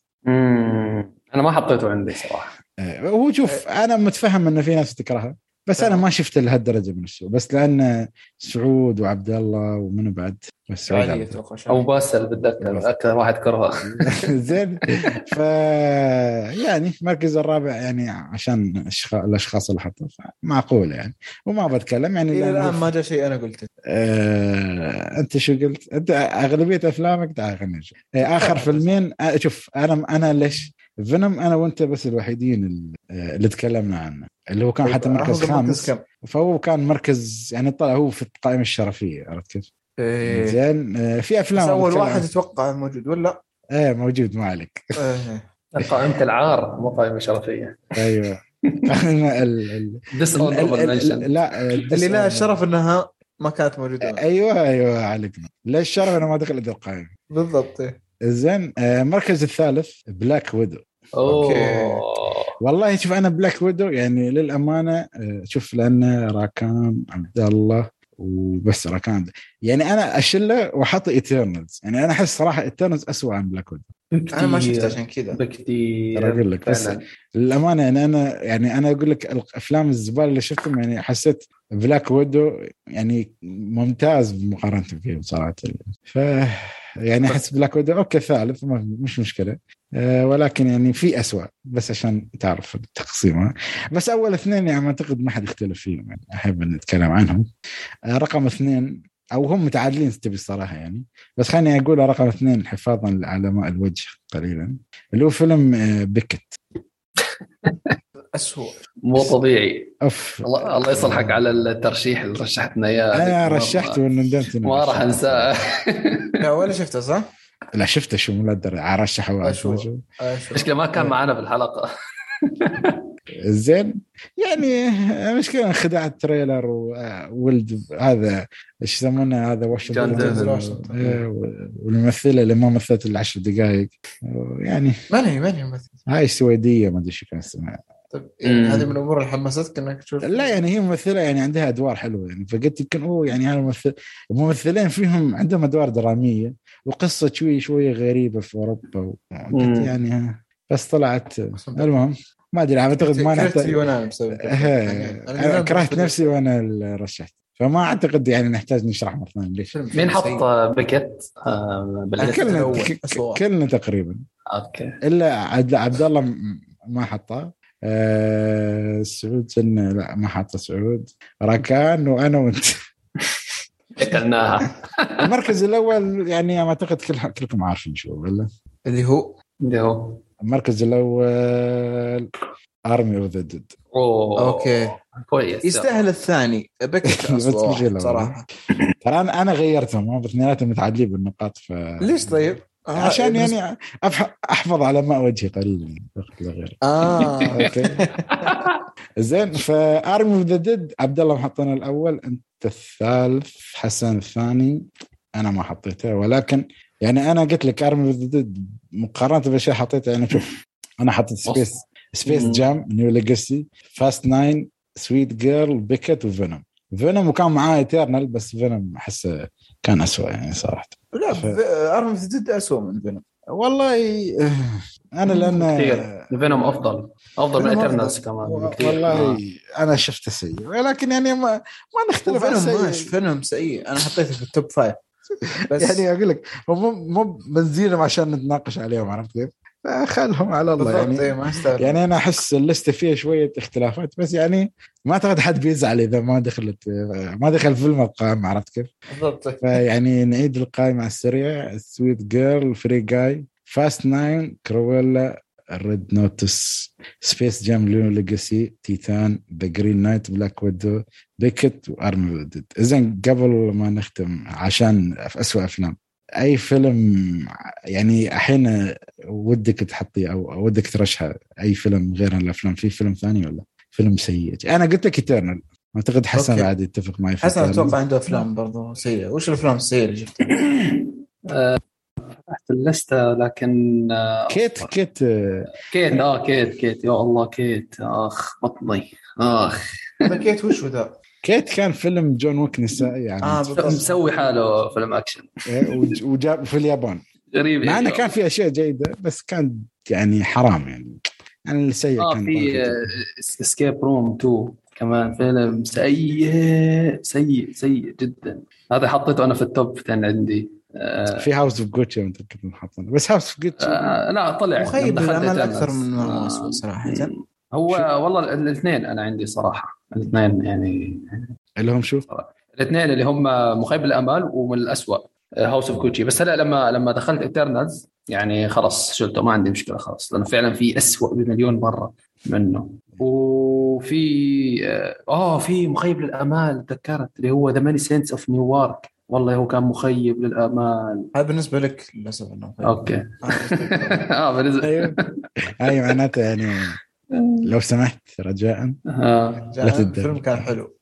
أنا ما حطيته عندي صراحة. هو شوف أنا متفهم إنه في ناس تكرهها بس أنا ما شفت لهالدرجة من السوء بس لأن سعود وعبد الله ومن بعد بس أو باسل بالذات أكثر واحد كرهه. زين ف يعني المركز الرابع يعني عشان الأشخاص اللي حطوا معقول يعني وما بتكلم يعني إلى الآن ما جاء شيء أنا قلته. آه... أنت شو قلت أنت أغلبية أفلامك تعال آخر فيلمين شوف أنا أنا ليش فينوم أنا وأنت بس الوحيدين اللي تكلمنا عنه اللي هو كان حتى مركز خامس فهو كان مركز يعني طلع هو في القائمة الشرفية عرفت كيف؟ إيه. زين في أفلام أول واحد يتوقع موجود ولا؟ إيه موجود ما عليك. إيه. قائمة العار مو قائمة شرفية. أيوة. ال ال لا اللي لها الشرف إنها ما كانت موجودة. أيوة أيوة عليكنا. لا الشرف أنا ما دخلت القائمة. بالضبط. زين المركز الثالث بلاك ويدو. أوكي. والله شوف أنا بلاك ويدو يعني للأمانة شوف لأن راكان عبد الله وبس راكان يعني أنا أشله وحط إيترنالز يعني أنا أحس صراحة إيترنالز أسوأ عن بلاك ويدو. أنا ما شفت عشان كذا. بكتير. أقول لك بس للأمانة يعني أنا يعني أنا أقول لك الأفلام الزبالة اللي شفتهم يعني حسيت بلاك ويدو يعني ممتاز مقارنة فيه بصراحة. ف يعني أحس بلاك ويدو أوكي ثالث مش مشكلة أه ولكن يعني في أسوأ بس عشان تعرف التقسيمة. بس أول اثنين يعني أعتقد ما حد يختلف فيهم يعني أحب أن نتكلم عنهم. أه رقم اثنين أو هم متعادلين تبي الصراحة يعني بس خليني أقول رقم اثنين حفاظا على ماء الوجه قليلا اللي هو فيلم أه بيكت. أسوأ مو طبيعي. أف الله الله يصلحك على الترشيح اللي رشحتنا اياه. انا رشحته وندمت ما راح انساه. لا ولا شفته صح؟ لا شفته شو ملدر رشحه مشكلة ما كان معنا في الحلقة. زين يعني مشكلة خداع التريلر وولد هذا ايش يسمونه هذا واشنطن والممثلة اللي ما مثلت العشر دقائق يعني ماني ماني ممثل هاي السويدية ما ادري شو كان اسمها. طيب يعني هذه من الامور اللي حمستك انك تشوف؟ لا يعني هي ممثلة يعني عندها ادوار حلوة يعني فقلت يمكن اوه يعني هالممثل الممثلين فيهم عندهم ادوار درامية وقصة شوي شوي غريبة في اوروبا قلت يعني بس طلعت المهم ما ادري اعتقد ما نحتاج انا كرهت نفسي وانا رشحت فما اعتقد يعني نحتاج نشرح مثلا ليش. مين حط بيكت آه كلنا كلنا تقريبا اوكي الا عبد الله ما حطه أه سعود سنة لا ما حط سعود ركان وانا وانت اكلناها. المركز الاول يعني ما اعتقد كل كلكم عارفين شو ولا اللي هو اللي هو المركز الاول ارمي اوف ذا ديد. اوكي كويس يستاهل الثاني بكت اصلا صراحه. ترى انا انا غيرتهم باثنيناتهم متعادلين بالنقاط ف ليش طيب آه عشان يعني احفظ على ماء وجهي قليلا غير اه اوكي زين. فارمي اوف ذا ديد عبد الله محطنا الاول انت الثالث حسن الثاني انا ما حطيته ولكن يعني انا قلت لك ارمي اوف ذا ديد مقارنه بالاشياء حطيتها يعني شوف انا حطيت سبيس سبيس جام نيو ليجاسي فاست ناين سويت جيرل بيكت وفينوم. فينوم وكان معاه ايترنال بس فينوم احسه كان أسوأ يعني صراحه. لا ف... ارمي اوف ذا ديد أسوأ من فينوم والله انا لان فينوم افضل افضل من ايترنالز كمان كثير والله. آه. انا شفته سيء ولكن يعني ما ما نختلف عن فينوم. فينوم سيء انا حطيته في التوب فايف بس يعني اقول لك مو مو بنزيلهم عشان نتناقش عليهم عرفت كيف خلهم على الله يعني. يعني أنا أحس اللستة فيها شوية اختلافات بس يعني ما أعتقد حد بيزعل إذا ما دخلت ما دخل فيلم القائمة عرفت كيف. فيعني نعيد القائمة السريع سويت جيرل فري جاي فاست ناين كرويلا ريد نوتس سبيس جام ليو ليجاسي تيتان ذا جرين نايت بلاك ويدو بيكت وارمي وودد. إذن قبل ما نختم عشان في أسوأ أفلام أي فيلم يعني أحيانا ودك تحطيه أو ودك ترشحه أي فيلم غير الأفلام في فيلم ثاني ولا فيلم سيء؟ أنا قلت لك إترنال أعتقد حسن أوكي. بعد يتفق معي. حسن أتوقع عنده أفلام برضو سيئة. وش الأفلام السيئة اللي شفتها؟ فتحت اللستة لكن كيت كيت كيت آه كيت كيت يا الله كيت آخ بطني آخ كيت وش ذا؟ كيت كان فيلم جون ويك نسائي يعني آه مسوي حاله فيلم أكشن وجاب في اليابان غريب مع أنه كان في أشياء جيدة بس كان يعني حرام يعني يعني السيء آه كان في اسكيب روم تو كمان فيلم سيء سيء سيء جدا. هذا حطيته أنا في التوب عشرة عندي. آه في هاوس اوف جوتشي انت كنت محطنا بس هاوس اوف جوتشي آه لا طلع مخيب الامل اكثر من آه صراحه. هو والله الاثنين انا عندي صراحه الاثنين يعني اللي هم شو الاثنين اللي هم مخيب الامل ومن الأسوأ هاوس اوف جوتشي. بس هلا لما لما دخلت إترنالز يعني خلاص شلته ما عندي مشكله خلاص لانه فعلا في أسوأ بمليون مره منه. وفي اه في مخيب للامال تذكرت اللي هو ذا ماني سينس اوف نيويورك والله هو كان مخيب للآمال. هذا بالنسبة لك للأسف إنه أوكي. آه بالنسبة. أيوة. أي معناته يعني لو سمحت رجاءً. آه. لا تبدأ. الفيلم كان حلو.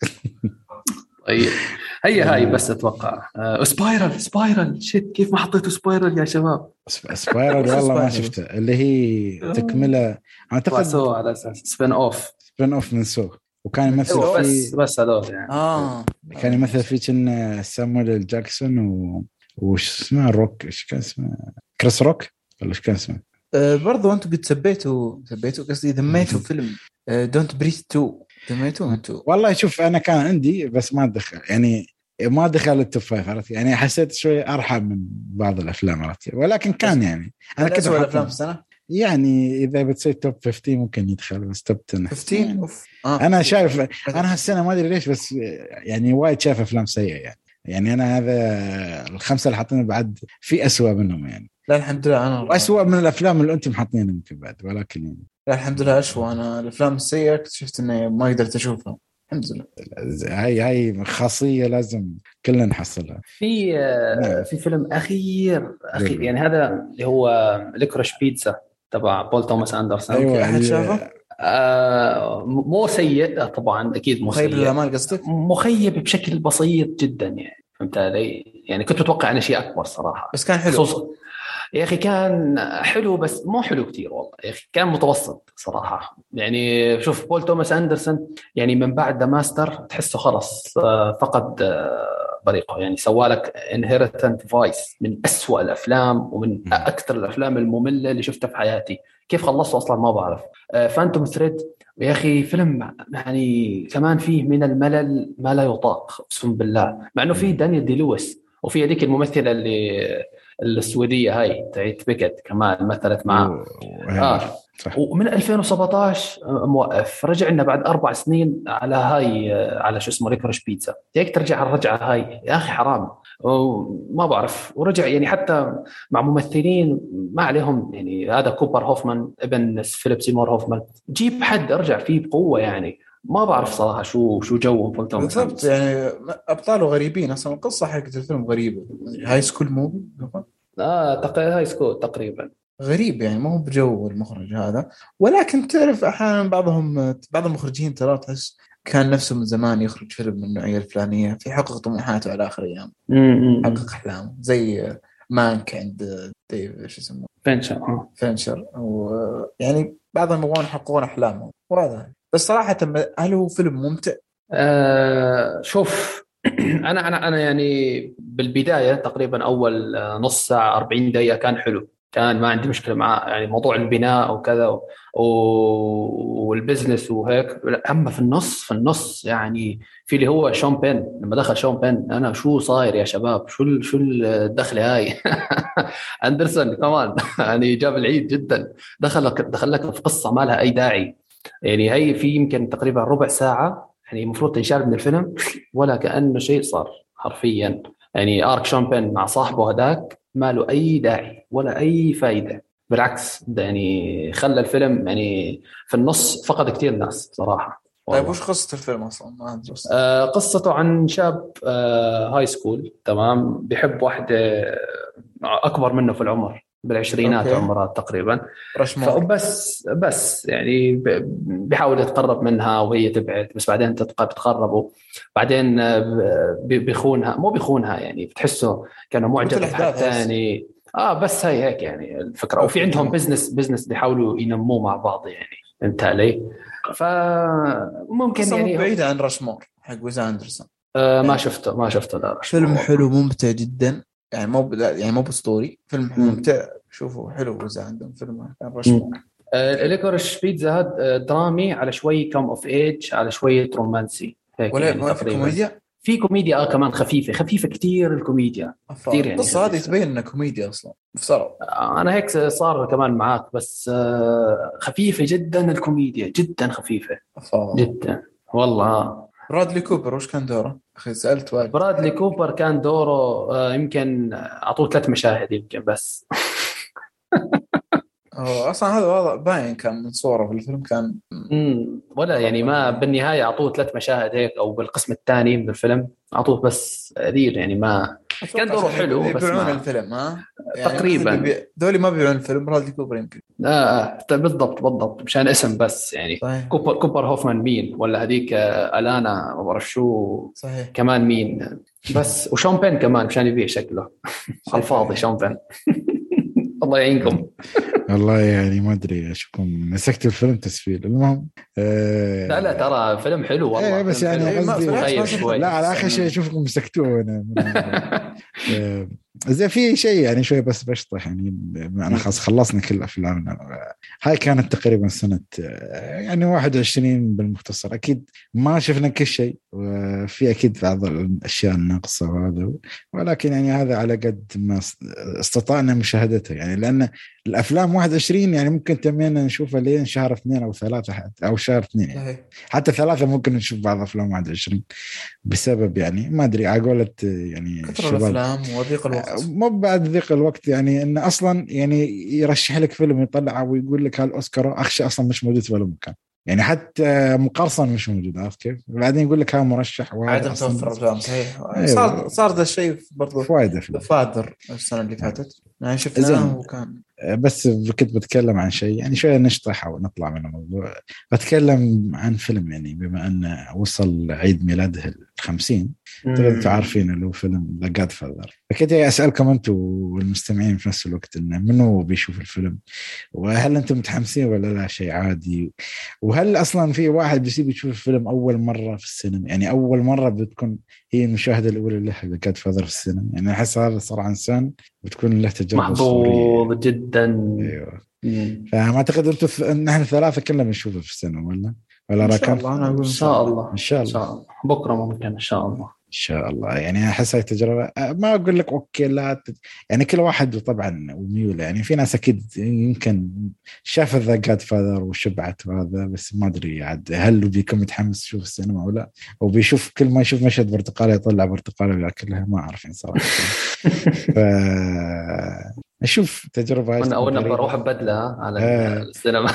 طيب. هي هاي بس أتوقع. آه سبايرال سبايرال شيت كيف ما حطيته سبايرال يا شباب. سبايرال والله ما شفته اللي هي تكملة. أعتقد. سو على أساس سبين أوف. سبين أوف من سو. وكان يمثل بس في بس هذول يعني آه كان يمثل في كان سامويل جاكسون و وش اسمه روك ايش كان اسمه كريس روك ولا ايش كان اسمه أه برضو انتوا قد سبيتوا سبيتوا قصدي ذميتوا فيلم دونت بريث تو ذميتوا انتوا. والله شوف انا كان عندي بس ما دخل يعني ما دخل التوب فايف عرفت يعني حسيت شوي ارحم من بعض الافلام عرفت ولكن كان يعني انا كنت الافلام في السنه يعني إذا بتصير توب خمسة عشر ممكن يدخل بس توب عشرة خمسة عشر آه أنا شايف أنا هالسنة ما أدري ليش بس يعني وايد شايف أفلام سيئة يعني يعني أنا هذا الخمسة اللي حاطينه بعد في أسوأ منهم يعني. لا الحمد لله أنا وأسوأ من الأفلام اللي أنتم حاطينها يمكن بعد ولكن يعني. لا الحمد لله أسوأ أنا الأفلام السيئة اكتشفت إني ما قدرت أشوفها الحمد لله. هاي هاي خاصية لازم كلنا نحصلها. في نعم. في فيلم أخير أخير يعني هذا اللي هو ليكروش بيتزا تبع بول توماس أندرسون. أيوة أحد شافه؟ آه مو سيء طبعا، اكيد مو مخيب سيء، للامال قصدك؟ مخيب بشكل بسيط جدا يعني، فهمت علي؟ يعني كنت متوقع عن شيء اكبر صراحه. بس كان حلو خصوصا يا اخي كان حلو، بس مو حلو كتير والله يا اخي، كان متوسط صراحه. يعني شوف بول توماس اندرسون، يعني من بعد ذا ماستر تحسه خلص آه، فقد آه، طريقه، يعني سوالك انهيرتنت فايس من أسوأ الافلام ومن اكثر الافلام الممله اللي شفتها في حياتي. كيف خلصته اصلا ما بعرف. فانتوم ثريد يا اخي فيلم يعني كمان فيه من الملل ما لا يطاق اقسم بالله، مع انه فيه دانيال دي لويس وفي هذيك الممثله اللي السويديه هاي تاعت بيكت كمان مثلت معاه. اه صح. ومن ألفين وسبعطعش موقف، رجع لنا بعد اربع سنين على هاي على شو اسمه ليكوريش بيتزا. هيك ترجع الرجعه هاي يا اخي حرام. ما بعرف. ورجع يعني حتى مع ممثلين ما عليهم، يعني هذا كوبر هوفمان ابن فيليب سيمور هوفمان، جيب حد ارجع فيه بقوه يعني. ما بعرف صراحه شو شو جوهم فول توماس بالضبط. يعني ابطاله غريبين اصلا، القصه حقت الفيلم غريبه. هاي سكول موفي اه تقريبا هاي سكول تقريبا غريب، يعني ما هو بجو المخرج هذا. ولكن تعرف احيانا بعضهم بعض المخرجين ترى تحس كان نفسه من زمان يخرج فيلم من النوعيه الفلانيه في حقق طموحاته على اخر ايام، حقق احلامه، زي مانك عند ديف ايش اسمه فينشر فينشر او يعني بعضهم يبغون يحققون احلامهم وهذا. بس صراحه هل هو فيلم ممتع؟ آه شوف انا انا انا يعني بالبدايه تقريبا اول نص ساعه أربعين دقيقه كان حلو، كان ما عندي مشكله معاه، يعني موضوع البناء وكذا والبزنس وهيك. اما في النص في النص يعني في اللي هو شون بين، لما دخل شون بين انا شو صاير يا شباب، شو شو الدخله هاي اندرسون كمان يعني جاب العيد جدا، دخل لك دخل لك في قصه ما لها اي داعي. يعني هي في يمكن تقريبا ربع ساعه يعني المفروض تنشال من الفيلم ولا كأنه شيء صار حرفيا. يعني آرك شامبين مع صاحبه هذاك ما له أي داعي ولا أي فايدة، بالعكس يعني خلى الفيلم يعني في النص فقد كتير ناس صراحة. طيب وش قصة الفيلم أصلا؟ ما أدري. آه قصته عن شاب آه هاي سكول تمام، بيحب واحدة أكبر منه في العمر بالعشرينات أوكي. عمرها تقريبا، رشمور. بس بس يعني بيحاول يتقرب منها وهي تبعد، بس بعدين بتقربوا، بعدين بيخونها، مو بيخونها يعني بتحسه كانوا معجب بحد ثاني. اه بس هي هيك يعني الفكره. وفي عندهم بزنس بزنس بيحاولوا ينموه مع بعض يعني، فهمت علي؟ فممكن يعني بعيد عن رشمور حق ويز أندرسون. آه ما شفته ما شفته لا. فيلم حلو ممتع جدا يعني، مو يعني مو باسطوري، فيلم ممتع شوفوا حلو. وإذا عندهم فيلم رشمور ليكوريش بيتزا هذا درامي على شوي كوم اوف ايج على شويه رومانسي هيك ولا يعني ما في كوميديا؟ في كوميديا اه كمان خفيفه خفيفه كتير الكوميديا كتير يعني. القصه هذه تبين انها كوميديا اصلا بصراحه. انا هيك صار كمان معاك، بس خفيفه جدا الكوميديا، جدا خفيفه أفضل. جدا والله. برادلي كوبر وش كان دوره؟ اخي سالت واحد. برادلي كوبر كان دوره يمكن اعطوه ثلاث مشاهد يمكن بس أوه أصلاً هذا واضح باين كان من صوره في الفيلم كان امم ولا يعني ما بالنهاية أعطوه ثلاث مشاهد هيك، أو بالقسم الثاني من الفيلم أعطوه بس قليل يعني، ما كان دوره حلو بس يبيعون ما الفيلم ها يعني تقريبا بي... دولي ما بيبيعون الفيلم. برادلي كوبر يمكن آه, آه بالضبط بالضبط مشان اسم بس يعني صحيح. كوبر كوبر هوفمان مين ولا هذيك ألانا ما بعرف شو صحيح. كمان مين بس، وشون بين كمان مشان يبيع شكله على الفاضي شون بين الله يعينكم. والله يعني ما ادري اشكم مسكت الفيلم تسفيل. المهم آه لا لا ترى فيلم حلو والله. ايه بس يعني قصدي شوي. لا على اخر شيء اشوفكم مسكتوه انا آه زي في شيء يعني شوي بس بشطح يعني انا خلاص خلصنا كل الافلام. هاي كانت تقريبا سنه يعني واحد وعشرين بالمختصر. اكيد ما شفنا كل شيء وفي اكيد بعض الاشياء الناقصه وهذا، ولكن يعني هذا على قد ما استطعنا مشاهدتها يعني، لان الافلام واحد وعشرين يعني ممكن تمينا نشوفها لين شهر اثنين او ثلاثه حتى او شهر اثنين يعني. حتى ثلاثه ممكن نشوف بعض افلام واحد وعشرين بسبب يعني ما ادري عقولة يعني كثر الافلام وضيق الوقت. مو بعد ضيق الوقت يعني ان اصلا يعني يرشح لك فيلم يطلعه ويقول لك هالاوسكار اخشى اصلا مش موجود في ولا مكان يعني، حتى مقرصن مش موجود عارف كيف. بعدين يقول لك ها مرشح وعدم توفر افلام. صحيح. أيوة. صار صار ذا الشيء برضو فايده في فادر السنه اللي فاتت يعني شفناه وكان بس كنت بتكلم عن شيء يعني شوية نشطح ونطلع من الموضوع. بتكلم عن فيلم يعني بما أن وصل عيد ميلاده الخمسين، تقدروا تعرفين اللي هو فيلم The Godfather. فكنت أسألكم أنتم والمستمعين في نفس الوقت إنه منو بيشوف الفيلم، وهل أنتم متحمسين ولا لا شيء عادي، وهل أصلا في واحد بيسيب يشوف الفيلم أول مرة في السينما، يعني أول مرة بتكون هي المشاهدة الأولى له The Godfather في السينما. يعني أحس هذا صراحة إنسان بتكون له تجربة محظوظ جدا. أيوة. فما أعتقد أنتم نحن ثلاثة كلنا بنشوفه في السينما ولا ولا راكان؟ إن شاء الله إن شاء الله بكرة ممكن إن شاء الله إن شاء الله. يعني أحس هاي تجربة ما أقول لك أوكي لا ت... يعني كل واحد طبعا وميوله. يعني في ناس أكيد يمكن شاف ذا جاد فاذر وشبعت هذا، بس ما أدري عاد هل بيكون متحمس يشوف السينما ولا، وبيشوف كل ما يشوف مشهد برتقالة يطلع برتقالة ويأكلها، ما أعرف إن صراحة. ف أشوف تجربة هاي. أنا أول بروح بدلة على آه. السينما.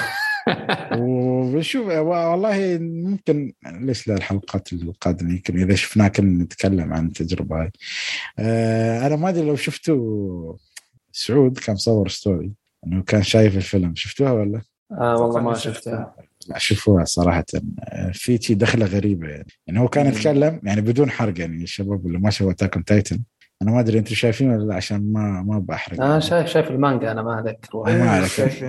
وبنشوف والله ممكن ليش لا الحلقات القادمة يمكن إذا شفناه كنا نتكلم عن التجربة هاي. أه أنا ما أدري لو شفتوا سعود كان صور ستوري أنه كان شايف الفيلم، شفتوها ولا؟ آه والله ما شفتها. لا شوفوها صراحة، في شيء دخلة غريبة يعني. يعني هو كان يتكلم يعني بدون حرق، يعني الشباب اللي ما شافوا أتاك أون تايتن أنا ما أدري أنتوا شايفين ولا لا عشان ما ما بحرق. أنا شايف شايف المانجا أنا ما عليك ما عليك.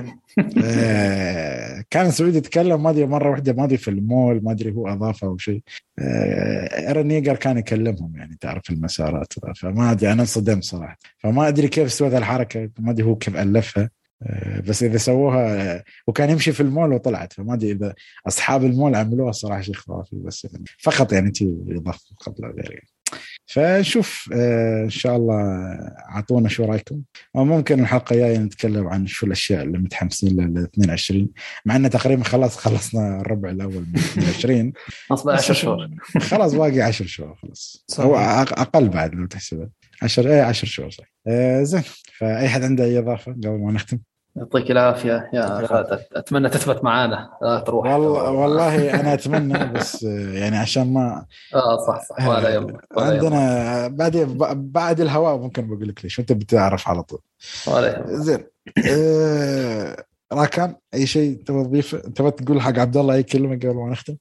آه كان سعودي يتكلم ما أدري مرة واحدة ما أدري في المول ما أدري هو أضافة أو شيء. آه إيرن ييغر كان يكلمهم يعني تعرف المسارات، فما أدري أنا انصدمت صراحة. فما أدري كيف سوى الحركة، ما أدري هو كيف ألفها. آه بس إذا سووها آه وكان يمشي في المول وطلعت، فما أدري إذا أصحاب المول عملوها صراحة شيء خرافي. بس يعني فقط يعني تي إضافة قبل غير يعني. فنشوف آه إن شاء الله عطونا شو رأيكم، وممكن الحلقة الجاية نتكلم عن شو الأشياء اللي متحمسين لل اثنين وعشرين، مع أننا تقريبا خلاص خلصنا الربع الأول من اثنين وعشرين أصبح عشر شهور خلاص باقي عشر شهور خلاص أو أقل بعد لو تحسبه عشر إيه عشر شهور صحيح. آه زين، فأي حد عنده أي إضافة قبل ما نختم؟ يعطيك العافية يا خالد، أتمنى تثبت معانا لا تروح. والله والله أنا أتمنى بس يعني عشان ما آه صح صح ولا يلا عندنا بعد بعد الهواء ممكن بقول لك ليش أنت بتعرف على طول. زين آه راكان أي شيء تبغى تضيف، تبغى تقول حق عبد الله أي كلمة قبل ما نختم؟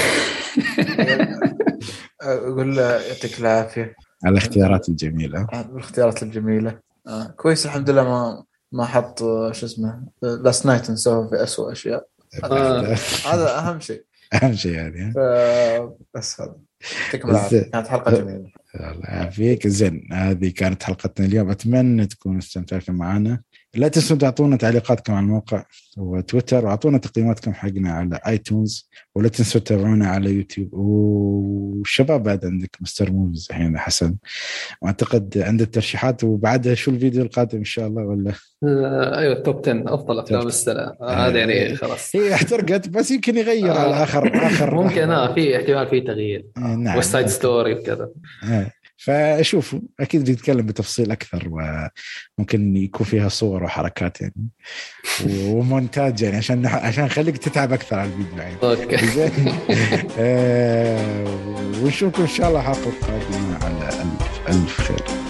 أقول يعطيك العافية على الاختيارات الجميلة. الاختيارات الجميلة آه. كويس الحمد لله ما ما حط شو اسمه لاست نايت نسوي في أسوأ أشياء. هذا هذا أهم شيء أهم شيء يعني. بس هذا كانت حلقة جميلة. الله يعافيك. زين هذه كانت حلقتنا اليوم، أتمنى تكونوا استمتعتوا معنا. لا تنسوا تعطونا تعليقاتكم على الموقع وتويتر، وعطونا تقييماتكم حقنا على آيتونز، ولا تنسوا تتابعونا على يوتيوب. والشباب بعد عندك مستر موفيز الحين حسن أعتقد عنده الترشيحات، وبعدها شو الفيديو القادم إن شاء الله ولا آه أيوة توب عشرة أفضل أفلام السنة هذا. يعني خلاص هي احترقت بس يمكن يغير آه على آخر آخر ممكن آه في احتمال في تغيير آه نعم والسايد ستوري وكذا. آه فشوفوا أكيد بيتكلم بتفصيل أكثر، وممكن يكون فيها صور وحركات يعني ومونتاج يعني عشان عشان نخليك تتعب أكثر على الفيديو يعني. أوكي. آه ونشوفكم إن شاء الله حلقة قادمة على ألف ألف خير.